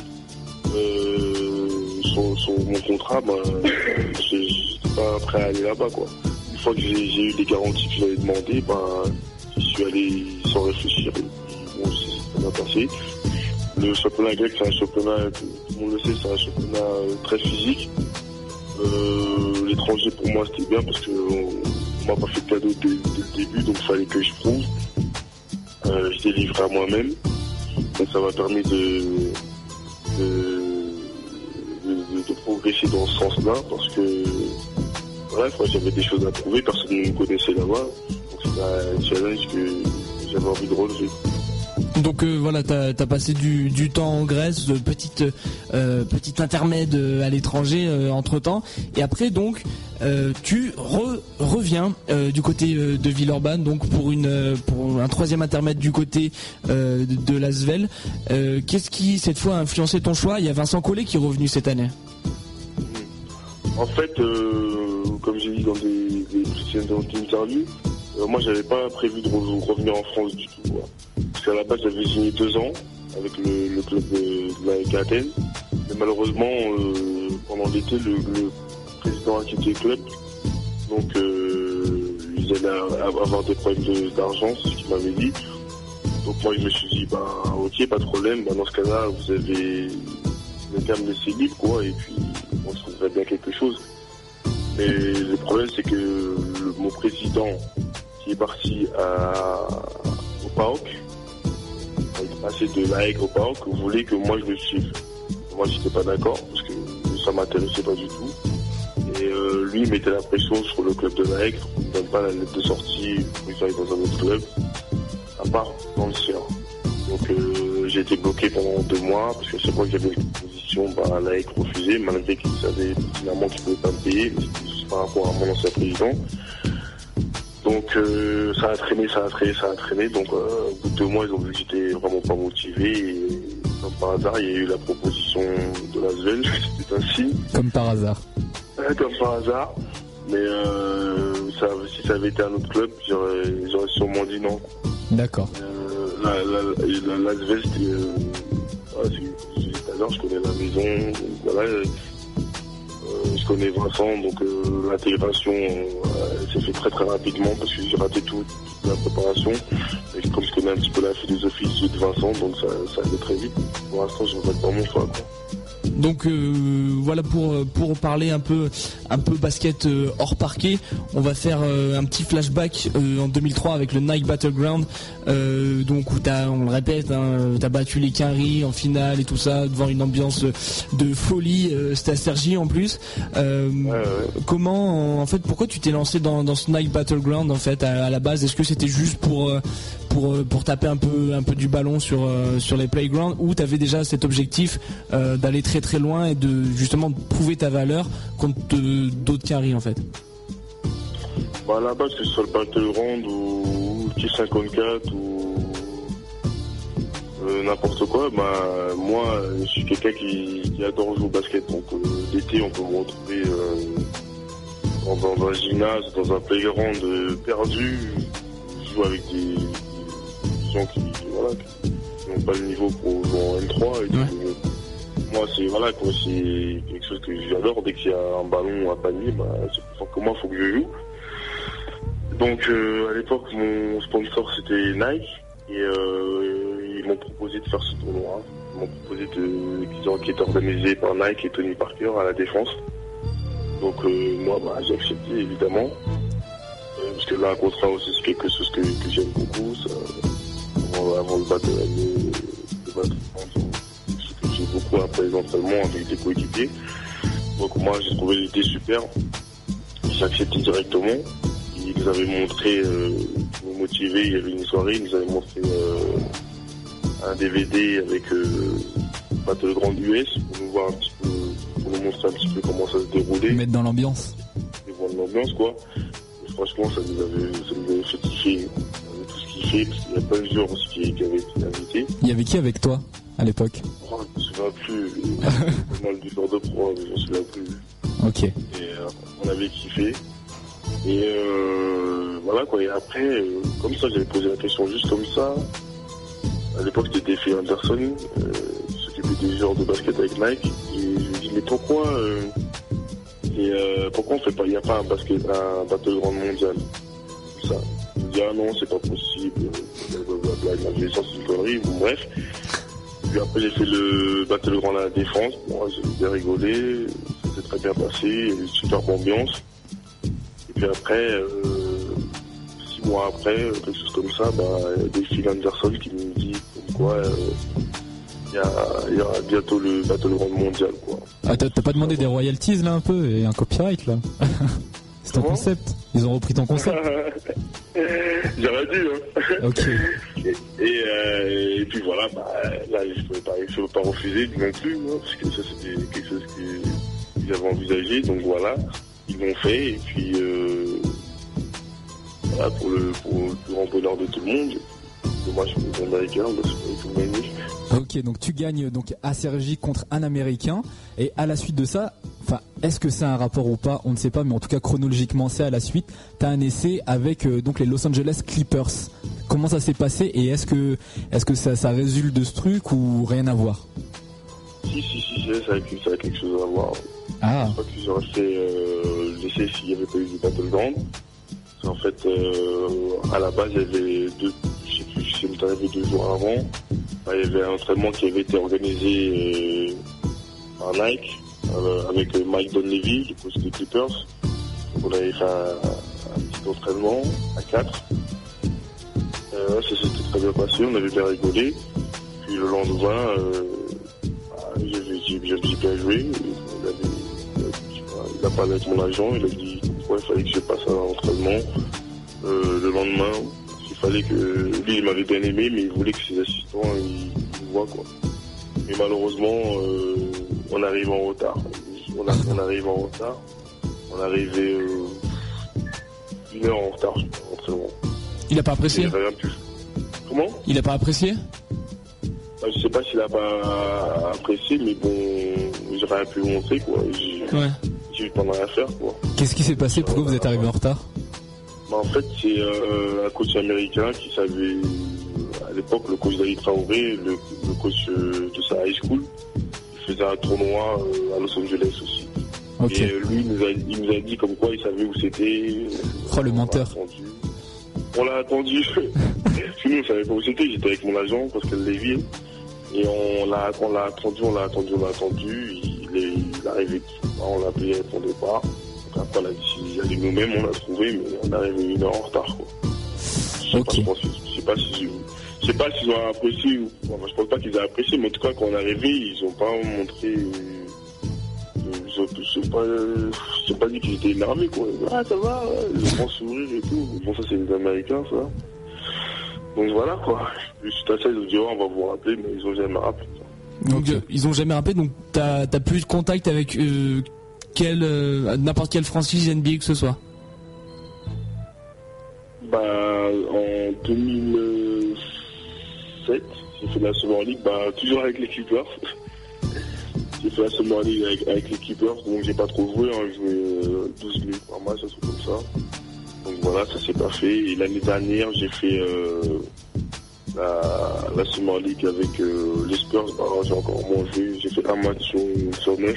sur mon contrat, j'étais pas prêt à aller là-bas, quoi. Une fois que j'ai eu les garanties que j'avais demandées, j'y suis allé sans réfléchir. Bon, ça m'a passé. Le championnat grec, c'est un championnat, tout le monde le sait, c'est un championnat très physique. L'étranger, pour moi, c'était bien parce qu'on m'a pas fait de cadeau dès le début, donc il fallait que je prouve. J'étais livré à moi-même. Donc ça m'a permis de progresser dans ce sens-là parce que bref, moi, j'avais des choses à prouver, personne ne me connaissait là-bas. Donc c'était un challenge que j'avais envie de relever. Donc voilà, t'as passé du temps en Grèce, petite intermède à l'étranger entre temps, et après donc tu reviens du côté de Villeurbanne, donc pour un troisième intermède du côté de l'Asvel. Qu'est-ce qui cette fois a influencé ton choix? Il y a Vincent Collet qui est revenu cette année. En fait, comme j'ai dit dans des précédentes interviews, moi j'avais pas prévu de revenir en France du tout. Quoi. Parce qu'à la base j'avais signé 2 ans avec le club de la Athènes. Mais malheureusement, pendant l'été, le président a quitté le club. Donc ils allaient avoir des problèmes d'argent, c'est ce qu'il m'avait dit. Donc moi je me suis dit, ok, pas de problème, dans ce cas-là, vous avez qu'à me laisser libre, quoi, et puis on se trouverait bien quelque chose. Mais le problème, c'est que mon président qui est parti au PAOK, il est passé de l'AEC au PAOK, voulait que moi je le suive. Moi, j'étais pas d'accord parce que ça m'intéressait pas du tout. Et lui, il mettait la pression sur le club de l'AEC pour qu'il ne donne pas la lettre de sortie pour qu'il aille dans un autre club, à part dans le sien. Donc j'ai été bloqué pendant 2 mois parce que chaque fois que j'avais une proposition, l'AEC refusait, malgré qu'il savait pertinemment qu'il ne pouvait pas me payer, mais c'était juste par rapport à mon ancien président. Donc ça a traîné. Donc au bout de 2 mois, ils ont vu que j'étais vraiment pas motivé. Et comme par hasard, il y a eu la proposition de l'Asvel. C'était un signe. Comme par hasard. Comme par hasard. Mais si ça avait été un autre club, j'aurais sûrement dit non. D'accord. L'Asvel, c'est tout à l'heure, je connais la maison. Donc, voilà. Je connais Vincent, donc l'intégration s'est fait très très rapidement parce que j'ai raté toute la préparation. Et comme je connais un petit peu la philosophie de Vincent, donc ça allait très vite. Pour l'instant, je ne regrette pas mon choix. Donc voilà pour parler un peu basket hors parquet, on va faire un petit flashback en 2003 avec le Nike Battleground, donc où on le répète, t'as battu les Quinry en finale et tout ça devant une ambiance de folie, c'était à Cergy en plus. Comment en fait, pourquoi tu t'es lancé dans ce Nike Battleground en fait à la base? Est-ce que c'était juste pour taper un peu du ballon sur les playgrounds, ou t'avais déjà cet objectif d'aller très très loin et de justement prouver ta valeur contre d'autres Quinry en fait? À la base, que ce soit le Battleground ou le T54 ou n'importe quoi, moi je suis quelqu'un qui adore jouer au basket, donc l'été on peut me retrouver dans un gymnase, dans un playground perdu. Je joue avec des gens qui n'ont pas le niveau pour jouer en M3 et moi c'est quelque chose que j'adore. Dès qu'il y a un ballon à panier, c'est plus fort que moi, il faut que je joue. Donc à l'époque, mon sponsor c'était Nike et ils m'ont proposé de faire ce tournoi. m'ont proposé qui était organisé par Nike et Tony Parker à la Défense. Donc moi, j'ai accepté évidemment. Parce que là, un contrat aussi, c'est quelque chose que j'aime beaucoup. Ça, avant le battre, que j'ai beaucoup appris les entraînements avec des coéquipiers. Donc moi, j'ai trouvé l'idée super. J'ai accepté directement. Ils nous avaient montré, pour nous motiver, il y avait une soirée, ils nous avaient montré un DVD avec Battleground US pour nous voir un petit peu, pour nous montrer un petit peu comment ça se déroulait. Mettre dans l'ambiance. Dans l'ambiance, quoi. Et franchement, ça nous avait fait kiffer. On avait tous kiffé, parce qu'il y a plein de joueurs aussi qui avaient été invités. Il y avait qui avec toi à l'époque? Je me souviens plus. Pas mal du joueur de pro, je me souviens plus. Ok. Et on avait kiffé. Et voilà quoi. Et après, comme ça, j'avais posé la question juste comme ça. À l'époque, c'était Phil Anderson, qui s'occupait des joueurs de basket avec Nike. Et je lui ai dit, mais pourquoi on fait pas, il n'y a pas un Battleground mondial? Ça. Il me dit, ah non, c'est pas possible. Blablabla. Il m'avait sorti une connerie, bon, bref. Puis après, j'ai fait le Battleground à la Défense. Moi, j'ai bien rigolé. Ça s'est très bien passé. Il y avait une superbe ambiance. Et puis après, 6 mois après, quelque chose comme ça, il y a des Phil Anderson qui me dit comme quoi il y aura bientôt le Battleground mondial, quoi. Ah, t'as pas demandé des royalties là un peu et un copyright là? C'est ton concept. Ils ont repris ton concept. J'aurais dû, hein. Ok. Et puis voilà, là je ne pouvais pas refuser non plus, hein, parce que ça c'était quelque chose qu'ils avaient envisagé, donc voilà, ils l'ont fait, et puis voilà, pour le plus grand bonheur de tout le monde. Dommage pour les Américains, parce qu'ils ont gagné. Ok, donc tu gagnes donc à Cergy contre un Américain, et à la suite de ça, enfin, est-ce que c'est un rapport ou pas, on ne sait pas, mais en tout cas chronologiquement c'est à la suite. T'as un essai avec donc les Los Angeles Clippers. Comment ça s'est passé et est-ce que ça résulte de ce truc ou rien à voir? Si, ça a quelque chose à voir. Ah. Je crois qu'ils auraient fait l'essai s'il n'y avait pas eu du Battleground. En fait, à la base, il y avait je sais plus, arrivé 2 jours avant. Il y avait un entraînement qui avait été organisé par Nike avec Mike Dunleavy, le coach des Clippers. Donc, on avait fait un petit entraînement à 4. Ça s'était très bien passé, on avait bien rigolé. Puis le lendemain, j'ai bien joué. Il a parlé avec mon agent, il a dit pourquoi il fallait que je passe à l'entraînement. Le lendemain, il fallait que lui, il m'avait bien aimé, mais il voulait que ses assistants ils voient, quoi. Mais malheureusement, on arrive en retard. On arrive en retard. On est arrivé 1 heure en retard, l'entraînement. Il a pas apprécié? Comment? Il a pas apprécié? Je sais pas s'il a pas apprécié, mais bon, j'ai rien pu montrer, quoi. J'ai eu le temps de rien faire, quoi. Qu'est-ce qui s'est passé? Pourquoi vous êtes arrivé en retard? En fait, c'est un coach américain qui savait, à l'époque, le coach David Traoré, le coach de sa high school, il faisait un tournoi à Los Angeles aussi. Okay. Et lui, il nous a dit comme quoi il savait où c'était. Oh, le menteur. On l'a attendu. Parce que nous, on savait pas où c'était. J'étais avec mon agent, Pascal Lévy. Et on l'a attendu. Il est arrivé. On l'a appelé, il répondait pas. Donc après, on a dit, allez nous-mêmes, on l'a trouvé, mais on est arrivé 1 heure en retard, quoi. Je sais pas s'ils ont apprécié ou. Bon, je pense pas qu'ils aient apprécié, mais en tout cas, quand on est arrivé, ils ont pas montré. Je sais pas dit qu'ils étaient énervés, quoi. Ah, ça va, le grand sourire et tout. Bon, ça, c'est les Américains, ça. Donc voilà, quoi. Suite à ça, ils ont dit, on va vous rappeler, mais ils ont jamais rappelé. Donc, ils ont jamais rappelé, donc t'as plus de contact avec n'importe quelle franchise NBA que ce soit? En 2007, j'ai fait la Summer League, toujours avec les Clippers. J'ai fait la Summer League avec les Clippers, donc j'ai pas trop joué, j'ai joué 12 minutes par match, un truc comme ça. Donc voilà, ça s'est pas fait. Et l'année dernière, j'ai fait la Summer League avec les Spurs, j'ai encore moins joué, j'ai fait un match sur 9.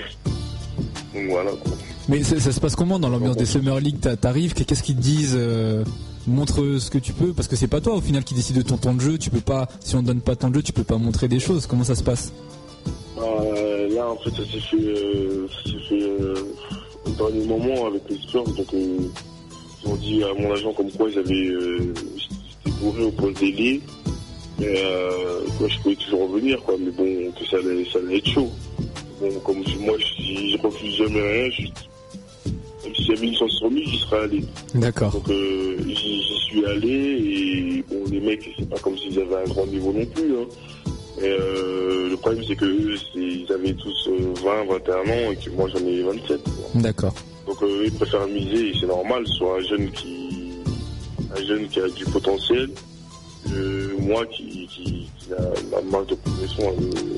Donc voilà, quoi. Mais ça se passe comment dans l'ambiance des Summer League? T'arrives, qu'est-ce qu'ils te disent? montre ce que tu peux, parce que c'est pas toi au final qui décide de ton temps de jeu. Tu peux pas, si on te donne pas ton jeu, tu peux pas montrer des choses. Comment ça se passe? Là, en fait, ça s'est fait au dernier moment avec les Spurs. Donc, ils ont dit à mon agent comme quoi ils avaient été bourrés au poste d'ailier. Mais quoi, je pouvais toujours revenir, quoi. Mais bon, que ça allait être chaud. Bon, comme moi, je refuse jamais rien. Même s'il y avait une chance sur 1000, j'y serais allé. D'accord. Donc, j'y suis allé et bon, les mecs, c'est pas comme s'ils avaient un grand niveau non plus, hein. Et le problème, c'est que eux, ils avaient tous 20, 21 ans et que moi, j'en ai 27. Quoi. D'accord. Donc, ils préfèrent miser, et c'est normal, soit un jeune qui a du potentiel, moi qui a la marge de progression,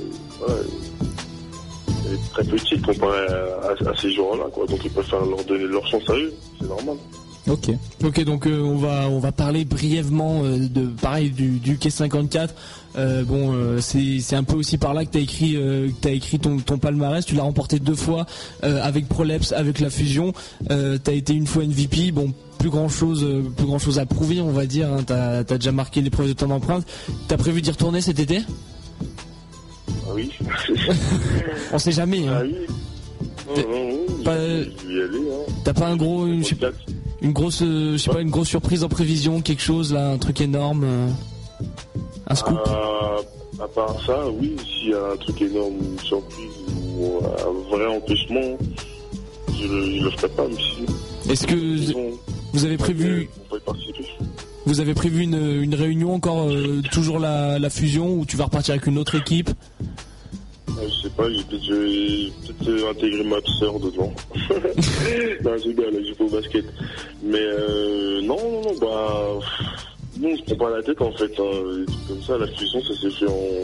elle est très petite comparée à ces joueurs-là, quoi. Donc, ils préfèrent leur donner leur chance à eux, c'est normal. Ok, donc on va parler brièvement pareil du Quai 54. C'est un peu aussi par là que t'as écrit ton palmarès. Tu l'as remporté 2 fois avec Proleps, avec la fusion. T'as été une fois MVP. Bon, plus grand chose à prouver, on va dire. Hein. T'as déjà marqué l'épreuve de ton empreinte. T'as prévu d'y retourner cet été? Ah oui. On sait jamais. Hein. Ah oui. Je vais y aller. Hein. T'as pas une grosse surprise en prévision, quelque chose là, un truc énorme, un scoop? À part ça, oui, s'il y a un truc énorme, une surprise ou un vrai empêchement, je le ferai pas. Mais si. Est-ce que vous avez prévu une réunion encore, toujours la fusion, ou tu vas repartir avec une autre équipe? Je sais pas, je vais peut-être intégrer ma sœur dedans. Non, je rigole, je joue au basket. Mais non, non, je prends pas la tête en fait. Hein. Comme ça, la fusion, ça s'est fait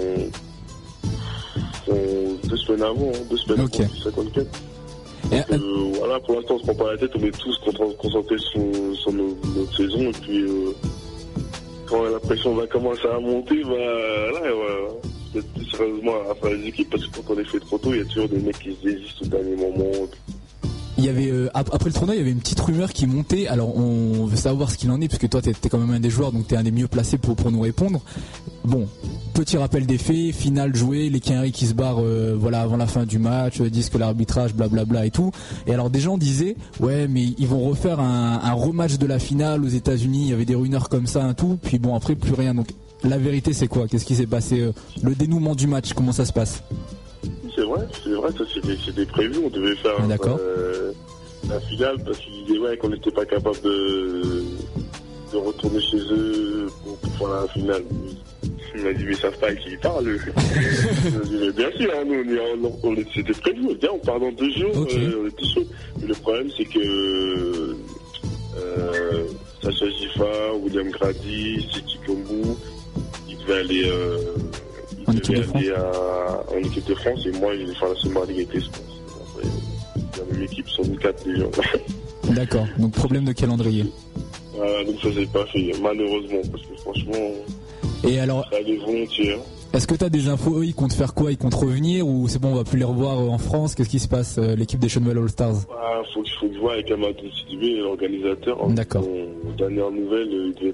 en 2 semaines avant, 2 semaines avant, 54. Donc, voilà, pour l'instant, on se prend pas la tête, on est tous concentrés sur notre saison. Et puis, quand la pression va commencer à monter, peut-être plus sérieusement à faire les équipes, parce que quand on est fait trop tôt, il y a toujours des mecs qui se désistent au dernier moment. Il y avait après le tournoi, il y avait une petite rumeur qui montait. Alors on veut savoir ce qu'il en est, parce que toi t'es quand même un des joueurs, donc t'es un des mieux placés pour nous répondre. Bon, petit rappel des faits, finale jouée, les Quinry qui se barrent avant la fin du match, disent que l'arbitrage blablabla et tout. Et alors des gens disaient ouais, mais ils vont refaire un rematch de la finale aux États-Unis. Il y avait des rumeurs comme ça et tout. Puis bon, après plus rien. Donc la vérité c'est quoi? Qu'est-ce qui s'est passé? Le dénouement du match, comment ça se passe? C'est vrai, ça c'était prévu, on devait faire la finale parce qu'ils disaient qu'on n'était pas capable de retourner chez eux pour faire la finale. Il m'a dit mais ils savent pas à qui ils parlent. Je dis mais bien sûr, hein, c'était prévu, on part dans 2 jours, on était chaud. Mais le problème c'est que Sacha Gifa, William Grady, Seki Kombu, ils devaient aller en équipe de France, et moi je vais faire la Summer League avec les Spurs. Dans la même équipe, sont 4 déjà. D'accord, donc problème de calendrier. Donc ça s'est pas fait, malheureusement, parce que franchement, et alors, ça allait volontiers. Est-ce que tu as des infos? Eux, ils comptent faire quoi? Ils comptent revenir, ou c'est bon, on va plus les revoir en France? Qu'est-ce qui se passe, l'équipe des Shenwell All-Stars? Faut que je vois avec Amadou Sidibé, l'organisateur. D'accord. Dernière nouvelle,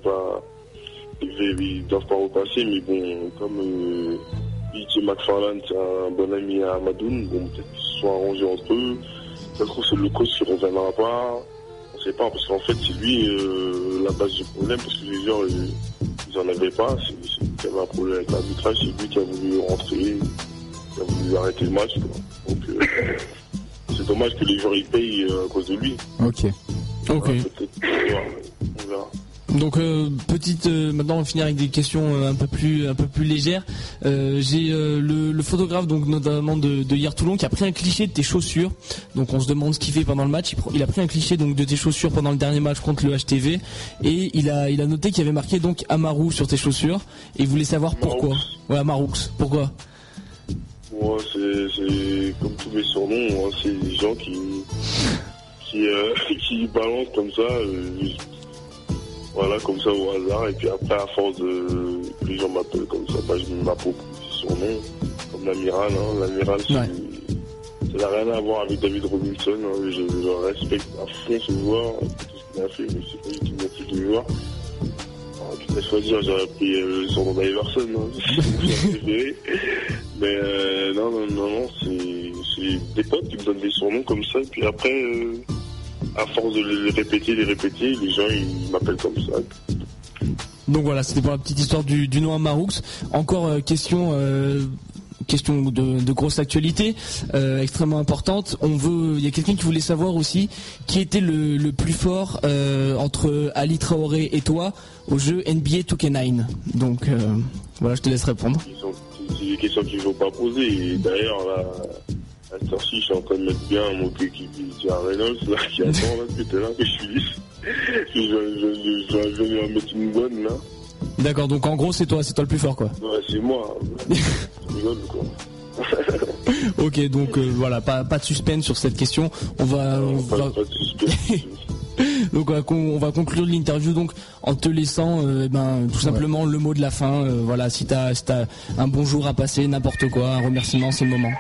ils doivent pas repasser, mais bon, comme E.J. McFarland, c'est un bon ami à Amadoun, bon, peut-être qu'ils se sont arrangés entre eux. Ça se trouve, c'est le coach qui ne reviendra pas. On sait pas, parce qu'en fait, c'est lui la base du problème, parce que les joueurs, ils en avaient pas. C'est lui qui avait un problème avec l'arbitrage, c'est lui qui a voulu rentrer, qui a voulu arrêter le match, quoi. Donc, c'est dommage que les joueurs ils payent à cause de lui. Ok. Peut-être, on verra. Donc maintenant on va finir avec des questions un peu plus légères. J'ai le photographe, donc notamment de hier Toulon, qui a pris un cliché de tes chaussures. Donc on se demande ce qu'il fait pendant le match. Il a pris un cliché donc de tes chaussures pendant le dernier match contre le HTV, et il a noté qu'il y avait marqué donc Amarou sur tes chaussures, et il voulait savoir pourquoi. Ouais, Amaroux, pourquoi? Moi, c'est comme tous mes surnoms, hein, c'est des gens qui balancent comme ça. Voilà, comme ça au hasard, et puis après, à force que les gens m'appellent comme ça, je m'approprie son nom, comme l'amiral. Hein. L'amiral, ça n'a rien à voir avec David Robinson. Hein. Je le respecte à fond, ce joueur, tout ce qu'il a fait, mais c'est pas du tout mon type de joueur. Tu peux choisir, j'aurais pris le surnom d'Iverson, hein. C'est mon préféré. Mais non, c'est des potes qui me donnent des surnoms comme ça. Et puis après, à force de les répéter, les gens ils m'appellent comme ça. Donc voilà, c'était pour la petite histoire du nom à Maroux. Encore question de grosse actualité, extrêmement importante. Il y a quelqu'un qui voulait savoir aussi qui était le plus fort entre Ali Traoré et toi au jeu NBA 2K9. Donc voilà, je te laisse répondre. C'est des questions qu'il ne faut pas poser. Et d'ailleurs, là, à cette heure-ci, je suis en train de mettre bien mon coéquipier Reynolds, là, qui attend, là, depuis tout à l'heure que je suis lisse. Je vais venir en mettre une bonne, là. D'accord, donc en gros, c'est toi le plus fort, quoi. Ouais, c'est moi. Je rigole, quoi. Ok, donc voilà, pas de suspense sur cette question. On va pas de suspense. Donc on va conclure l'interview donc en te laissant tout simplement le mot de la fin. Voilà, si t'as un bonjour à passer, n'importe quoi, un remerciement, c'est le moment.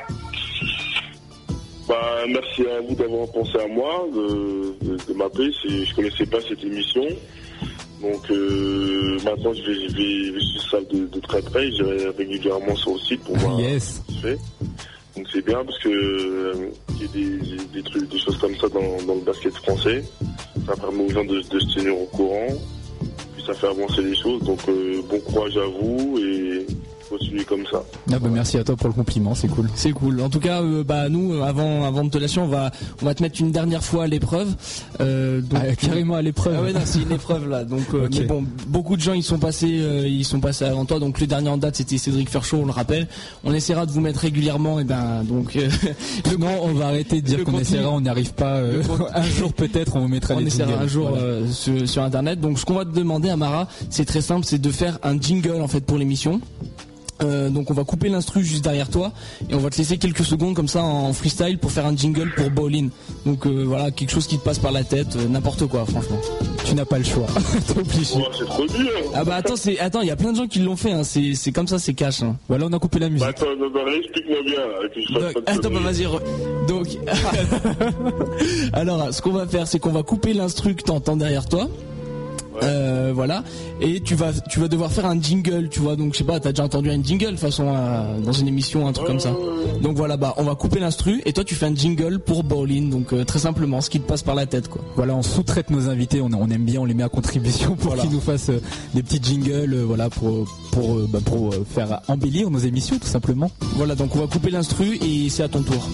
Merci à vous d'avoir pensé à moi, de m'appeler. Je connaissais pas cette émission. Donc maintenant je vais suivre ça de très près. J'irai régulièrement sur le site pour voir ce qui se fait. Donc c'est bien parce que il y a des trucs, des choses comme ça dans le basket français. Ça permet aux gens de se tenir au courant. Puis ça fait avancer les choses. Donc bon courage à vous et continuez comme ça. Merci à toi pour le compliment, c'est cool. C'est cool. En tout cas, nous, avant de te lâcher, on va te mettre une dernière fois à l'épreuve. Carrément à l'épreuve. Ah ouais, non, c'est une épreuve là. Donc, okay. Mais bon, beaucoup de gens ils sont passés avant toi. Donc le dernier en date c'était Cédric Ferchaud, on le rappelle. On essaiera de vous mettre régulièrement. Non, on va arrêter de dire qu'on essaiera, on n'y arrive pas. Un jour peut-être, on vous mettra les jingles. On essaiera un jour sur internet. Donc ce qu'on va te demander, Amara, c'est très simple, c'est de faire un jingle en fait pour l'émission. Donc on va couper l'instru juste derrière toi et on va te laisser quelques secondes comme ça en freestyle pour faire un jingle pour Bowling. Donc voilà, quelque chose qui te passe par la tête, n'importe quoi franchement. Tu n'as pas le choix. T'es obligé. Oh, c'est trop dur. Ah bah attends, il y a plein de gens qui l'ont fait, hein. C'est comme ça, c'est cash. Hein. Voilà, on a coupé la musique. Attends, explique-moi bien. Attends, vas-y. Donc alors, ce qu'on va faire, c'est qu'on va couper l'instru que t'entends derrière toi. Voilà, et tu vas devoir faire un jingle, tu vois. Donc je sais pas, t'as déjà entendu un jingle de façon dans une émission, un truc comme ça. Donc voilà, on va couper l'instru et toi tu fais un jingle pour Bowling. Donc très simplement, ce qui te passe par la tête, quoi. Voilà, on sous-traite nos invités, on aime bien, on les met à contribution pour qu'ils nous fassent des petits jingles, voilà, pour faire embellir nos émissions tout simplement. Voilà, donc on va couper l'instru et c'est à ton tour.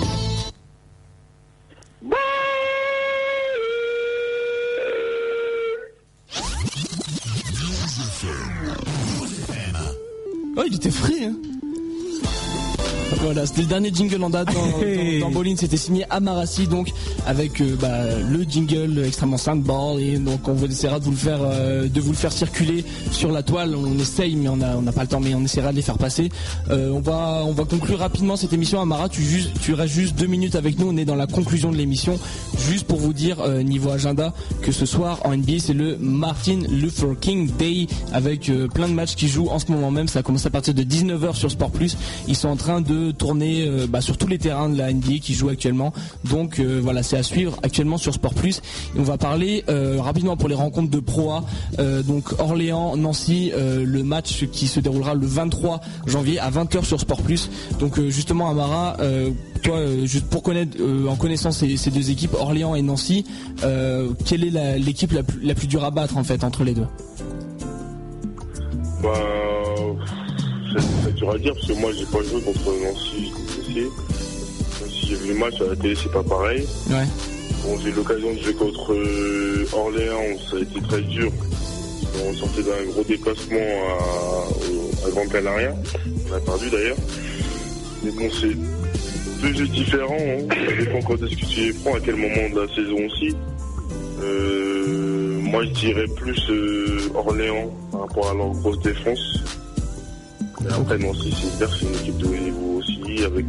Oh, il était frais, hein. Voilà, c'était le dernier jingle en date dans Bowling, c'était signé Amarassi, donc avec le jingle extrêmement simple, et donc on essaiera de vous le faire circuler sur la toile. On essaye, mais on n'a pas le temps, mais on essaiera de les faire passer. On va conclure rapidement cette émission. Amara, tu restes juste 2 minutes avec nous. On est dans la conclusion de l'émission. Juste pour vous dire niveau agenda que ce soir en NBA c'est le Martin Luther King Day avec plein de matchs qui jouent en ce moment même. Ça commence à partir de 19h sur Sport Plus. Ils sont en train de tourner sur tous les terrains de la NBA qui jouent actuellement. Donc voilà, c'est à suivre actuellement sur Sport Plus. Et on va parler rapidement pour les rencontres de Pro A. Donc Orléans-Nancy, le match qui se déroulera le 23 janvier à 20h sur Sport Plus. Donc justement Amara, toi, juste pour connaître, en connaissant ces deux équipes, Orléans et Nancy, quelle est l'équipe la plus dure à battre en fait entre les deux? C'est dur à dire parce que moi j'ai pas joué contre Nancy, même si j'ai vu le match à la télé, c'est pas pareil. Ouais. Bon, j'ai eu l'occasion de jouer contre Orléans, ça a été très dur. On sortait d'un gros déplacement à Gran Canaria, on a perdu d'ailleurs. Mais bon, c'est 2 jeux différents, hein. Ça dépend quand est-ce que tu les prends, à quel moment de la saison aussi. Moi je dirais plus Orléans par rapport à leur grosse défense. Et après Nancy, c'est une équipe de haut niveau aussi, avec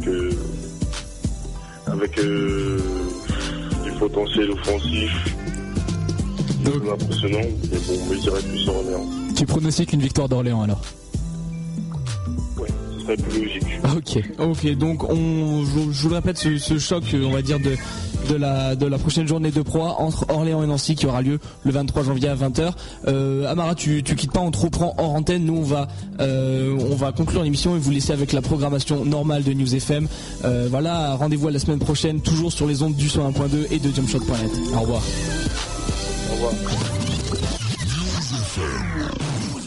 du potentiel offensif impressionnant. Mais bon, je dirais plus Orléans. Tu pronostiques une victoire d'Orléans alors? Ouais, ce serait plus logique. Ok, donc je vous le répète, ce choc, on va dire de la prochaine journée de Pro A entre Orléans et Nancy qui aura lieu le 23 janvier à 20h. Amara, tu quittes pas, on te reprend hors antenne. Nous on va conclure l'émission et vous laisser avec la programmation normale de News FM. Voilà, rendez-vous à la semaine prochaine, toujours sur les ondes du 101.2 et de jumpshot.net. Au revoir. Au revoir. News FM.